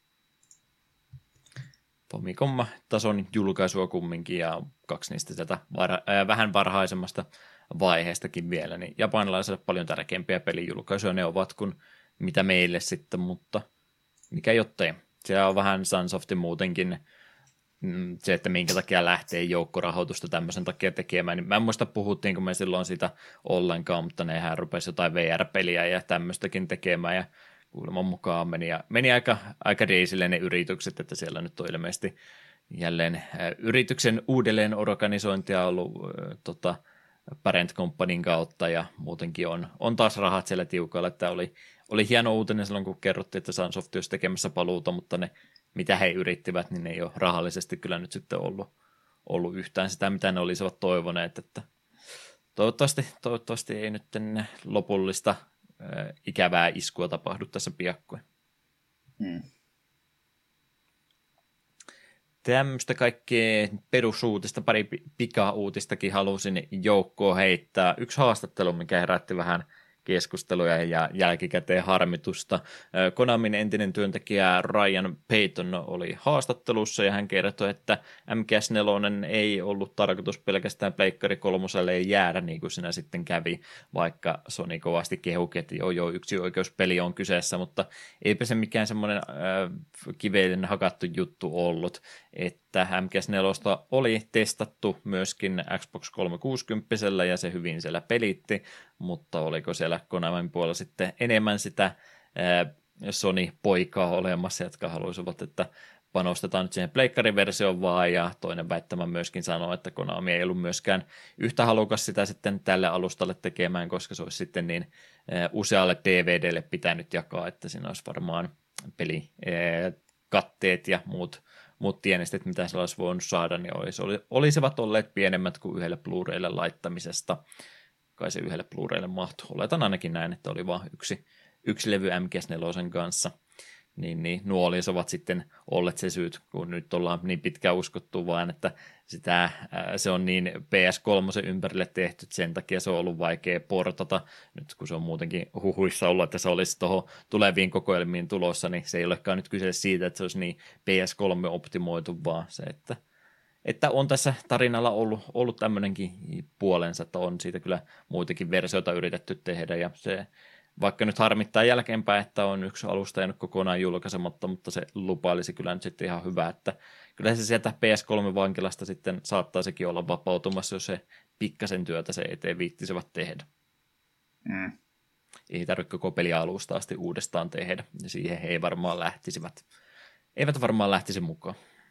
Famicom-tason julkaisua kumminkin ja kaksi niistä sieltä var- äh, vähän varhaisemmasta vaiheestakin vielä, niin japanilaisille paljon tärkeämpiä pelijulkaisuja ne ovat kuin mitä meille sitten, mutta mikä jottei. Siellä on vähän Sunsoftin muutenkin se, että minkä takia lähtee joukkorahoitusta tämmöisen takia tekemään. Niin mä en muista, puhuttiinko me silloin sitä ollenkaan, mutta nehän rupesi jotain V R-peliä ja tämmöistäkin tekemään ja kuuleman mukaan meni, ja meni aika, aika reisille ne yritykset, että siellä nyt on ilmeisesti jälleen äh, yrityksen uudelleen organisointia ollut äh, tota, Parent Companyn kautta ja muutenkin on, on taas rahat siellä tiukalla, että oli, oli hieno uutinen silloin, kun kerrottiin, että Sunsoft olisi tekemässä paluuta, mutta ne, mitä he yrittivät, niin ne ei ole rahallisesti kyllä nyt sitten ollut, ollut yhtään sitä, mitä ne olisivat toivoneet, että toivottavasti, toivottavasti ei nyt lopullista äh, ikävää iskua tapahdu tässä piakkoin. Hmm. Tämmöistä kaikkea perusuutista, pari pika-uutistakin halusin joukkoon heittää. Yksi haastattelu, mikä herätti vähän keskusteluja ja jälkikäteen harmitusta. Konamin entinen työntekijä Ryan Payton oli haastattelussa ja hän kertoi, että M G S neljä ei ollut tarkoitus pelkästään Pleikkari kolmoselle jäädä niin kuin siinä sitten kävi, vaikka Sony kovasti kehuki, että joo joo yksi oikeuspeli on kyseessä, mutta eipä se mikään semmoinen äh, kiveinen hakattu juttu ollut, että M G S neljä oli testattu myöskin Xbox kolmesataakuusikymmentä ja se hyvin siellä pelitti, mutta oliko siellä Konamin puolella sitten enemmän sitä ää, Sony-poikaa olemassa, jotka haluaisivat, että panostetaan nyt siihen pleikkariversioon vaan, ja toinen väittämä myöskin sanoo, että Konami ei ollut myöskään yhtä halukas sitä sitten tälle alustalle tekemään, koska se olisi sitten niin ää, usealle D V D:lle pitänyt jakaa, että siinä olisi varmaan pelikatteet ja muut muut tienestit, mitä se olisi voinut saada, niin olisi, olisivat olleet pienemmät kuin yhdelle Blu-raylle laittamisesta. Kai se yhdelle Blu-raylle mahtuu. Oletan ainakin näin, että oli vain yksi, yksi levy M G S neljä kanssa. Niin, niin nuo olisivat sitten olleet se syyt, kun nyt ollaan niin pitkään uskottu vaan, että sitä, ää, se on niin P S kolme ympärille tehty, että sen takia se on ollut vaikea portata. Nyt kun se on muutenkin huhuissa ollut, että se olisi tuohon tuleviin kokoelmiin tulossa, niin se ei olekaan nyt kyse siitä, että se olisi niin P S kolme optimoitu, vaan se, että, että on tässä tarinalla ollut, ollut tämmöinenkin puolensa, että on siitä kyllä muitakin versioita yritetty tehdä, ja se vaikka nyt harmittaa jälkeenpäin, että on yksi alusta jäänyt kokonaan julkaisematta, mutta se lupailisi kyllä nyt sitten ihan hyvä, että kyllä se sieltä P S kolme-vankilasta sitten saattaisikin olla vapautumassa, jos se pikkasen työtä se eteen viittisivät tehdä. Mm. Ei tarvitse koko peliä alusta asti uudestaan tehdä, ja siihen he ei varmaan lähtisivät. Eivät varmaan lähtisi mukaan.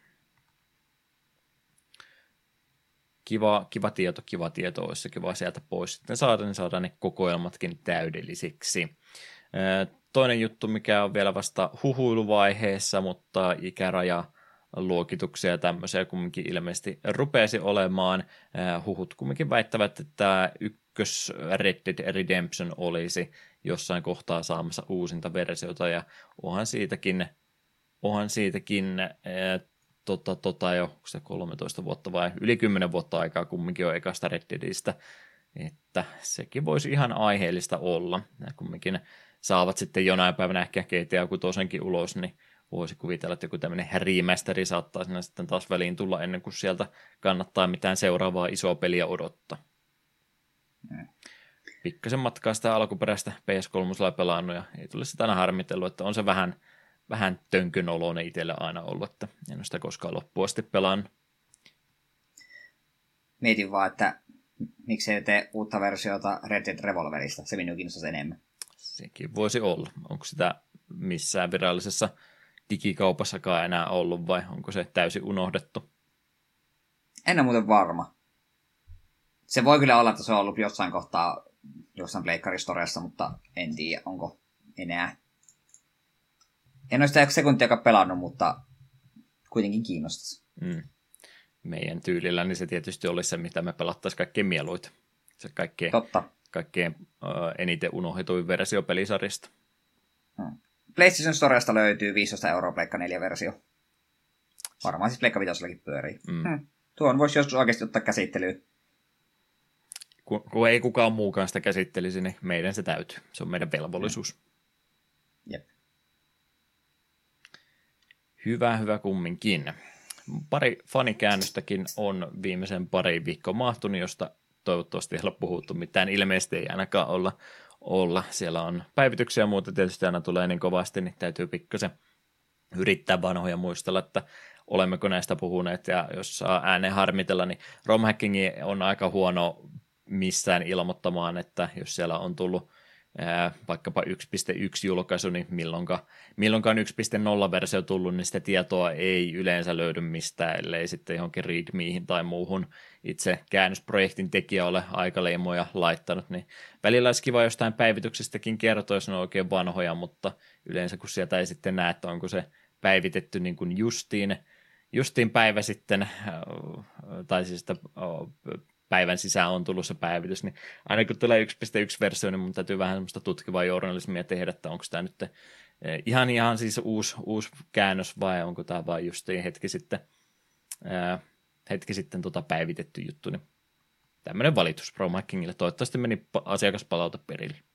Kiva, kiva tieto, kiva tieto, olisi se kiva sieltä pois sitten saada, niin saadaan ne kokoelmatkin täydellisiksi. Toinen juttu, mikä on vielä vasta huhuiluvaiheessa, mutta ikäraja luokituksia ja tämmöisiä kumminkin ilmeisesti rupeasi olemaan. Huhut kumminkin väittävät, että ykkös Red Dead Redemption olisi jossain kohtaa saamassa uusinta versiota, ja onhan siitäkin, onhan siitäkin Tota, tota jo, onko se kolmetoista vuotta vai yli kymmenen vuotta aikaa kumminkin on ekasta Red Deadistä, että sekin voisi ihan aiheellista olla. Ja kumminkin saavat sitten jonain päivänä ehkä G T A kuusi ulos, niin voisi kuvitella, että joku tämmöinen remasteri saattaa siinä sitten taas väliin tulla ennen kuin sieltä kannattaa mitään seuraavaa isoa peliä odottaa. Mm. Pikkasen matkaa sitä alkuperäistä P S kolme pelannut ja ei tule sitä aina harmitellut, että on se vähän vähän tönkön oloinen itsellä aina ollut, että en ole sitä koskaan loppuun asti pelannut. Mietin vaan, että miksei tee uutta versiota Red Dead Revolverista, se minua kiinnostaisi enemmän. Sekin voisi olla. Onko sitä missään virallisessa digikaupassakaan enää ollut vai onko se täysin unohdettu? En ole muuten varma. Se voi kyllä olla, että se on ollut jossain kohtaa jossain pleikkaristoriassa, mutta en tiedä, onko enää. En ole sitä sekuntiakaan pelannut, mutta kuitenkin kiinnostaisi. Mm. Meidän tyylillä niin se tietysti olisi se, mitä me pelattaisiin kaikkein mieluita. Se kaikkein, Totta. kaikkein uh, eniten unohdetuin versio pelisarjasta. Hmm. PlayStation Storesta löytyy viisitoista euroa Pleikka neljä versio. Varmaan siis Pleikka Vitosellakin pyörii. Mm. Hmm. Tuon voisi joskus oikeasti ottaa käsittelyyn. Kun, kun ei kukaan muukaan sitä käsittelisi, niin meidän se täytyy. Se on meidän velvollisuus. Hmm. Jep. Hyvä, hyvä kumminkin. Pari fanikäännöstäkin on viimeisen pari viikkoa mahtunut, josta toivottavasti ei ole puhuttu mitään. Ilmeisesti ei ainakaan olla, olla. Siellä on päivityksiä ja muuta tietysti aina tulee niin kovasti, niin täytyy pikkasen yrittää vanhoja muistella, että olemmeko näistä puhuneet. Ja jos saa ääneen harmitella, niin ROM hacking on aika huono missään ilmoittamaan, että jos siellä on tullut Ää, vaikkapa yksi piste yksi julkaisu, niin milloinka, milloinka on yksi piste nolla versio tullut, niin sitä tietoa ei yleensä löydy mistään, ellei sitten johonkin readmeihin tai muuhun itse käännösprojektin tekijä ole aikaleimoja laittanut, niin välillä olisi kiva jostain päivityksestäkin kertoa, jos ne on oikein vanhoja, mutta yleensä kun sieltä ei sitten näe, että onko se päivitetty niin kuin justiin, justiin päivä sitten, tai siis sitä päivän sisään on tullut se päivitys, niin aina kun tulee yksi piste yksi versio, niin mun täytyy vähän semmoista tutkivaa journalismia tehdä, että onko tämä nyt ihan, ihan siis uusi, uusi käännös vai onko tämä vain justiin hetki sitten, ää, hetki sitten tota päivitetty juttu, niin tämmöinen valitus Pro Hackingille. Toivottavasti meni asiakaspalaute perille.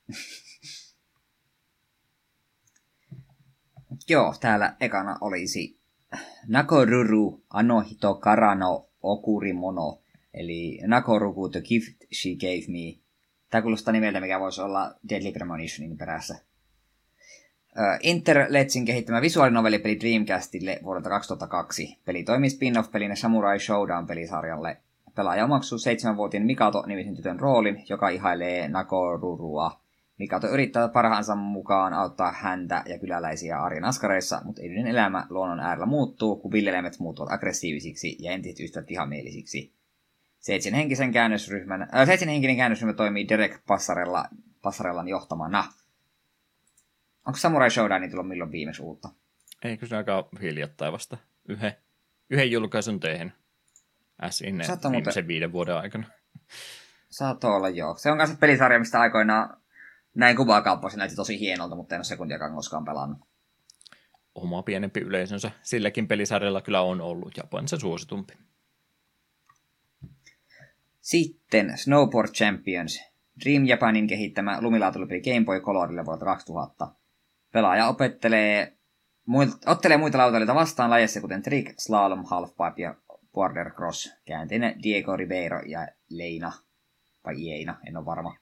Joo, täällä ekana olisi Nakoruru Anohito Karano Okurimono, eli Nakoruku the gift she gave me. Tämä kuulostaa nimeltä, mikä voisi olla Deadly Premonitionin perässä. Interletsin kehittämä visuaalinovelipeli Dreamcastille vuodelta kaksituhattakaksi. Peli toimii spin-off-pelinä Samurai Showdown-pelisarjalle. Pelaaja omaksuu seitsemänvuotiaan Mikato-nimisen tytön roolin, joka ihailee Nakorurua. Mikato yrittää parhaansa mukaan auttaa häntä ja kyläläisiä arjen askareissa, mutta edellinen elämä luonnon äärellä muuttuu, kun villieläimet muuttuvat aggressiivisiksi ja entiset ystävät vihamielisiksi. Seitsemänhenkisen käännösryhmän, äh, seitsemänhenkinen käännösryhmä toimii Derek Passarella, Passarellan johtamana. Onko Samurai Showdownin tullut milloin viimeksi uutta? Eikö se aika hiljattain vasta yhden, yhden julkaisun tehnyt? As in viimeisen muuten viiden vuoden aikana. Saattaa olla, joo. Se on kanssa pelisarja, mistä aikoinaan näin kuvakaupassa näytti tosi hienolta, mutta en ole sekuntiakaan koskaan pelannut. Oma pienempi yleisönsä. Silläkin pelisarjalla kyllä on ollut Japanissa suositumpi. Sitten Snowboard Champions. Dream Japanin kehittämä lumilautulupeli Game Boy Colorille vuodelta kaksituhatta. Pelaaja opettelee, muil, ottelee muita lautalijoita vastaan lajeissa, kuten Trick, Slalom, Halfpipe ja Border Cross. Käänteinen Diego Ribeiro ja Leina. Vai Ieina, en ole varma.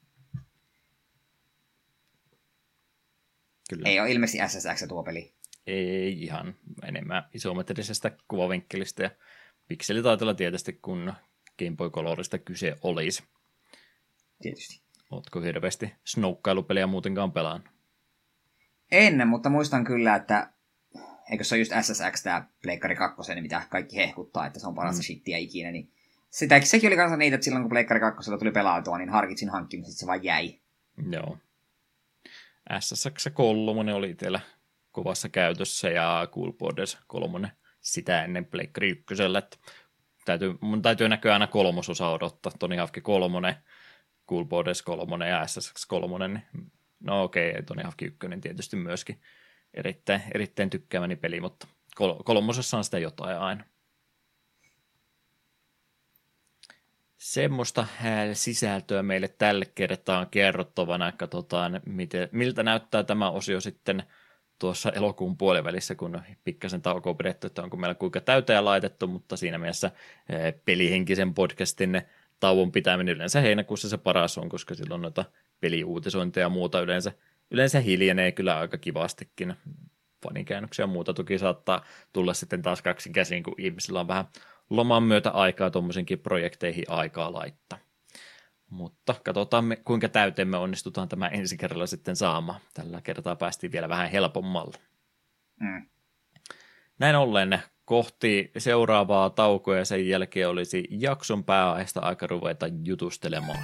Kyllä. Ei ole ilmeisesti S S X tuo peli. Ei ihan enemmän isometrisestä kuvavinkkelistä ja pikselitaitolla tietysti, kun Game Boy Colorista kyse olisi. Tietysti. Ootko hirveästi snoukkailupeliä muutenkaan pelannut? Ennen, mutta muistan kyllä, että eikö se ole just S S X tämä Pleikkari kaksi, niin mitä kaikki hehkuttaa, että se on parasta mm. shittiä ikinä. Niin sitä, sekin oli kanssa niitä, että silloin kun Pleikkari kaksi tuli pelautua, niin harkitsin hankkimista, se vaan jäi. Joo. S S X kolme oli itsellä kovassa käytössä ja Cool Borders kolme sitä ennen Pleikkari ykkösellä. Täytyy, mun täytyy näkyä aina kolmososa odottaa. Tony Hawk kolme, Cool Borders kolme ja S S X kolme. Niin, no okei, okay, Tony Hawk yksi tietysti myöskin erittäin, erittäin tykkäämäni peli, mutta kol- kolmosessa on sitä jotain aina. Semmoista sisältöä meille tällä kertaa on kerrottavana. Katsotaan, miten, miltä näyttää tämä osio sitten tuossa elokuun puolivälissä, kun pikkasen taukoa pidetty, että onko meillä kuinka täyteen laitettu, mutta siinä mielessä pelihenkisen podcastin tauon pitäminen yleensä heinäkuussa se paras on, koska silloin noita peliuutisointeja ja muuta yleensä, yleensä hiljenee kyllä aika kivastikin. Fanikäännöksiä ja muuta toki saattaa tulla sitten taas kaksi käsin, kun ihmisillä on vähän loman myötä aikaa tuommoisenkin projekteihin aikaa laittaa. Mutta katsotaan, me, kuinka täyteen me onnistutaan tämä ensi kerralla sitten saamaan. Tällä kertaa päästiin vielä vähän helpommalla. Mm. Näin ollen kohti seuraavaa taukoa ja sen jälkeen olisi jakson pääaiheesta aika ruveta jutustelemaan.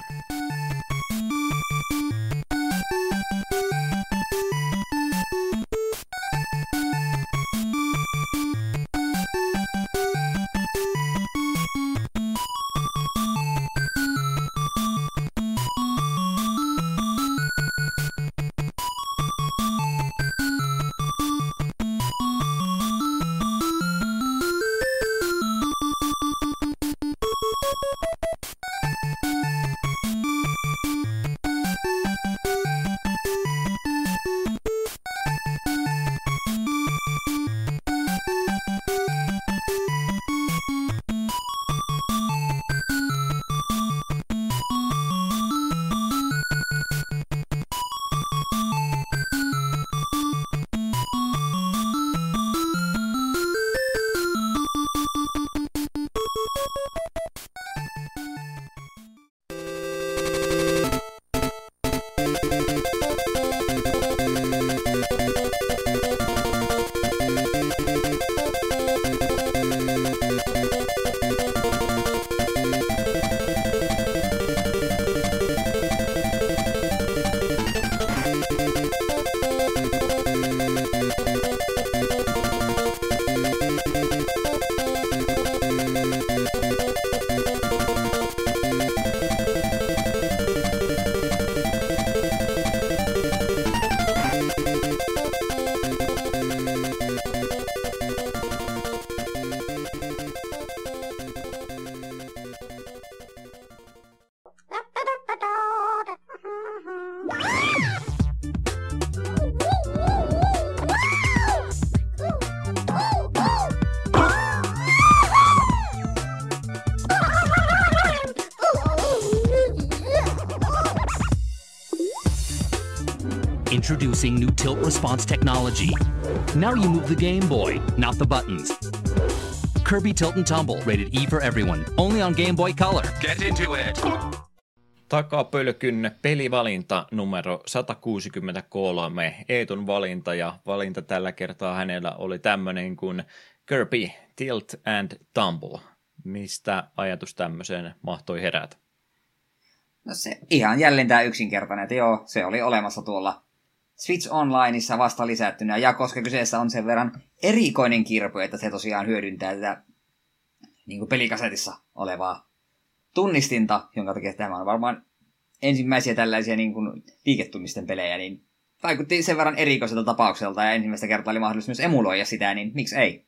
Introducing new tilt response technology. Now you move the Game Boy, not the buttons. Kirby Tilt and Tumble, rated E for everyone. Only on Game Boy Color. Get into it! Takapölkyn pelivalinta numero sata kuusikymmentäkolme. Eetun valinta, ja valinta tällä kertaa hänellä oli tämmöinen kuin Kirby Tilt and Tumble. Mistä ajatus tämmöiseen mahtoi herätä? No se ihan jälleen tämä yksinkertainen, että joo, se oli olemassa tuolla Switch Onlineissa vasta lisättynä, ja koska kyseessä on sen verran erikoinen kirppu, että se tosiaan hyödyntää tätä niin kuin pelikasetissa olevaa tunnistinta, jonka takia tämä on varmaan ensimmäisiä tällaisia niin kuin liiketunnisten pelejä, niin vaikutti sen verran erikoiselta tapaukselta, ja ensimmäistä kertaa oli mahdollisuus myös emuloida sitä, niin miksi ei?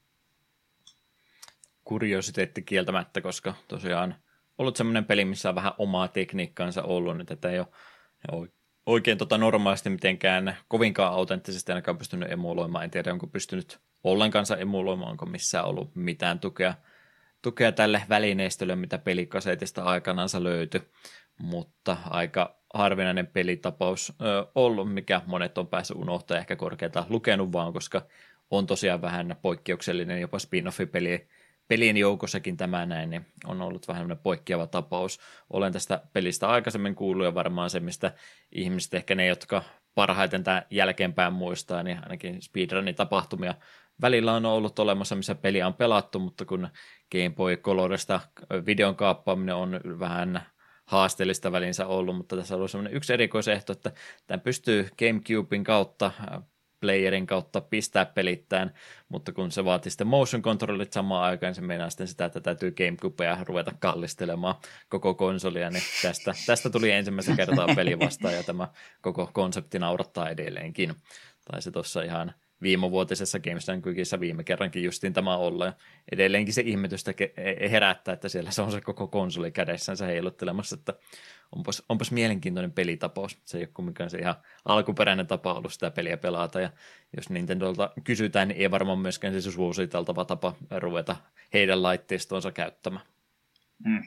Kuriositeetti kieltämättä, koska tosiaan ollut semmoinen peli, missä on vähän omaa tekniikkaansa ollut, niin tätä ei ole oikein tota normaalisti mitenkään kovinkaan autenttisesti ainakaan pystynyt emuloimaan. En tiedä, onko pystynyt ollenkaan emuloimaan, onko missään ollut mitään tukea, tukea tälle välineistölle, mitä pelikasetista aikanaansa löytyi, mutta aika harvinainen pelitapaus ö, ollut, mikä monet on päässyt unohtaa ehkä korkeata lukenut vaan, koska on tosiaan vähän poikkeuksellinen jopa spin-off-peli pelien joukossakin tämä näin, niin on ollut vähän poikkeava tapaus. Olen tästä pelistä aikaisemmin kuullut, ja varmaan se, mistä ihmiset, ehkä ne, jotka parhaiten tämän jälkeenpäin muistaa, niin ainakin speedrunin tapahtumia välillä on ollut olemassa, missä peliä on pelattu, mutta kun Game Boy Colorista videon kaappaaminen on vähän haasteellista välinsä ollut, mutta tässä on ollut sellainen yksi erikoisehto, että tämän pystyy GameCuben kautta playerin kautta pistää pelittään, mutta kun se vaatii sitten motion controllit samaan aikaan, se meinaa sitten sitä, että täytyy GameCubea ruveta kallistelemaan koko konsolia, niin tästä, tästä tuli ensimmäisen kertaa peli vastaan, ja tämä koko konsepti naurattaa edelleenkin. Tai se tuossa ihan viimevuotisessa Games and Quickissa viime kerrankin justiin tämä olla, ja edelleenkin se ihmetystä herättää, että siellä se on se koko konsoli kädessänsä heiluttelemassa, että onpas, onpas mielenkiintoinen pelitapaus. Se ei ole kumminkaan se ihan alkuperäinen tapa ollut sitä peliä pelata, ja jos Nintendolta kysytään, niin ei varmaan myöskään se suositeltava tapa ruveta heidän laitteistoonsa käyttämään. Mm.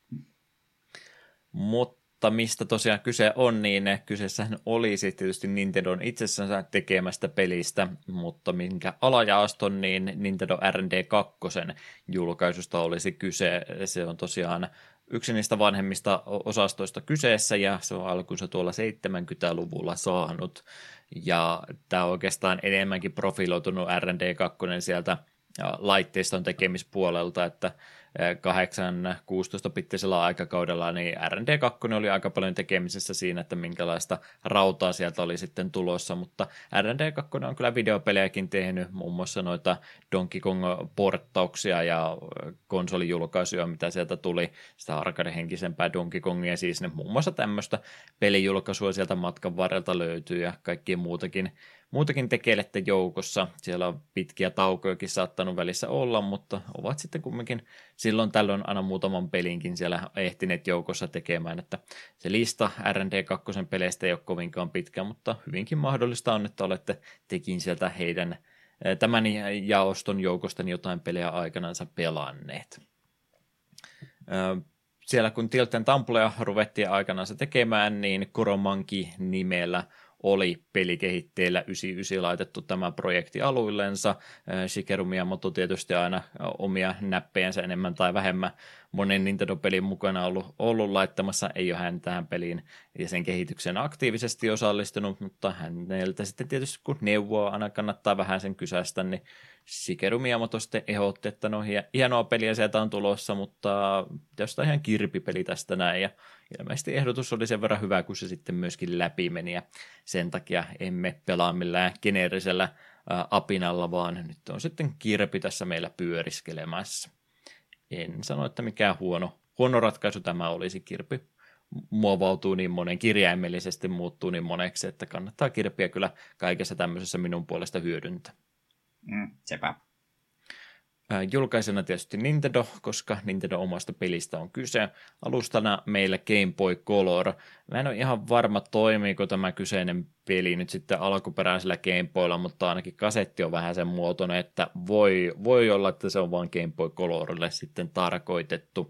Mutta mistä tosiaan kyse on, niin kyseessähän olisi tietysti Nintendon itsessään tekemästä pelistä, mutta minkä alajaoston, niin Nintendo R and D kaksi julkaisusta olisi kyse. Se on tosiaan yksi niistä vanhemmista osastoista kyseessä, ja se on alkunsa tuolla seitsemänkymmentäluvulla saanut, ja tämä on oikeastaan enemmänkin profiloitunut R and D kaksi sieltä laitteiston tekemispuolelta, että kahdeksan kuusitoista-bittisellä aikakaudella niin R and D kaksi oli aika paljon tekemisessä siinä, että minkälaista rautaa sieltä oli sitten tulossa, mutta R and D kaksi on kyllä videopelejäkin tehnyt, muun muassa noita Donkey Kong-porttauksia ja konsolijulkaisuja, mitä sieltä tuli, sitä arcade-henkisempää Donkey Kongia, siis ne muun muassa tämmöistä pelijulkaisua sieltä matkan varrelta löytyy, ja kaikkia muutakin Muutakin tekeilette joukossa. Siellä on pitkiä taukojakin saattanut välissä olla, mutta ovat sitten kumminkin silloin tällöin aina muutaman pelinkin siellä ehtineet joukossa tekemään, että se lista R and D kaksi peleistä ei ole kovinkaan pitkä, mutta hyvinkin mahdollista on, että olette tekin sieltä heidän tämän jaoston joukosta jotain pelejä aikanansa pelanneet. Siellä kun Tilt and Tumblea ruvettiin aikanansa tekemään, niin Kuromanki nimellä oli pelikehitteellä yhdeksänkymmentäyhdeksän laitettu tämä projekti aluillensa. Shigeru Miyamoto tietysti aina omia näppejänsä enemmän tai vähemmän monen Nintendo-pelin mukana ollut, ollut laittamassa. Ei ole hän tähän peliin ja sen kehitykseen aktiivisesti osallistunut, mutta häneltä sitten tietysti kun neuvoa aina kannattaa vähän sen kysästä, niin Shigeru Miyamoto sitten ehdotti, että no hienoa peliä sieltä on tulossa, mutta jostain ihan kirpipeli tästä näin, ja ilmeisesti ehdotus oli sen verran hyvä, kun se sitten myöskin läpi meni, ja sen takia emme pelaa millään geneerisellä ää, apinalla, vaan nyt on sitten kirpi tässä meillä pyöriskelemässä. En sano, että mikään huono, huono ratkaisu tämä olisi. Kirpi muovautuu niin monen, kirjaimellisesti muuttuu niin moneksi, että kannattaa kirpiä kyllä kaikessa tämmöisessä minun puolesta hyödyntää. Mm, sepä. Julkaisena tietysti Nintendo, koska Nintendo omasta pelistä on kyse. Alustana meillä Game Boy Color. Mä en ole ihan varma, toimiiko tämä kyseinen peli nyt sitten alkuperäisellä Game Boylla, mutta ainakin kasetti on vähän sen muotoinen, että voi, voi olla, että se on vain Game Boy Colorille sitten tarkoitettu,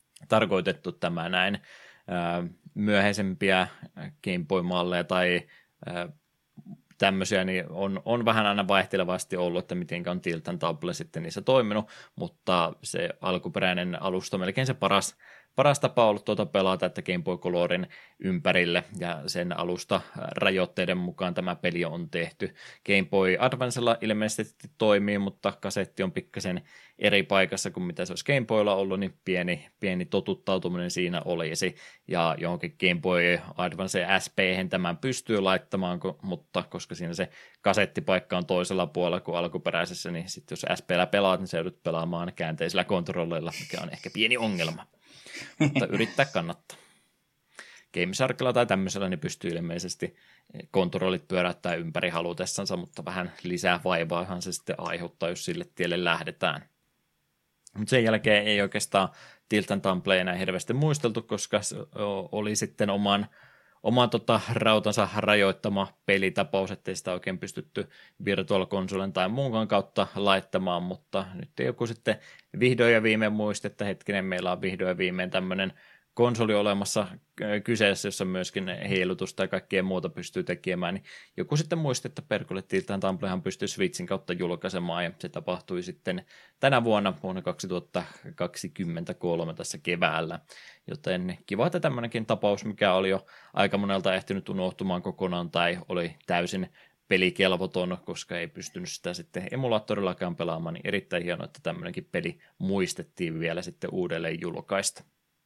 tarkoitettu tämä näin. Myöhäisempiä Game Boy-malleja tai tämmöisiä, niin on, on vähän aina vaihtelevasti ollut, että miten on Tilt and Tumble sitten niissä toiminut, mutta se alkuperäinen alusta on melkein se paras, paras tapa ollut tuota pelata, että Game Boy Colorin ympärille ja sen alusta rajoitteiden mukaan tämä peli on tehty. Game Boy Advancella ilmeisesti toimii, mutta kasetti on pikkasen eri paikassa kuin mitä se olisi Game Boylla ollut, niin pieni, pieni totuttautuminen siinä olisi, ja johonkin Game Boy Advance S P:hen tämän pystyy laittamaan, mutta koska siinä se kasettipaikka on toisella puolella kuin alkuperäisessä, niin sitten jos S P:llä pelaat, niin se joudut pelaamaan käänteisellä kontrolleilla, mikä on ehkä pieni ongelma. Mutta yrittää kannattaa. GameSharkilla tai tämmöisellä niin pystyy ilmeisesti kontrollit pyöräyttää ympäri halutessansa, mutta vähän lisää vaivaahan se sitten aiheuttaa, jos sille tielle lähdetään. Mutta sen jälkeen ei oikeastaan Tilt and Tumble enää hirveästi muisteltu, koska se oli sitten oman, oman tota, rautansa rajoittama pelitapaus, ettei sitä oikein pystytty Virtual Consolen tai muunkaan kautta laittamaan, mutta nyt joku sitten vihdoin ja viimein muisti, että hetkinen, meillä on vihdoin ja viimein tämmöinen konsoli olemassa kyseessä, jossa myöskin heilutusta ja kaikkea muuta pystyy tekemään, niin joku sitten muisti, että perkulle Tilt and Tumblehan pystyy Switchin kautta julkaisemaan, ja se tapahtui sitten tänä vuonna, vuonna kaksituhattakaksikymmentäkolme tässä keväällä, joten kiva, että tämmöinenkin tapaus, mikä oli jo aika monelta ehtinyt unohtumaan kokonaan, tai oli täysin pelikelvoton, koska ei pystynyt sitä sitten emulaattorillakaan pelaamaan, niin erittäin hienoa, että tämmöinenkin peli muistettiin vielä sitten uudelleen julkaista.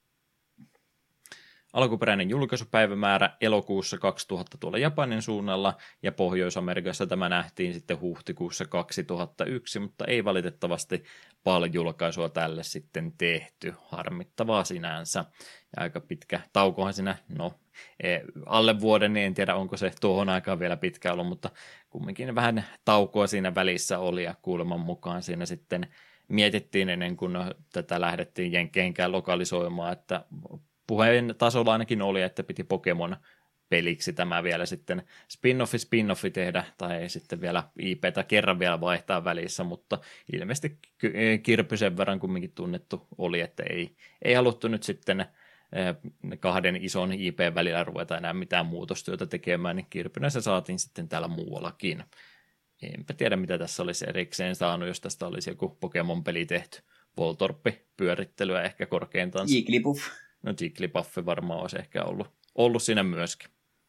Alkuperäinen julkaisupäivämäärä elokuussa kaksituhatta tuolla Japanin suunnalla, ja Pohjois-Amerikassa tämä nähtiin sitten huhtikuussa kaksituhattayksi, mutta ei valitettavasti paljon julkaisua tälle sitten tehty, harmittavaa sinänsä. Ja aika pitkä taukohan siinä, no alle vuoden, niin en tiedä onko se tuohon aikaan vielä pitkä ollut, mutta kumminkin vähän taukoa siinä välissä oli, ja kuuleman mukaan siinä sitten mietittiin ennen kuin tätä lähdettiin Jenkkeinkään lokalisoimaan, että puheen tasolla ainakin oli, että piti Pokemon-peliksi tämä vielä sitten spin-offi spin-offi tehdä, tai sitten vielä I P:tä kerran vielä vaihtaa välissä, mutta ilmeisesti Kirpy sen verran kumminkin tunnettu oli, että ei, ei haluttu nyt sitten kahden ison I P:n välillä ruveta enää mitään muutostyötä tekemään, niin Kirpynä se saatiin sitten täällä muuallakin. Enpä tiedä, mitä tässä olisi erikseen saanut, jos tästä olisi joku Pokemon-peli tehty. Voltorppi-pyörittelyä ehkä korkeintaan. Jigglypuff. No Jigglypuff varmaan olisi ehkä ollut, ollut siinä myöskin.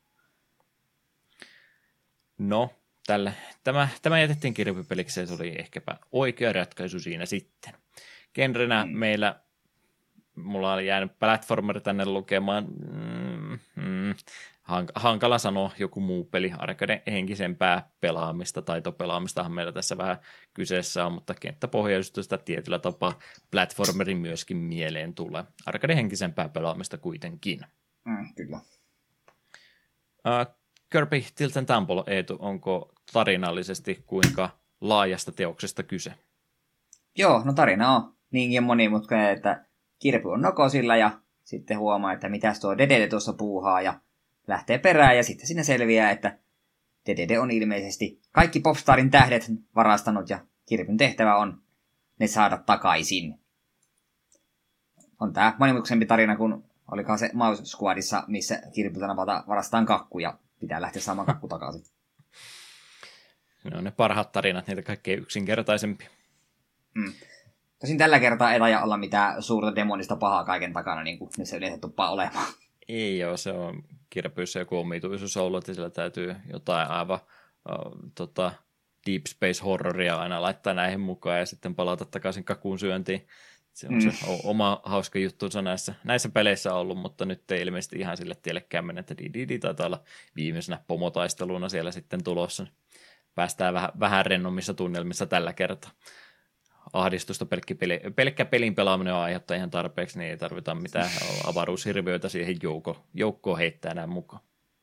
No, tälle, tämä, tämä jätettiin kirpypeliksi ja se oli ehkäpä oikea ratkaisu siinä sitten. Genrenä mm. meillä, mulla oli jäänyt platformer tänne lukemaan, mm, mm, hankala sanoa joku muu peli, arcade henkisempää pelaamista, taitopelaamistahan meillä tässä vähän kyseessä on, mutta kenttäpohjaisuudesta tietyllä tapaa platformerin myöskin mieleen tulee. Arcade henkisempää pelaamista kuitenkin. Mm, kyllä. Uh, Kirby Tilt and Tumble, Eetu, onko tarinallisesti kuinka laajasta teoksesta kyse? Joo, no tarina on niinkin monimutkainen, että Kirby on nokosilla ja sitten huomaa, että mitäs tuo Dedede tuossa puuhaa ja lähtee perään, ja sitten siinä selviää, että Dedede on ilmeisesti kaikki Popstarin tähdet varastanut, ja Kirpyn tehtävä on ne saada takaisin. On tää monimutkaisempi tarina, kun olikaan se Mouse Squadissa, missä Kirpyltä napata varastaan kakku, ja pitää lähteä saamaan kakku takaisin. Ne on ne parhaat tarinat, niitä kaikkein yksinkertaisempia. Mm. Tosin tällä kertaa ei taida olla mitään suurta demonista pahaa kaiken takana, niin kuin ne se yleensä tuppaa olemaan. Ei joo, se on Kirpyissä joku omituisuus ollut, että sillä täytyy jotain aivan uh, tota, Deep Space Horroria aina laittaa näihin mukaan ja sitten palata takaisin kakun syöntiin. Se on mm. se oma hauska juttunsa näissä, näissä peleissä ollut, mutta nyt ei ilmeisesti ihan sille tiellekään mennä, että Didi taitaa olla viimeisenä pomotaisteluna siellä sitten tulossa. Päästään vähän, vähän rennommissa tunnelmissa tällä kertaa. Ahdistusta pelkkä, peli, pelkkä pelin pelaaminen on aiheuttaa ihan tarpeeksi, niin ei tarvita mitään avaruushirviöitä siihen joukko, joukkoon heittää enää mukaan.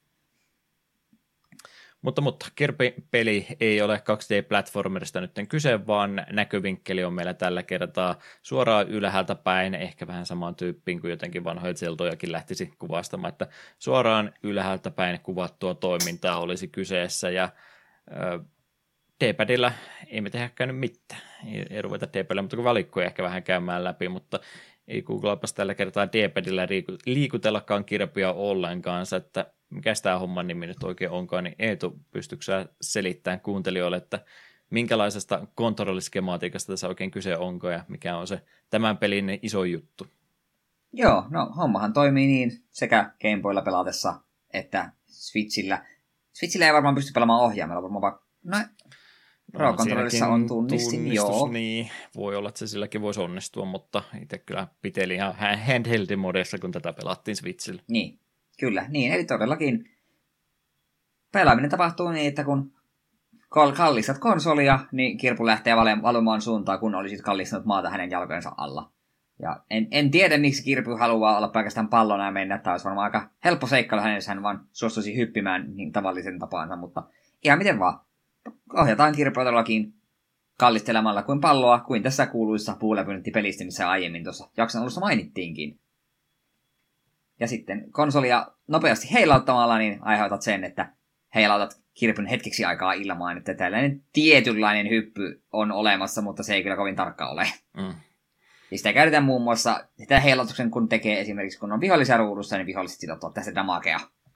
Mutta, mutta Kirby-peli ei ole kaksi D-platformerista nyt kyse, vaan näkövinkkeli on meillä tällä kertaa suoraan ylhäältä päin, ehkä vähän samaan tyyppiin kuin jotenkin vanhoja Zeldojakin lähtisi kuvastamaan, että suoraan ylhäältä päin kuvattua toimintaa olisi kyseessä, ja ö, D-padilla ei me tehdäkään nyt mitään. Ei, ei ruveta D-padilla, mutta kun valikkoja ehkä vähän käymään läpi, mutta ei Googleapas tällä kertaa D-padilla liikutellakaan Kirbyä ollenkaan, että mikä tämä homman nimi nyt oikein onkaan, niin Eetu, pystytkö sä selittämään kuuntelijoille, että minkälaisesta kontrolliskemaatiikasta tässä oikein kyse onko ja mikä on se tämän pelin iso juttu? Joo, no hommahan toimii niin sekä Game Boylla pelatessa että Switchillä. Switchillä ei varmaan pysty pelaamaan ohjaimella, varmaan vaan... No, Pro-kontrollissa on tunnistin, tunnistus, joo. Niin, voi olla, että se silläkin voisi onnistua, mutta itse kyllä piteli ihan handheld-modessa, kun tätä pelattiin Switchillä. Niin, kyllä, niin, eli todellakin pelaaminen tapahtuu niin, että kun kallistat konsolia, niin kirpu lähtee valumaan suuntaan, kun olisit kallistanut maata hänen jalkojensa alla. Ja en, en tiedä, miksi kirpu haluaa olla pelkästään pallona ja mennä. Tämä olisi varmaan aika helppo seikkailu hänessä, hän vaan suostuisi hyppimään niin tavallisen tapaansa, mutta ihan miten vaan. Ohjataan kirpua todellakin kallistelemalla kuin palloa, kuin tässä kuuluissa puuläpyynttipelistä, missä aiemmin tuossa jakson alussa mainittiinkin. Ja sitten konsolia nopeasti heilauttamalla, niin aiheutat sen, että heilautat kirpun hetkeksi aikaa ilmaan, että tällainen tietynlainen hyppy on olemassa, mutta se ei kyllä kovin tarkka ole. Mm. Ja sitä käytetään muun muassa sitä heilautuksen, kun tekee esimerkiksi, kun on vihollisia ruudussa, niin viholliset sitä tästä damakea.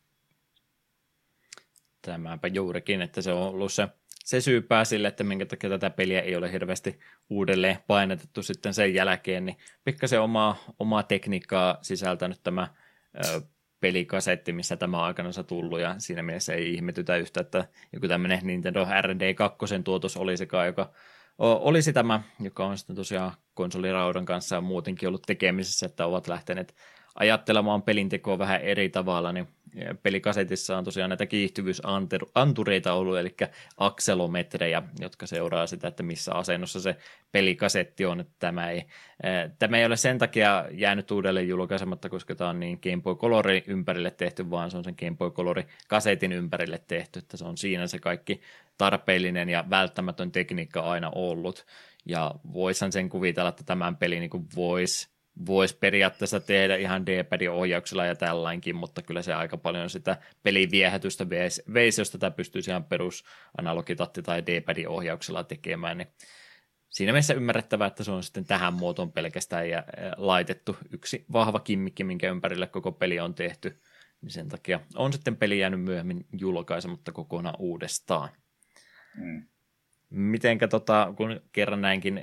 Tämäpä juurikin, että se on ollut se, se syypää sille, että minkä takia tätä peliä ei ole hirveästi uudelleen painetettu sitten sen jälkeen, niin pikkasen omaa, omaa tekniikkaa sisältänyt tämä ö, pelikasetti, missä tämä on aikanansa tullut, ja siinä mielessä ei ihmetytä yhtä, että joku tämmöinen Nintendo R D kaksi tuotos olisikaan, joka olisi tämä, joka on sitten tosiaan konsoliraudan kanssa muutenkin ollut tekemisissä, että ovat lähteneet ajattelemaan pelintekoa vähän eri tavalla, niin pelikasetissa on tosiaan näitä kiihtyvyysantureita ollut, eli akselometrejä, jotka seuraa sitä, että missä asennossa se pelikasetti on. Että tämä, ei, tämä ei ole sen takia jäänyt uudelleen julkaisematta, koska tämä on niin Game Boy Colorin ympärille tehty, vaan se on sen Game Boy Colorin kasetin ympärille tehty, että se on siinä se kaikki tarpeellinen ja välttämätön tekniikka aina ollut. Ja voisin sen kuvitella, että tämän pelin niin voisi Voisi periaatteessa tehdä ihan D-padin ohjauksella ja tällainkin, mutta kyllä se aika paljon sitä pelin viehätystä veisi, jos tätä pystyisi ihan perus analogitatti- tai D-padin ohjauksella tekemään. Niin siinä mielessä ymmärrettävää, että se on sitten tähän muotoon pelkästään ja laitettu yksi vahva kimmikki, minkä ympärille koko peli on tehty. Niin sen takia on sitten peli jäänyt myöhemmin julkaisematta kokonaan uudestaan. Mm. Mitenkä tota, kun kerran näinkin...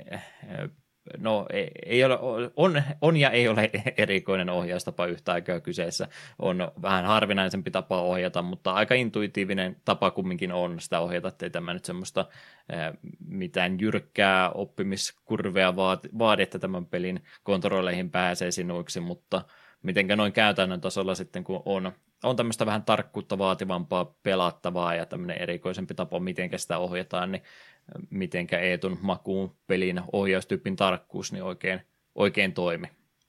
No ei, ei ole, on, on ja ei ole erikoinen ohjaustapa yhtä aikaa kyseessä. On vähän harvinaisempi tapa ohjata, mutta aika intuitiivinen tapa kumminkin on sitä ohjata, ettei tämä nyt semmoista ää, mitään jyrkkää oppimiskurvea vaadi, vaadi, että tämän pelin kontrolleihin pääsee sinuiksi, mutta mitenkä noin käytännön tasolla sitten, kun on, on tämmöistä vähän tarkkuutta vaativampaa pelattavaa ja tämmöinen erikoisempi tapa, mitenkä sitä ohjataan, niin mitenkä Eetun makuun pelin ohjaustyypin tarkkuus niin oikein, oikein toimi?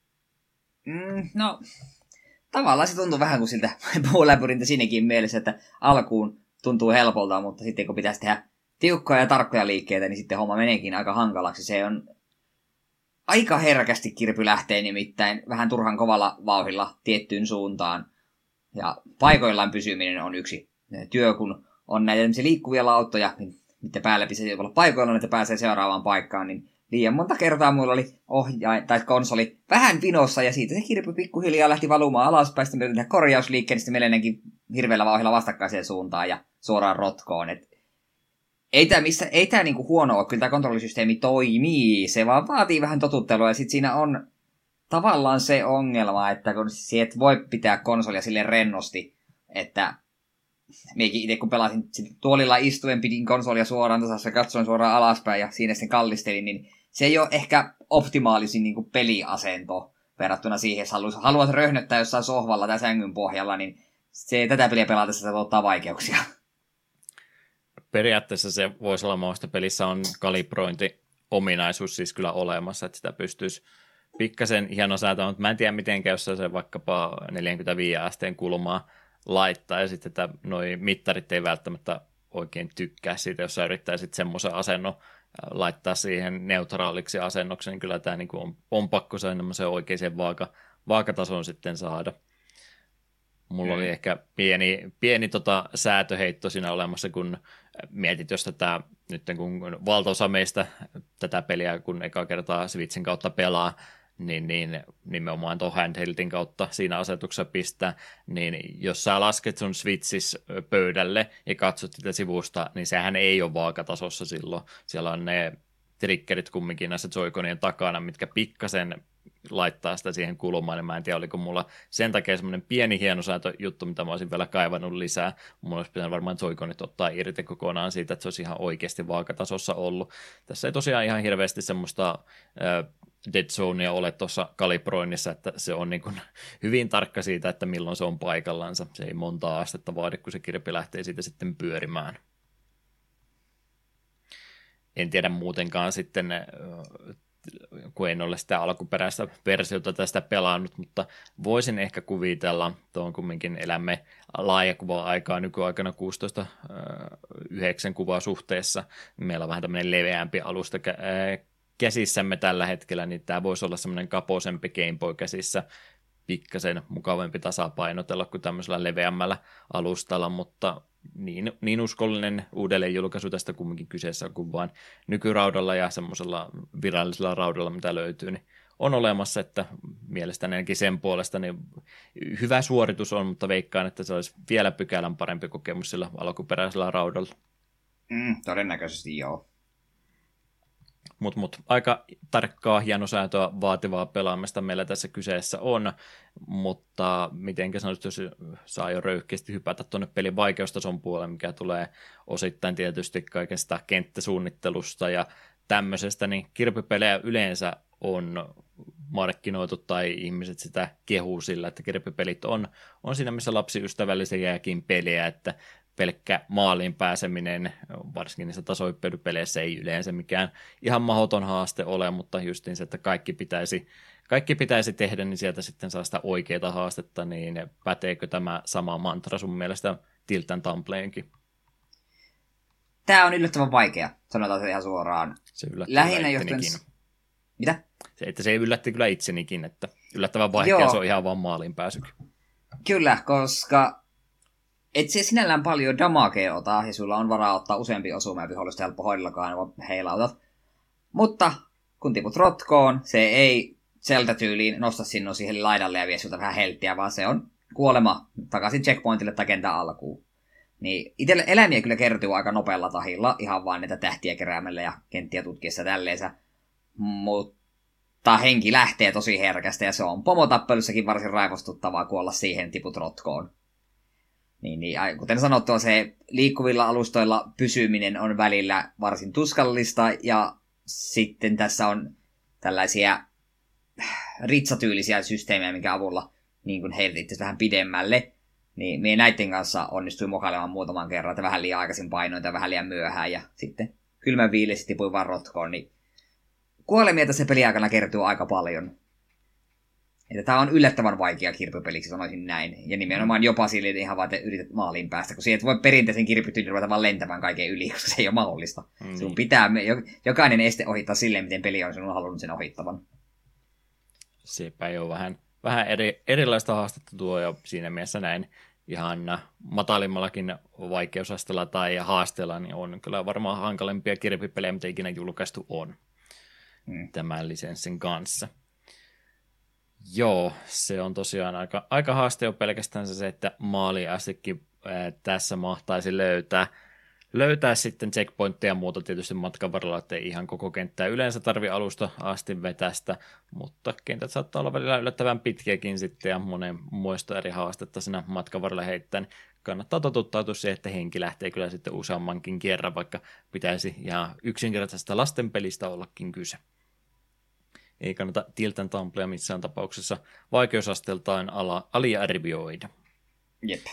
Mm, no, tavallaan se tuntuu vähän kuin siltä puuläpyrintä siinäkin mielessä, että alkuun tuntuu helpolta, mutta sitten kun pitäisi tehdä tiukkoja ja tarkkoja liikkeitä, niin sitten homma meneekin aika hankalaksi. Se on aika herkästi kirpy lähtee nimittäin vähän turhan kovalla vauhdilla tiettyyn suuntaan. Ja paikoillaan pysyminen on yksi työ, kun on näitä liikkuvia lauttoja, niin niiden päällä pitäisi olla paikoillaan, että pääsee seuraavaan paikkaan, niin liian monta kertaa mulla oli ohjaa, tai konsoli vähän vinossa, ja siitä se kirpy pikkuhiljaa lähti valumaan alaspäin, sitten tehdä korjausliikkeen, niin sitten meillä ennenkin hirveällä vauhdilla vastakkaiseen suuntaan ja suoraan rotkoon. Et ei tämä missä, ei tämä niinku huono ole, kyllä tämä kontrollisysteemi toimii, se vaan vaatii vähän totuttelua, ja sitten siinä on tavallaan se ongelma, että kun sä et voi pitää konsolia silleen rennosti, että meikin itse kun pelasin tuolilla istuen, pidin konsolia suoraan tasassa ja katsoin suoraan alaspäin ja siinä sitten kallistelin, niin se ei ole ehkä optimaalisin niin kuin peliasento verrattuna siihen, jos haluat, haluat röhnöttää jossain sohvalla tai sängyn pohjalla, niin se tätä peliä pelatessa se tuottaa vaikeuksia. Periaatteessa se voisi olla mahdollista, pelissä on kalibrointi-ominaisuus siis kyllä olemassa, että sitä pystyisi pikkasen hieno säätämään, mutta mä en tiedä mitenkä, jos se vaikkapa neljäkymmentäviisi asteen kulmaa laittaa, ja sitten että noi mittarit ei välttämättä oikein tykkää siitä, jos sä yrittää sitten semmoisen asennon laittaa siihen neutraaliksi asennoksi, niin kyllä tämä niinku on, on pakko semmoisen oikeaan vaaka, vaakatason sitten saada. Mulla mm. oli ehkä pieni, pieni tota säätöheitto siinä olemassa, kun mietit, jos tätä, nyt kun valtaosa meistä tätä peliä, kun eka kertaa Switchin kautta pelaa, niin, niin nimenomaan tuon handheldin kautta siinä asetuksessa pistää, niin jos sä lasket sun Switchis pöydälle ja katsot sitä sivusta, niin sehän ei ole vaakatasossa silloin. Siellä on ne triggerit kumminkin näissä Joy-Conien takana, mitkä pikkasen laittaa sitä siihen kulmaan, niin mä en tiedä, oliko mulla sen takia semmoinen pieni hienosäätö juttu, mitä mä olisin vielä kaivannut lisää. Mulla olisi pitänyt varmaan Joy-Conit ottaa irti kokonaan siitä, että se olisi ihan oikeasti vaakatasossa ollut. Tässä ei tosiaan ihan hirveästi semmoista äh, dead zonea ole tuossa kalibroinnissa, että se on niin kuin hyvin tarkka siitä, että milloin se on paikallansa. Se ei montaa astetta vaadi, kun se kirpi lähtee siitä sitten pyörimään. En tiedä muutenkaan sitten, kun en ole sitä alkuperäistä versiota tästä pelannut, mutta voisin ehkä kuvitella, tuon kumminkin elämme laajakuva-aikaa nykyaikana kuusitoista yhdeksän kuvaa suhteessa. Meillä on vähän tämmöinen leveämpi alusta käsissämme tällä hetkellä, niin tämä voisi olla semmoinen kapoisempi Game Boy käsissä, pikkasen mukavampi tasapainotella kuin tämmöisellä leveämmällä alustalla, mutta niin, niin uskollinen uudelleenjulkaisu tästä kumminkin kyseessä kuin vaan nykyraudalla ja semmoisella virallisella raudalla, mitä löytyy, niin on olemassa, että mielestäni ainakin sen puolesta niin hyvä suoritus on, mutta veikkaan, että se olisi vielä pykälän parempi kokemus sillä alkuperäisellä raudalla. Mm, todennäköisesti joo. Mutta mut, aika tarkkaa hienosäätöä vaativaa pelaamista meillä tässä kyseessä on, mutta mitenkä sanoisit, jos saa jo röyhkeästi hypätä tuonne pelin vaikeustason puolelle, mikä tulee osittain tietysti kaikesta kenttäsuunnittelusta ja tämmöisestä, niin kirpipelejä yleensä on markkinoitu tai ihmiset sitä kehuu sillä, että kirpipelit on, on siinä missä lapsiystävällisiäkin pelejä, että pelkkä maaliin pääseminen, varsinkin niissä tasohyppelypeleissä ei yleensä mikään ihan mahdoton haaste ole, mutta justiin se, että kaikki pitäisi, kaikki pitäisi tehdä, niin sieltä sitten saa sitä oikeaa haastetta, niin päteekö tämä sama mantra sun mielestä Tilt and Tumbleenkin? Tämä on yllättävän vaikea, sanotaan se ihan suoraan. Se yllätti lähinnä johtuen... Mitä? Se, että se yllätti kyllä itsenikin, että yllättävän vaikea. Joo. Se on ihan vaan maaliin pääsykin. Kyllä, koska et se sinällään paljon damagea ota, ja sulla on varaa ottaa useampi osuma ja vihollista helppo hoidellakaan, vaan heilautat. Mutta kun tiput rotkoon, se ei Zelda-tyyliin nosta sinua siihen laidalle ja vie sulta vähän helttiä, vaan se on kuolema takaisin checkpointille tai kentän alkuun. Niin itselle eläimiä kyllä kertyy aika nopealla tahilla, ihan vaan niitä tähtiä keräämällä ja kenttiä tutkiessa tälleensä. Mutta henki lähtee tosi herkästä, ja se on pomotappelussakin varsin raivostuttavaa kuolla siihen tiput rotkoon. Niin, niin, kuten sanottua, se liikkuvilla alustoilla pysyminen on välillä varsin tuskallista, ja sitten tässä on tällaisia ritsatyylisiä systeemejä, minkä avulla niin kun heiltä itse vähän pidemmälle, niin me näiden kanssa onnistuin mokailemaan muutaman kerran, että vähän liian aikaisin painoin ja vähän liian myöhään, ja sitten kylmän viilesi tipuin vaan rotkoon, niin kuolemia tässä peliaikana kertyy aika paljon. Että tämä on yllättävän vaikea kirpipeliksi, sanoisin näin. Ja nimenomaan jopa sille ihan vaan, että yrität maaliin päästä, kun siihen et voi perinteisen kirpityyli ruveta vaan lentämään kaiken yli, koska se ei ole mahdollista. Mm. Sun pitää jokainen este ohittaa silleen, miten peli on sinun halunnut sen ohittavan. Sepä jo vähän, vähän eri, erilaista haastetta tuo jo siinä mielessä näin ihan matalimmallakin vaikeusasteella tai haasteella, niin on kyllä varmaan hankalempia kirpipelejä, mitä ikinä julkaistu on mm. tämän lisenssin kanssa. Joo, se on tosiaan aika, aika haaste jo pelkästään se, että maaliin astikin ää, tässä mahtaisi löytää, löytää sitten checkpointteja ja muuta tietysti matkan varrella, että ei ihan koko kenttää yleensä tarvi alusta asti vetästä, mutta kentät saattaa olla välillä yllättävän pitkiäkin sitten ja monen muista eri haastetta siinä matkan varrella heittää, niin kannattaa totuttautua siihen, että henki lähtee kyllä sitten useammankin kerran, vaikka pitäisi ihan yksinkertaisesta lastenpelistä ollakin kyse. Ei kannata Tilt and Tumblea missään tapauksessa vaikeusasteeltaan ala, aliarvioida. Jep.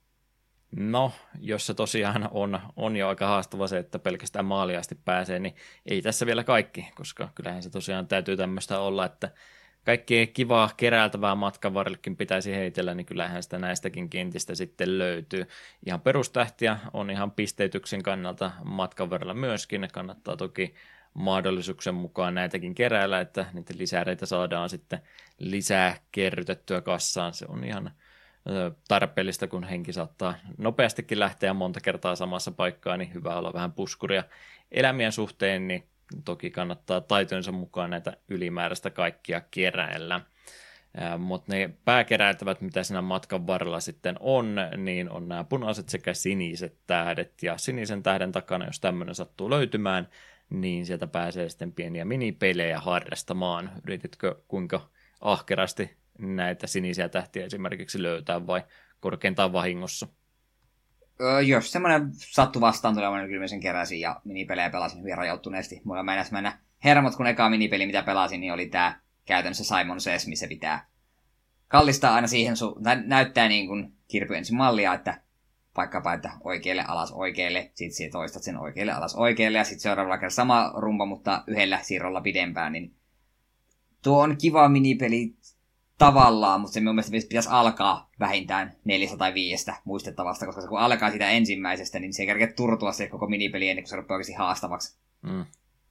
No, jos se tosiaan on, on jo aika haastava se, että pelkästään maaliasti pääsee, niin ei tässä vielä kaikki, koska kyllähän se tosiaan täytyy tämmöistä olla, että kaikkea kivaa keräiltävää matkan varrellekin pitäisi heitellä, niin kyllähän sitä näistäkin kentistä sitten löytyy. Ihan perustähtiä on ihan pisteytyksen kannalta matkan varrella myöskin, kannattaa toki mahdollisuuksien mukaan näitäkin keräillä, että niitä lisäreitä saadaan sitten lisää kerrytettyä kassaan. Se on ihan tarpeellista, kun henki saattaa nopeastikin lähteä monta kertaa samassa paikkaan, niin hyvä olla vähän puskuria elämien suhteen, niin toki kannattaa taitonsa mukaan näitä ylimääräistä kaikkia keräillä. Mutta ne pääkeräiltävät, mitä siinä matkan varrella sitten on, niin on nämä punaiset sekä siniset tähdet. Ja sinisen tähden takana, jos tämmöinen sattuu löytymään, niin sieltä pääsee sitten pieniä minipelejä harrastamaan. Yrititkö kuinka ahkerasti näitä sinisiä tähtiä esimerkiksi löytää vai korkeintaan vahingossa? Öö, jos semmoinen sattu vastaan tulemaan, niin kyllä mä sen keräsin ja minipelejä pelasin hyvin rajoittuneesti. Mulla mennäs mennä hermot, kun eka minipeli, mitä pelasin, niin oli tää käytännössä Simon Says, missä pitää kallistaa aina siihen, su- näyttää niin kuin Kirby ensin mallia, että vaikkapa, että oikealle alas oikealle, sit sä toistat sen oikealle alas oikealle, ja sitten seuraavalla kerralla sama rumpa, mutta yhdellä siirrolla pidempään, niin tuo on kiva minipeli tavallaan, mutta se minun mielestä pitäisi alkaa vähintään neljästä tai viidestä muistettavasta, koska se kun alkaa sitä ensimmäisestä, niin se ei kerkeä turtua se koko minipeli ennen kuin se rupeaa oikeasti haastavaksi. Mm.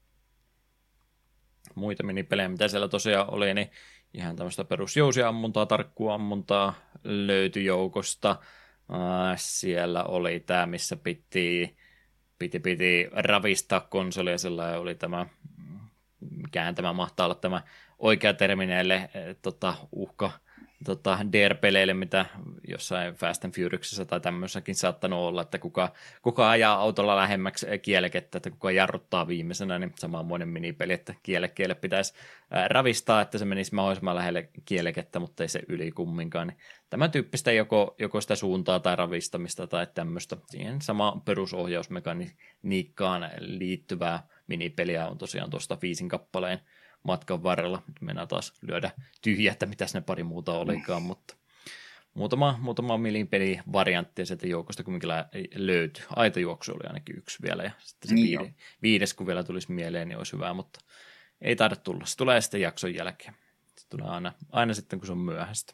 Muita minipelejä, mitä siellä tosiaan oli, niin ihan tämmöistä perusjousiammuntaa, tarkkuammuntaa löytyi joukosta. Äh, siellä oli tämä, missä piti, piti, piti ravistaa konsolia, sillä oli tämä, mikähän tämä mahtaa olla tämä oikea termi näille tota, uhka tota, D R-peleille, mitä jossain Fast and Furiousissa tai tämmöisessäkin saattanut olla, että kuka, kuka ajaa autolla lähemmäksi kielekettä, että kuka jarruttaa viimeisenä, niin samanmoinen minipeli, että kielekkeelle pitäisi ää, ravistaa, että se menisi mahdollisimman lähelle kielekettä, mutta ei se yli kumminkaan. Niin tämän tyyppistä joko, joko sitä suuntaa tai ravistamista tai tämmöistä. Siihen sama perusohjausmekaniikkaan liittyvää minipeliä on tosiaan tuosta viisin kappaleen matkan varrella. Mennään taas lyödä tyhjä, että mitäs ne pari muuta olikaan, mutta muutama, muutama minipeli varianttia sieltä joukosta kumminkin löytyi. Aitojuoksu oli ainakin yksi vielä, ja sitten se niin viide, viides, kun vielä tulisi mieleen, niin olisi hyvä, mutta ei taida tulla. Se tulee sitten jakson jälkeen. Se tulee aina, aina sitten, kun se on myöhäistä.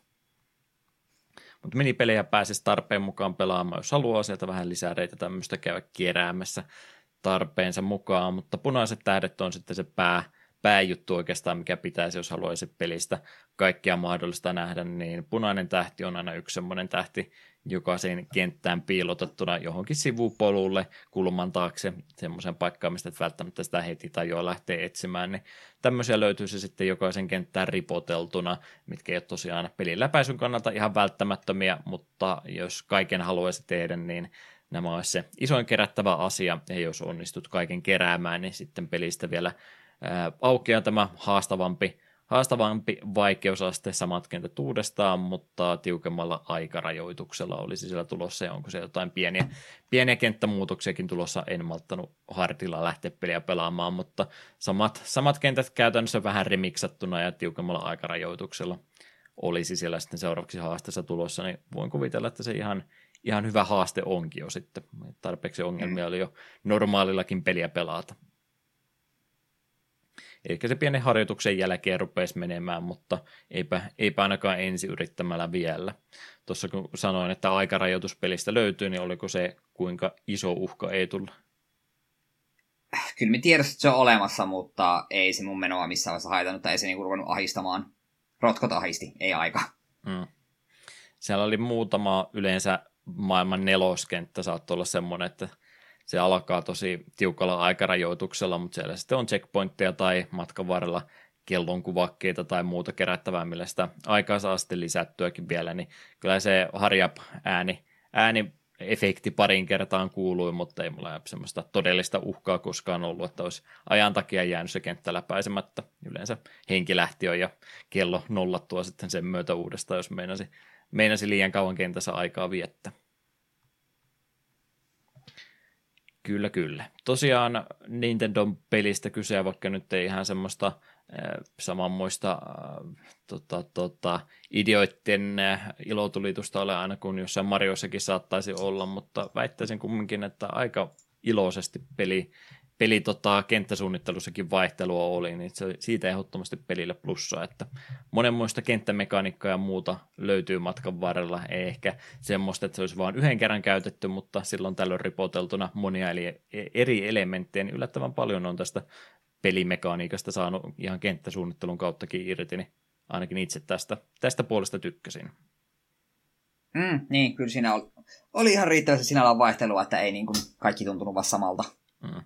Mutta minipelejä pääsisi tarpeen mukaan pelaamaan, jos haluaa sieltä vähän lisää reitä tämmöistä käydä keräämässä tarpeensa mukaan, mutta punaiset tähdet on sitten se pää, pääjuttu oikeastaan, mikä pitäisi, jos haluaisi pelistä kaikkia mahdollista nähdä, niin punainen tähti on aina yksi semmoinen tähti, joka siinä kenttään piilotettuna johonkin sivupolulle kulman taakse, semmoisen paikkaan, mistä et välttämättä sitä heti tajua lähtee etsimään, niin tämmöisiä löytyy se sitten jokaisen kenttään ripoteltuna, mitkä ei ole tosiaan pelin läpäisyn kannalta ihan välttämättömiä, mutta jos kaiken haluaisi tehdä, niin nämä olisi se isoin kerättävä asia, ja jos onnistut kaiken keräämään, niin sitten pelistä vielä ää, aukeaa tämä haastavampi, haastavampi vaikeusaste samat kentät uudestaan, mutta tiukemmalla aikarajoituksella olisi siellä tulossa, ja onko se jotain pieniä, pieniä kenttämuutoksiakin tulossa, en malttanut hartilla lähteä peliä pelaamaan, mutta samat, samat kentät käytännössä vähän remiksattuna ja tiukemmalla aikarajoituksella olisi siellä sitten seuraavaksi haasteessa tulossa, niin voin kuvitella, että se ihan Ihan hyvä haaste onkin jo sitten. Tarpeeksi ongelmia mm. oli jo normaalillakin peliä pelata. Eli se pienen harjoituksen jälkeen rupesi menemään, mutta eipä, eipä ainakaan ensi yrittämällä vielä. Tuossa kun sanoin, että aikarajoitus pelistä löytyy, niin oliko se kuinka iso uhka ei tulla? Kyllä me tiedän, että se on olemassa, mutta ei se mun menoa missään vaiheessa haitannut, tai ei se niinku ruvennut ahistamaan. Rotkot ahisti, ei aika. Mm. Siellä oli muutama yleensä maailman neloskenttä saattoi olla semmoinen, että se alkaa tosi tiukalla aikarajoituksella, mutta siellä sitten on checkpointteja tai matkan varrella kellonkuvakkeita tai muuta kerättävää, millä sitä aikaa saa sitten lisättyäkin vielä, niin kyllä se harjap-ääni ääni efekti parin kertaan kuului, mutta ei mulla semmoista todellista uhkaa koskaan ollut, että olisi ajan takia jäänyt se kenttä läpäisemättä. Yleensä henki lähti jo ja kello nollattua sitten sen myötä uudestaan, jos meinasi Meinasi liian kauan kentässä aikaa viettää. Kyllä, kyllä. Tosiaan Nintendon pelistä kyse, vaikka nyt ei ihan semmoista äh, samanmoista äh, tota, tota, idioitten äh, ilotulitusta ole aina kuin jossain Mariossakin saattaisi olla, mutta väittäisin kumminkin, että aika iloisesti peli, peli tota, kenttäsuunnittelussakin vaihtelua oli, niin se, siitä ehdottomasti pelille plussaa, että monenmoista kenttämekaniikkaa ja muuta löytyy matkan varrella, ei ehkä semmoista, että se olisi vain yhden kerran käytetty, mutta silloin tällöin ripoteltuna monia eli eri elementtejä, niin yllättävän paljon on tästä pelimekaniikasta saanut ihan kenttäsuunnittelun kauttakin irti, niin ainakin itse tästä, tästä puolesta tykkäsin. Mm, niin, kyllä siinä oli, oli ihan riittävästi sinällään vaihtelua, että ei niin kuin kaikki tuntunut vaan samalta. Mm.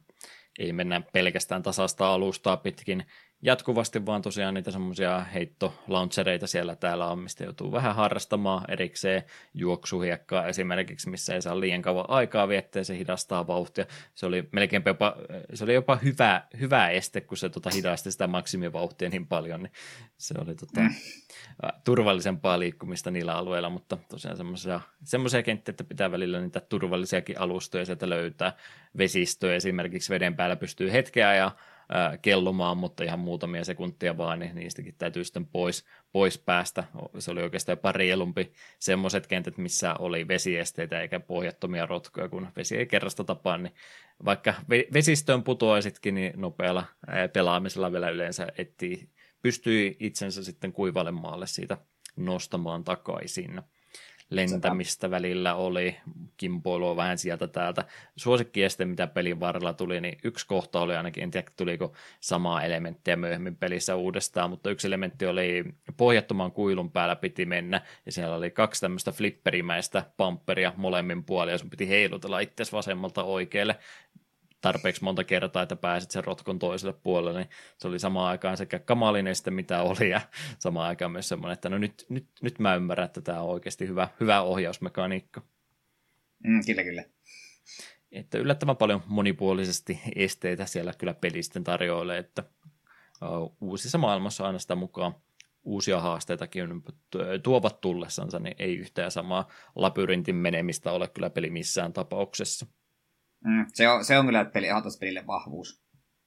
ei mennä pelkästään tasasta alustaa pitkin jatkuvasti, vaan tosiaan niitä semmoisia heittolaunchereita siellä täällä on, mistä joutuu vähän harrastamaan erikseen juoksuhiekkaa esimerkiksi, missä ei saa liian kauan aikaa viettää ja se hidastaa vauhtia. Se oli melkein jopa, se oli jopa hyvä, hyvä este, kun se tota hidasti sitä maksimivauhtia niin paljon, niin se oli tota, mm. turvallisempaa liikkumista niillä alueilla, mutta tosiaan semmoisia, semmoisia kenttiä, että pitää välillä niitä turvallisiakin alustoja sieltä löytää. Vesistöjä esimerkiksi veden päällä pystyy hetkeä ja kellumaan, mutta ihan muutamia sekuntia vaan, niin niistäkin täytyy sitten pois, pois päästä. Se oli oikeastaan jopa reilumpi semmoiset kentät, missä oli vesiesteitä eikä pohjattomia rotkoja, kun vesi ei kerrasta tapaa, niin vaikka vesistöön putoaisitkin, niin nopealla pelaamisella vielä yleensä etsii, pystyi itsensä sitten kuivalle maalle siitä nostamaan takaisin. Lentämistä välillä oli, kimpoilua vähän sieltä täältä. Suosikkieste, mitä pelin varrella tuli, niin yksi kohta oli ainakin, en tiedä tuliko samaa elementtiä myöhemmin pelissä uudestaan, mutta yksi elementti oli pohjattoman kuilun päällä piti mennä, ja siellä oli kaksi tämmöistä flipperimäistä pamperia molemmin puolin, ja sun piti heilutella itseäsi vasemmalta oikealle tarpeeksi monta kertaa, että pääsit sen rotkon toiselle puolelle, niin se oli samaan aikaan sekä kamalin este, mitä oli, ja samaan aikaan myös semmoinen, että no nyt, nyt, nyt mä ymmärrän, että tämä on oikeasti hyvä, hyvä ohjausmekaniikka. Mm, kyllä, kyllä. Että yllättävän paljon monipuolisesti esteitä siellä kyllä pelisten tarjoilee, että uh, uusissa maailmassa aina sitä mukaan uusia haasteitakin tuovat tullessansa, niin ei yhtään samaa labyrintin menemistä ole kyllä peli missään tapauksessa. Mm, se, on, se on kyllä peli, ehdottomasti pelille vahvuus.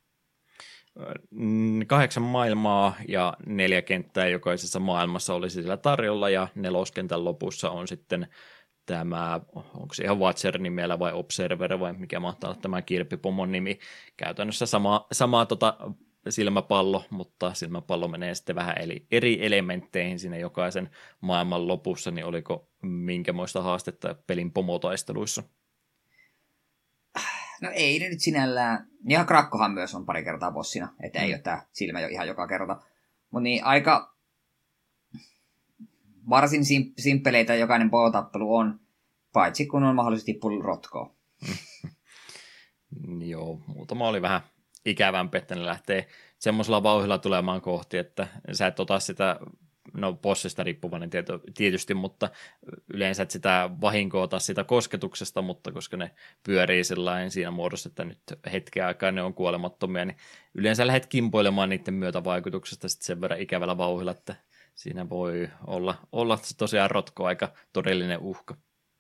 Kahdeksan maailmaa ja neljä kenttää jokaisessa maailmassa olisi siellä tarjolla, ja neloskentän lopussa on sitten tämä, onko se ihan Watcher-nimellä vai Observer vai mikä mahtaa olla tämä kilpipomon nimi, käytännössä sama, sama tota silmäpallo, mutta silmäpallo menee sitten vähän eli eri elementteihin siinä jokaisen maailman lopussa, niin oliko minkämoista haastetta pelin pomotaisteluissa? No ei ne nyt sinällään. Ihan Krakkohan myös on pari kertaa bossina, että mm. ei ole tää silmä jo ihan joka kerta. Mutta niin aika varsin sim- simppeleitä jokainen pomotappelu on, paitsi kun on mahdollisesti tippua rotkoon. Joo, muutama oli vähän ikävämpi, että ne lähtee semmoisella vauhdilla tulemaan kohti, että sä et ota sitä, no bossista riippuvainen tietysti, mutta yleensä et sitä vahinkoa ota sitä kosketuksesta, mutta koska ne pyörii sellainen siinä muodossa, että nyt hetken aikaa ne on kuolemattomia, niin yleensä lähdet kimpoilemaan niiden myötävaikutuksesta sitten sen verran ikävällä vauhdilla, että siinä voi olla, olla tosiaan rotko aika todellinen uhka.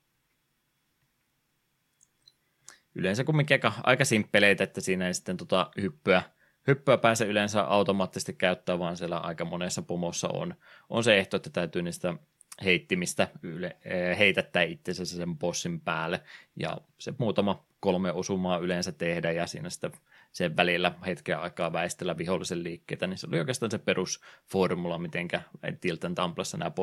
Yleensä kumminkin aika, aika simppeleitä, että siinä ei sitten tota hyppyä, hyppyä pääse yleensä automaattisesti käyttää, vaan siellä aika monessa pomossa on, on se ehto, että täytyy niistä heittimistä yle, heitättää itsensä sen bossin päälle, ja se muutama kolme osumaa yleensä tehdä, ja siinä sitten sen välillä hetken aikaa väistellä vihollisen liikkeitä, niin se oli oikeastaan se perusformula, mitenkä Tilt and Tumblessa nämä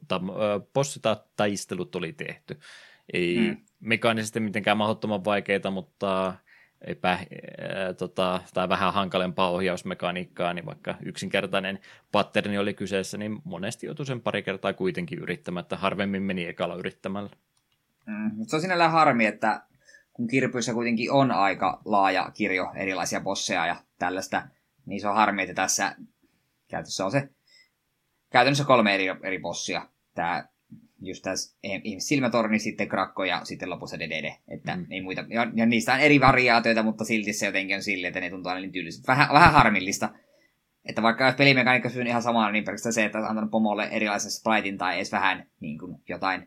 bossitaistelut oli tehty. Ei mm. mekaanisesti mitenkään mahdottoman vaikeita, mutta epä, ää, tota, tai vähän hankalempaa ohjausmekaniikkaa, niin vaikka yksinkertainen patterni oli kyseessä, niin monesti joutui sen pari kertaa kuitenkin yrittämättä, harvemmin meni ekalla yrittämällä. Mm, se on sinällään harmi, että kun kirpyissä kuitenkin on aika laaja kirjo erilaisia bosseja ja tällaista, niin se on harmi, että tässä käytössä on se käytännössä kolme eri, eri bossia. Tämä just tässä silmätorni, sitten Krakko ja sitten lopussa Dedede. Että mm. ei muita. Ja, ja niistä on eri variaatioita, mutta silti se jotenkin on silleen, että ne tuntuu aina niin tyyliset. Vähän, vähän harmillista. Että vaikka jos pelimekaniikka on ihan sama, niin pelkästään se, että on antanut pomolle erilaisen spritin tai edes vähän niin kuin jotain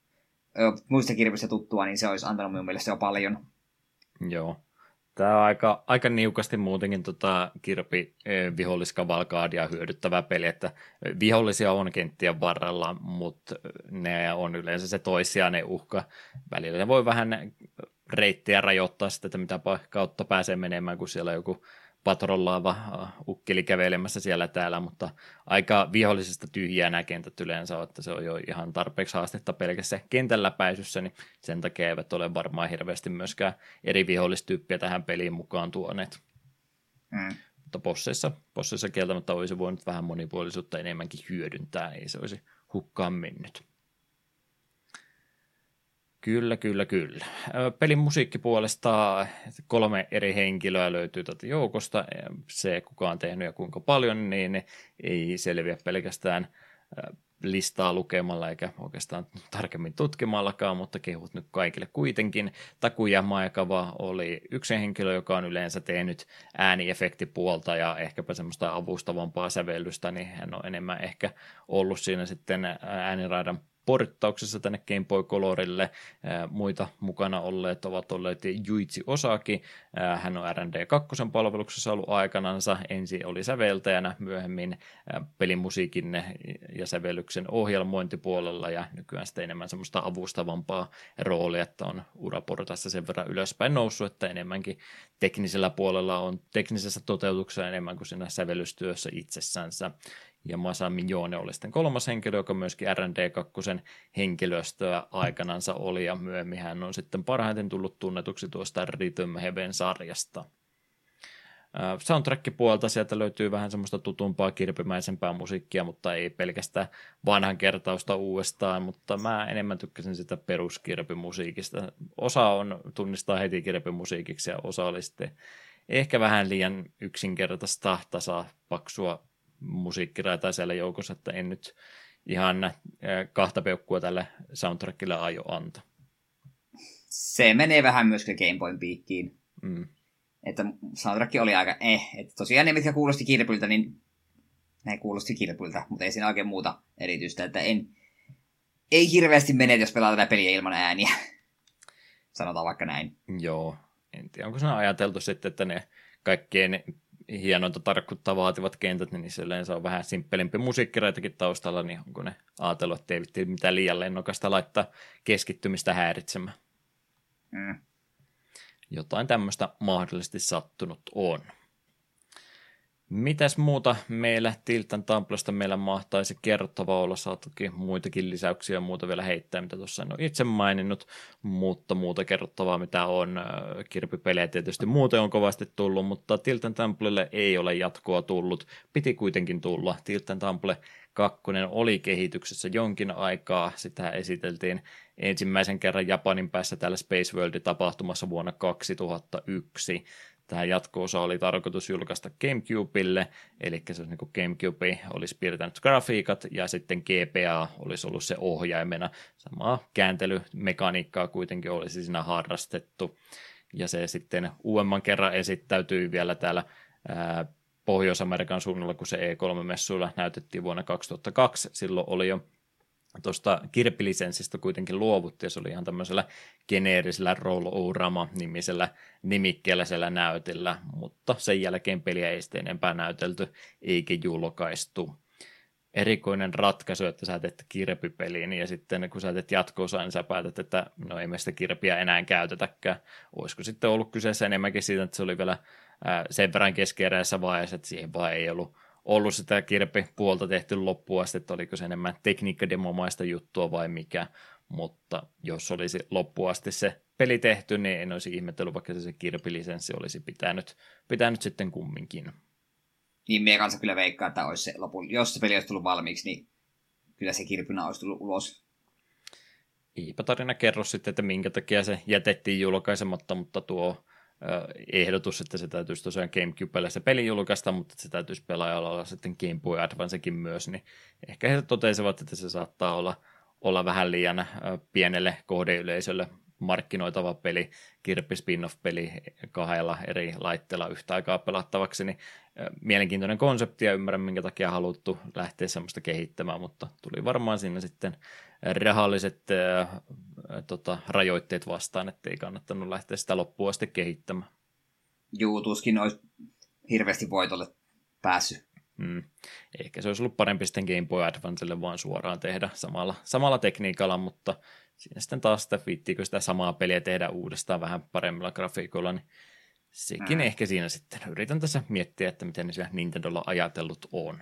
muista kirpistä tuttua, niin se olisi antanut minun mielestä jo paljon. Joo. Tämä on aika, aika niukasti muutenkin tota kirpi viholliskavalkaadia hyödyttävä peli, että vihollisia on kenttien varrella, mutta ne on yleensä se toissijainen uhka. Välillä ne voi vähän reittiä rajoittaa sitä, että mitä kautta pääsee menemään, kun siellä on joku patrollaava ukkeli kävelemässä siellä täällä, mutta aika vihollisesta tyhjää nämä kentät yleensä on, että se on jo ihan tarpeeksi haastetta pelkässä kentän läpäisyssä, niin sen takia eivät ole varmaan hirveästi myöskään eri vihollistyyppiä tähän peliin mukaan tuoneet. Mm. Mutta bosseissa, bosseissa kieltämättä olisi voinut vähän monipuolisuutta enemmänkin hyödyntää, ei se olisi hukkaan mennyt. Kyllä, kyllä, kyllä. Pelin musiikkipuolesta kolme eri henkilöä löytyy tätä joukosta. Se, kuka on tehnyt ja kuinka paljon, niin ei selviä pelkästään listaa lukemalla eikä oikeastaan tarkemmin tutkimallakaan, mutta kehut nyt kaikille kuitenkin. Takuya Maekawa oli yksi henkilö, joka on yleensä tehnyt ääniefektipuolta ja ehkäpä semmoista avustavampaa sävellystä, niin hän on enemmän ehkä ollut siinä sitten ääniraidan porttauksessa tänne Game Boy Colorille. Muita mukana olleet ovat olleet Juichi Osaki. Hän on R and D kaksi palveluksessa ollut aikanansa. Ensin oli säveltäjänä, myöhemmin pelin musiikin ja sävellyksen ohjelmointipuolella ja nykyään sitten enemmän semmoista avustavampaa roolia, että on uraportaista sen verran ylöspäin noussut, että enemmänkin teknisellä puolella on teknisessä toteutuksessa enemmän kuin siinä sävellystyössä itsessänsä. Ja Masami Joone oli sitten kolmas henkilö, joka myöskin R and D kaksi henkilöstöä aikanansa oli, ja myöhemmin hän on sitten parhaiten tullut tunnetuksi tuosta Rhythm Heaven-sarjasta. Soundtrack-puolta sieltä löytyy vähän semmoista tutumpaa, kirpimäisempää musiikkia, mutta ei pelkästään vanhan kertausta uudestaan, mutta mä enemmän tykkäsin sitä peruskirpimusiikista. Osa on tunnistaa heti kirpimusiikiksi ja osa oli sitten ehkä vähän liian yksinkertaista, tasapaksua musiikkiraitaa siellä joukossa, että en nyt ihan kahta peukkua tälle soundtrackille aio antaa. Se menee vähän myös Game Boyn piikkiin. Mm. Että soundtrack oli aika eh. Että tosiaan ne, mitkä kuulosti kirpyltä, niin ne kuulosti kirpyltä, mutta ei siinä oikein muuta erityistä. Että en, ei hirveästi mene, jos pelaa tätä peliä ilman ääniä. Sanotaan vaikka näin. Joo. En tiedä, onko siinä ajateltu sitten, että ne kaikkein hienointa tarkkuutta vaativat kentät, niin niissä yleensä on vähän simppelimpi musiikkiraitakin taustalla, niin onko ne ajatellut, että ei vitti mitään liian lennokasta laittaa keskittymistä häiritsemään. Mm. Jotain tämmöistä mahdollisesti sattunut on. Mitäs muuta meillä Tilt and Tumblesta meillä mahtaisi kerrottavaa olla? Saa toki muitakin lisäyksiä ja muuta vielä heittää, mitä tuossa en ole itse maininnut, mutta muuta kerrottavaa, mitä on. Kirpipelejä tietysti muuten on kovasti tullut, mutta Tilt and Tumblelle ei ole jatkoa tullut. Piti kuitenkin tulla. Tilt and Tumble kaksi oli kehityksessä jonkin aikaa. Sitä esiteltiin ensimmäisen kerran Japanin päässä täällä Space World-tapahtumassa vuonna kaksituhattayksi. Tämä jatko-osa oli tarkoitus julkaista GameCubelle, eli se olisi niin GameCube olisi piirtänyt grafiikat, ja sitten G P A olisi ollut se ohjaimena. Samaa kääntelymekaniikkaa kuitenkin olisi siinä harrastettu. Ja se sitten uudemman kerran esittäytyi vielä täällä ää, Pohjois-Amerikan suunnalla, kun se E kolme -messuilla näytettiin vuonna kaksituhattakaksi. Silloin oli jo tuosta kirppilisenssistä kuitenkin luovuttiin, ja se oli ihan tämmöisellä geneerisellä Roll-O-Rama-nimisellä nimikkeellä siellä näytillä, mutta sen jälkeen peliä ei sitten enempää näytelty eikä julkaistu. Erikoinen ratkaisu, että sä teet kirppipeliin, ja sitten kun sä teet jatko-osaa, niin sä päätät, että no ei me sitä kirppiä enää käytetäkään. Olisiko sitten ollut kyseessä enemmänkin siitä, että se oli vielä ää, sen verran keskeeräisessä vaiheessa, että siihen vaan ei ollut ollut sitä kirppipuolta tehty loppuun asti, että oliko se enemmän tekniikkademomaista juttua vai mikä, mutta jos olisi loppuun asti se peli tehty, niin en olisi ihmetellyt, vaikka se, se kirppilisenssi olisi pitänyt, pitänyt sitten kumminkin. Niin, minä kanssa kyllä veikkaa, että olisi se lopun, jos se peli olisi tullut valmiiksi, niin kyllä se kirppinä olisi tullut ulos. Eipä tarina kerro sitten, että minkä takia se jätettiin julkaisematta, mutta tuo ehdotus, että se täytyisi tosiaan GameCubelle se peli julkaista, mutta se täytyisi pelaajalla olla sitten Game Boy Advancekin myös, niin ehkä he totesivat, että se saattaa olla, olla vähän liian pienelle kohdeyleisölle markkinoitava peli, kirppi spin-off-peli kahdella eri laitteella yhtä aikaa pelattavaksi, niin mielenkiintoinen konsepti ja ymmärrän, minkä takia haluttu lähteä semmoista kehittämään, mutta tuli varmaan siinä sitten rahalliset äh, tota, rajoitteet vastaan, ettei kannattanut lähteä sitä loppuun asti kehittämään. Juu, tuskin olisi hirveästi voitolle päässyt. Mm. Ehkä se olisi ollut parempi sitten Game Boy Advancelle vaan suoraan tehdä samalla, samalla tekniikalla, mutta siinä sitten taas sitä viittiikö sitä samaa peliä tehdä uudestaan vähän paremmilla grafiikoilla, niin sekin mm. ehkä siinä sitten. Yritän tässä miettiä, että miten ne siellä Nintendolla ajatellut on.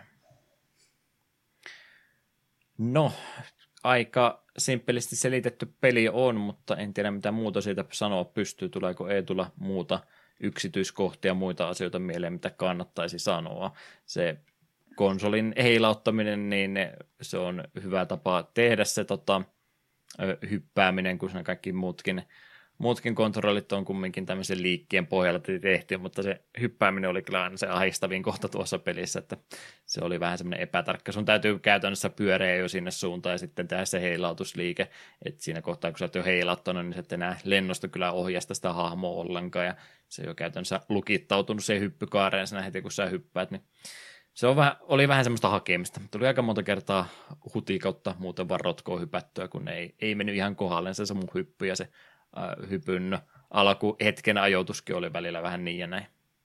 No, aika simppelisti selitetty peli on, mutta en tiedä mitä muuta siitä sanoa pystyy. Tuleeko ei tulla muuta yksityiskohtia, muita asioita mieleen, mitä kannattaisi sanoa. Se konsolin heilauttaminen, niin se on hyvä tapa tehdä se tota, hyppääminen, kun kaikki muutkin, muutkin kontrollit on kumminkin tämmöisen liikkeen pohjalta tehty, mutta se hyppääminen oli kyllä aina se ahdistavin kohta tuossa pelissä, että se oli vähän semmoinen epätarkka. Sun täytyy käytännössä pyöreä jo sinne suuntaan ja sitten tehdä se heilautusliike, että siinä kohtaa, kun sä oot jo heilauttanut, niin sä et enää lennosta kyllä ohjasta sitä hahmoa ollenkaan, ja se on jo käytännössä lukittautunut siihen hyppykaareen siinä heti, kun sä hyppäät, niin se on vähän, oli vähän semmoista hakemista. Tuli aika monta kertaa hutikautta muuten vaan rotkoon hypättyä, kun ei, ei mennyt ihan kohdalleen se mun hyppy ja se äh, hypyn alku hetken ajoituskin oli välillä vähän niin ja näin.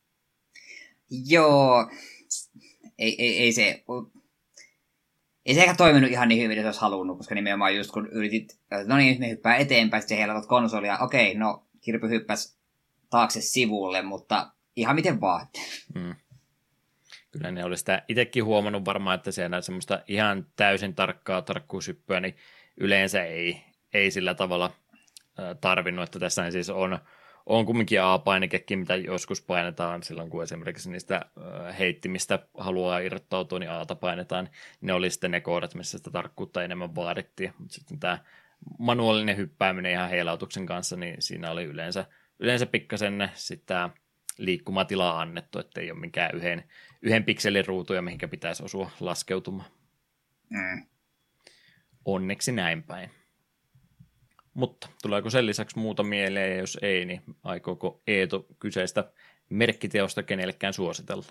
Joo, ei, ei, ei se... Ei se ehkä toiminut ihan niin hyvin, jos olisi halunnut, koska nimenomaan just kun yritit, no niin, nyt me hyppää eteenpäin, sitten heilatat konsolia, okei, no Kirby hyppäsi taakse sivulle, mutta ihan miten vaan. Mm. Kyllä ne oli sitä itsekin huomannut varmaan, että siellä semmoista ihan täysin tarkkaa tarkkuushyppyä, niin yleensä ei, ei sillä tavalla tarvinnut, että tässä siis on, on kumminkin A-painikekin, mitä joskus painetaan silloin, kun esimerkiksi niistä heittimistä haluaa irrottautua, niin A:ta painetaan, ne oli sitten ne kohdat, missä sitä tarkkuutta enemmän vaadittiin, mutta sitten tämä manuaalinen hyppääminen ihan heilautuksen kanssa, niin siinä oli yleensä, yleensä pikkasen sitä liikkumatilaa annettu, ettei ole mikään yhden, yhden pikselin ruutuja, mihinkä pitäisi osua laskeutumaan. Mm. Onneksi näin päin. Mutta tuleeko sen lisäksi muuta mieleen, ja jos ei, niin aikooko Eeto kyseistä merkkiteosta kenellekään suositella?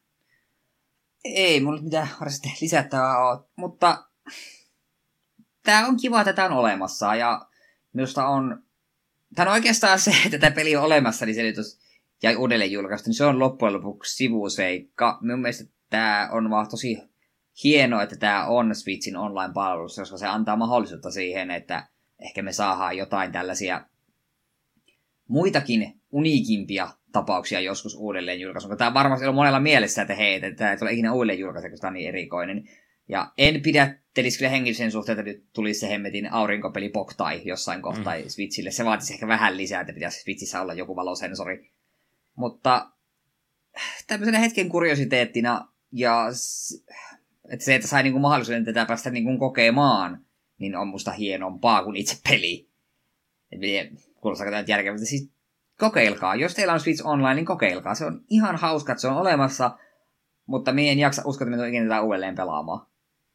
Ei mulla mitään varsinaisesti lisättävää ole, mutta tämä on kiva, että tämä on olemassa, ja minusta on, tämä on oikeastaan se, että tämä peli on olemassa, niin selitys ja uudelleen julkaistu, niin se on loppujen lopuksi sivuseikka. Minun mielestä tämä on vaan tosi hienoa, että tämä on Switchin online-palvelussa, koska se antaa mahdollisuutta siihen, että ehkä me saadaan jotain tällaisia muitakin uniikimpia tapauksia joskus uudelleen julkaisu. Tämä varmasti on monella mielessä, että hei, että tämä ei tule ikinä uudelleen julkaisu, koska tämä on niin erikoinen. Ja en pidättelisi kyllä hengissä sen suhteen, että nyt tulisi se hemmetin aurinkopeli Poktai jossain kohtaa mm. Switchille. Se vaatisi ehkä vähän lisää, että pitäisi Switchissä olla joku valosensori. Mutta tämmöisenä hetken kuriositeettina ja että se, että sai niinku mahdollisuuden tätä päästä niinku kokemaan, niin on musta hienompaa kuin itse peli. Kuulostaako tämä järkeä, mutta siis kokeilkaa. Jos teillä on Switch Online, niin kokeilkaa. Se on ihan hauska, että se on olemassa, mutta minä en jaksa uskoa, että me tulen ikinä tätä uudelleen pelaamaan.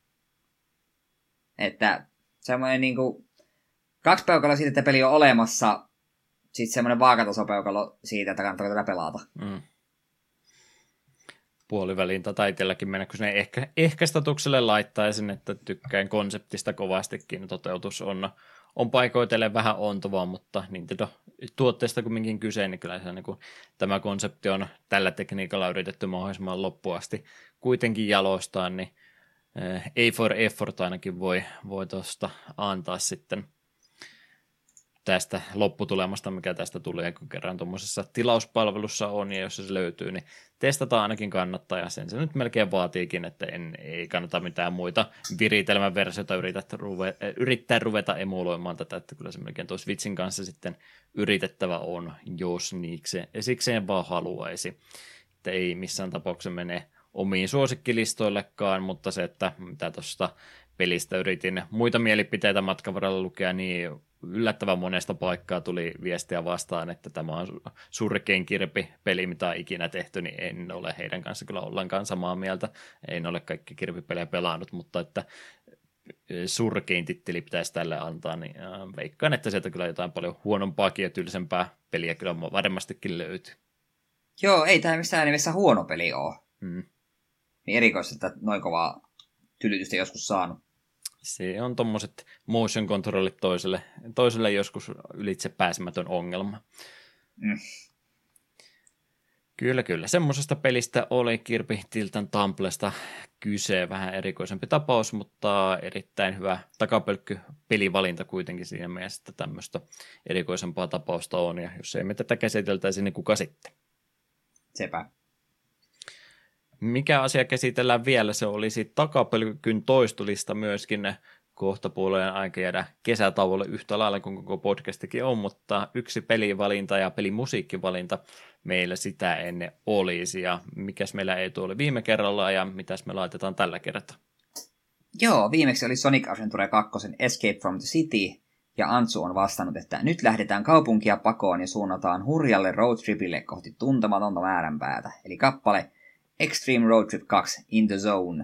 Että semmoinen niinku kaksi peukaloa siitä, että peli on olemassa, sitten semmoinen vaakatasopeukalo siitä, että kannattaa tätä pelata. Mm. Puoliväliin tai itselläkin mennä, kun sinne ehkä, ehkä statukselle laittaisin, että tykkään konseptista kovastikin. Toteutus on, on paikoitellen vähän ontuvaa, mutta Nintendo-tuotteesta kumminkin kyse, niin kyllä se, niin kuin, tämä konsepti on tällä tekniikalla yritetty mahdollisimman loppuun asti kuitenkin jalostaa, niin A for effort ainakin voi, voi tuosta antaa sitten tästä lopputulemasta, mikä tästä tulee, kun kerran tuommoisessa tilauspalvelussa on, ja jos se löytyy, niin testataan ainakin kannattaa, ja sen se nyt melkein vaatiikin, että en, ei kannata mitään muita viritelmän versioita yrittää, ruve, yrittää ruveta emuloimaan tätä, että kyllä se melkein tuo Switchin kanssa sitten yritettävä on, jos niikseen, sikseen vaan haluaisi, että ei missään tapauksessa mene omiin suosikkilistoillekaan, mutta se, että mitä tuosta pelistä yritin muita mielipiteitä matkan varrella lukea, niin yllättävän monesta paikkaa tuli viestiä vastaan, että tämä on surkein Kirby-peli, mitä on ikinä tehty, niin en ole heidän kanssa kyllä ollenkaan samaa mieltä. En ole kaikki Kirby-pelejä pelannut, mutta että surkein titteli pitäisi tälle antaa, niin veikkaan, että sieltä kyllä jotain paljon huonompaakin ja tylsempää peliä kyllä varmastikin löytyy. Joo, ei tämä missään nimessä huono peli ole. Hmm. Niin erikoista, että noin kovaa tylytystä joskus saanut. Se on tommoset motion controllit toiselle, toiselle joskus ylitse pääsemätön ongelma. Mm. Kyllä, kyllä. Semmosesta pelistä oli Kirby Tilt and Tumblesta kyse. Vähän erikoisempi tapaus, mutta erittäin hyvä takapölkky pelivalinta kuitenkin siinä mielessä, että tämmöistä erikoisempaa tapausta on. Ja jos ei me tätä käsiteltäisi, niin kuka sitten? Sepä. Mikä asia käsitellään vielä? Se olisi takapölkyn toistolista myöskin kohtapuoleen aika jäädä kesätauolle yhtä lailla kuin koko podcastikin on, mutta yksi pelivalinta ja pelimusiikkivalinta meillä sitä ennen olisi. Ja mikäs meillä ei tuo oli viime kerralla ja mitäs me laitetaan tällä kertaa? Joo, viimeksi oli Sonic Adventure kaksi Escape from the City, ja Antsu on vastannut, että nyt lähdetään kaupunkia pakoon ja suunnataan hurjalle roadtripille kohti tuntematonta määränpäätä. Eli kappale Extreme Road Trip kaksi In the Zone.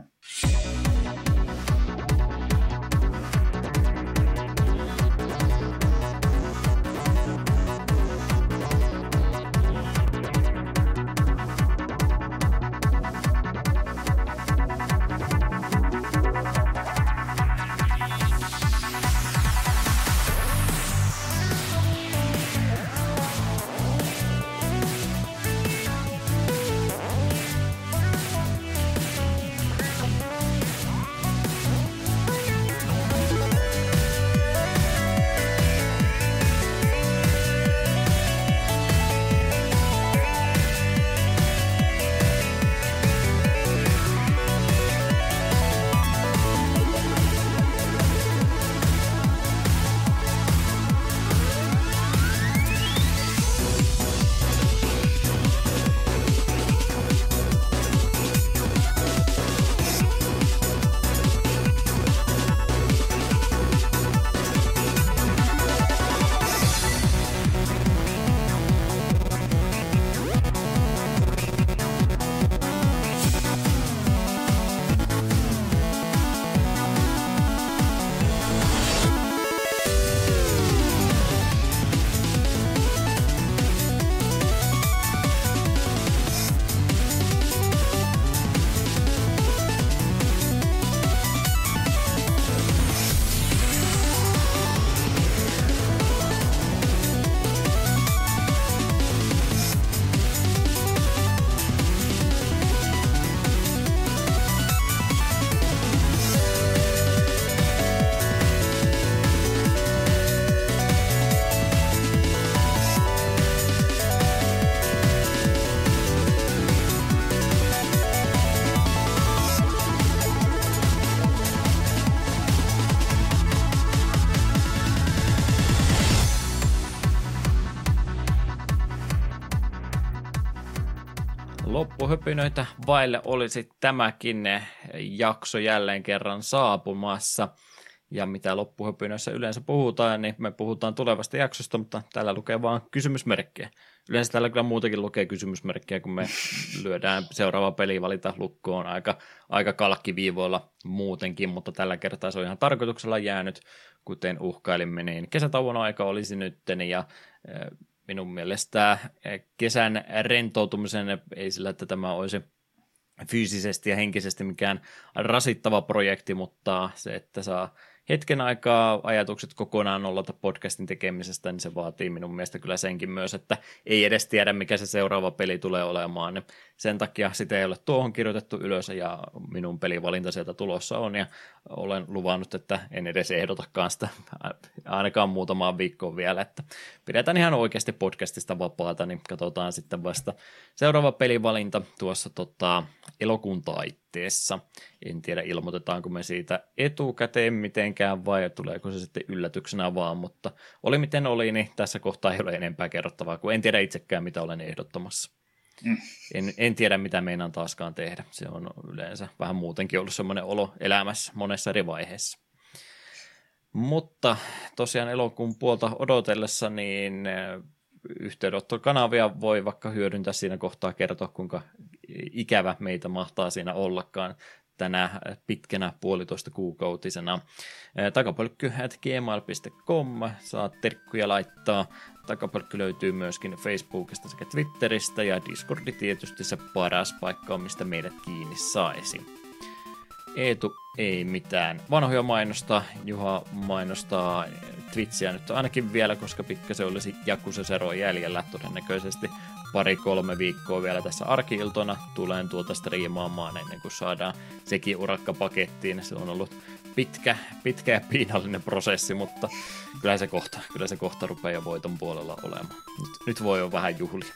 Loppuhöpinöitä vaille olisi tämäkin jakso jälleen kerran saapumassa. Ja mitä loppuhöpinöissä yleensä puhutaan, niin me puhutaan tulevasta jaksosta, mutta täällä lukee vaan kysymysmerkkejä. Yleensä täällä kyllä muutenkin lukee kysymysmerkkejä, kun me lyödään seuraava pelivalinta lukkoon aika, aika kalkkiviivoilla muutenkin, mutta tällä kertaa se on ihan tarkoituksella jäänyt, kuten uhkailimme, niin kesätauon aika olisi nytten ja minun mielestä kesän rentoutumisen ei sillä, että tämä olisi fyysisesti ja henkisesti mikään rasittava projekti, mutta se, että saa hetken aikaa ajatukset kokonaan nollata podcastin tekemisestä, niin se vaatii minun mielestä kyllä senkin myös, että ei edes tiedä, mikä se seuraava peli tulee olemaan. Niin sen takia sitä ei ole tuohon kirjoitettu ylös ja minun pelivalinta sieltä tulossa on ja olen luvannut, että en edes ehdotakaan sitä ainakaan muutamaan viikkoon vielä, että pidetään ihan oikeasti podcastista vapaata, niin katsotaan sitten vasta seuraava pelivalinta tuossa tota, elokuun taitteessa. En tiedä, ilmoitetaanko me siitä etukäteen mitenkään vai tuleeko se sitten yllätyksenä vaan, mutta oli miten oli, niin tässä kohtaa ei ole enempää kerrottavaa, kun en tiedä itsekään, mitä olen ehdottamassa. Mm. En, en tiedä, mitä meinaan taaskaan tehdä. Se on yleensä vähän muutenkin ollut semmoinen olo elämässä monessa eri vaiheessa. Mutta tosiaan elokuun puolta odotellessa, niin yhteydenottokanavia voi vaikka hyödyntää siinä kohtaa kertoa, kuinka ikävä meitä mahtaa siinä ollakaan tänä pitkänä puolitoista kuukautisena. Takapölkky at gmail piste com, saat terkkuja laittaa. Takapölkky löytyy myöskin Facebookista sekä Twitteristä ja Discordi tietysti se paras paikka on, mistä meidät kiinni saisi. Eetu ei mitään vanhoja mainostaa, Juha mainostaa Twitchiä nyt ainakin vielä, koska pikkasen olisi Yakuza Zero jäljellä todennäköisesti pari-kolme viikkoa vielä tässä arki-iltona tulen tuota striimaamaan ennen kuin saadaan sekin urakka pakettiin. Se on ollut pitkä, pitkä ja piinallinen prosessi, mutta kyllä se kohta, kyllä se kohta rupeaa jo voiton puolella olemaan. Nyt, nyt voi jo vähän juhlia.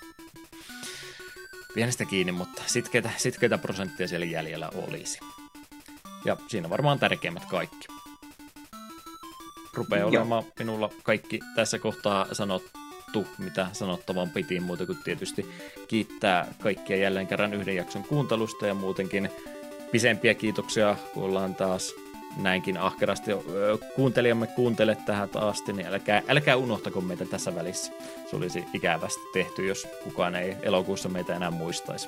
Pienestä kiinni, mutta sitkeitä, sitkeitä prosenttia siellä jäljellä olisi. Ja siinä varmaan tärkeimmät kaikki. Rupeaa olemaan minulla kaikki tässä kohtaa sanottu, mitä sanottavan piti, muuta kuin tietysti kiittää kaikkia jälleen kerran yhden jakson kuuntelusta ja muutenkin pisempiä kiitoksia, kun ollaan taas näinkin ahkerasti kuuntelijamme kuuntele tähän asti, niin älkää, älkää unohtako meitä tässä välissä. Se olisi ikävästi tehty, jos kukaan ei elokuussa meitä enää muistaisi.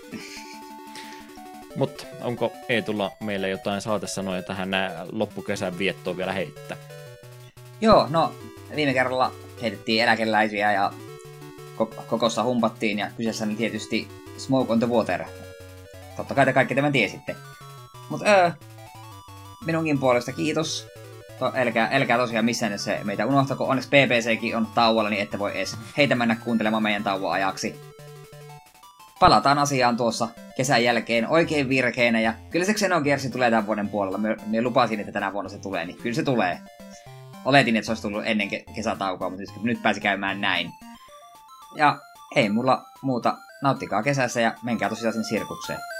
Mutta onko Eetulla meille jotain saatesanoja tähän loppukesän viettoon vielä heittää? Joo, no viime kerralla heitettiin eläkeläisiä ja kokossa humpattiin, ja kyseessä oli tietysti Smoke on the Water. Totta kai te kaikki tämän tiesitte. Mut öö, minunkin puolesta kiitos. To, älkää, älkää tosiaan missään se meitä unohtako. Onneksi B B C:kin on tauolla, niin ette voi edes heitä mennä kuuntelemaan meidän tauon ajaksi. Palataan asiaan tuossa kesän jälkeen oikein virkeinä, ja kyllä se Xenogears tulee tämän vuoden puolella. Minä lupasin, että tänä vuonna se tulee, niin kyllä se tulee. Oletin, että se olisi tullut ennen kesätaukoa, mutta nyt pääsi käymään näin. Ja ei mulla muuta. Nauttikaa kesässä ja menkää tosiaan sinne sirkukseen.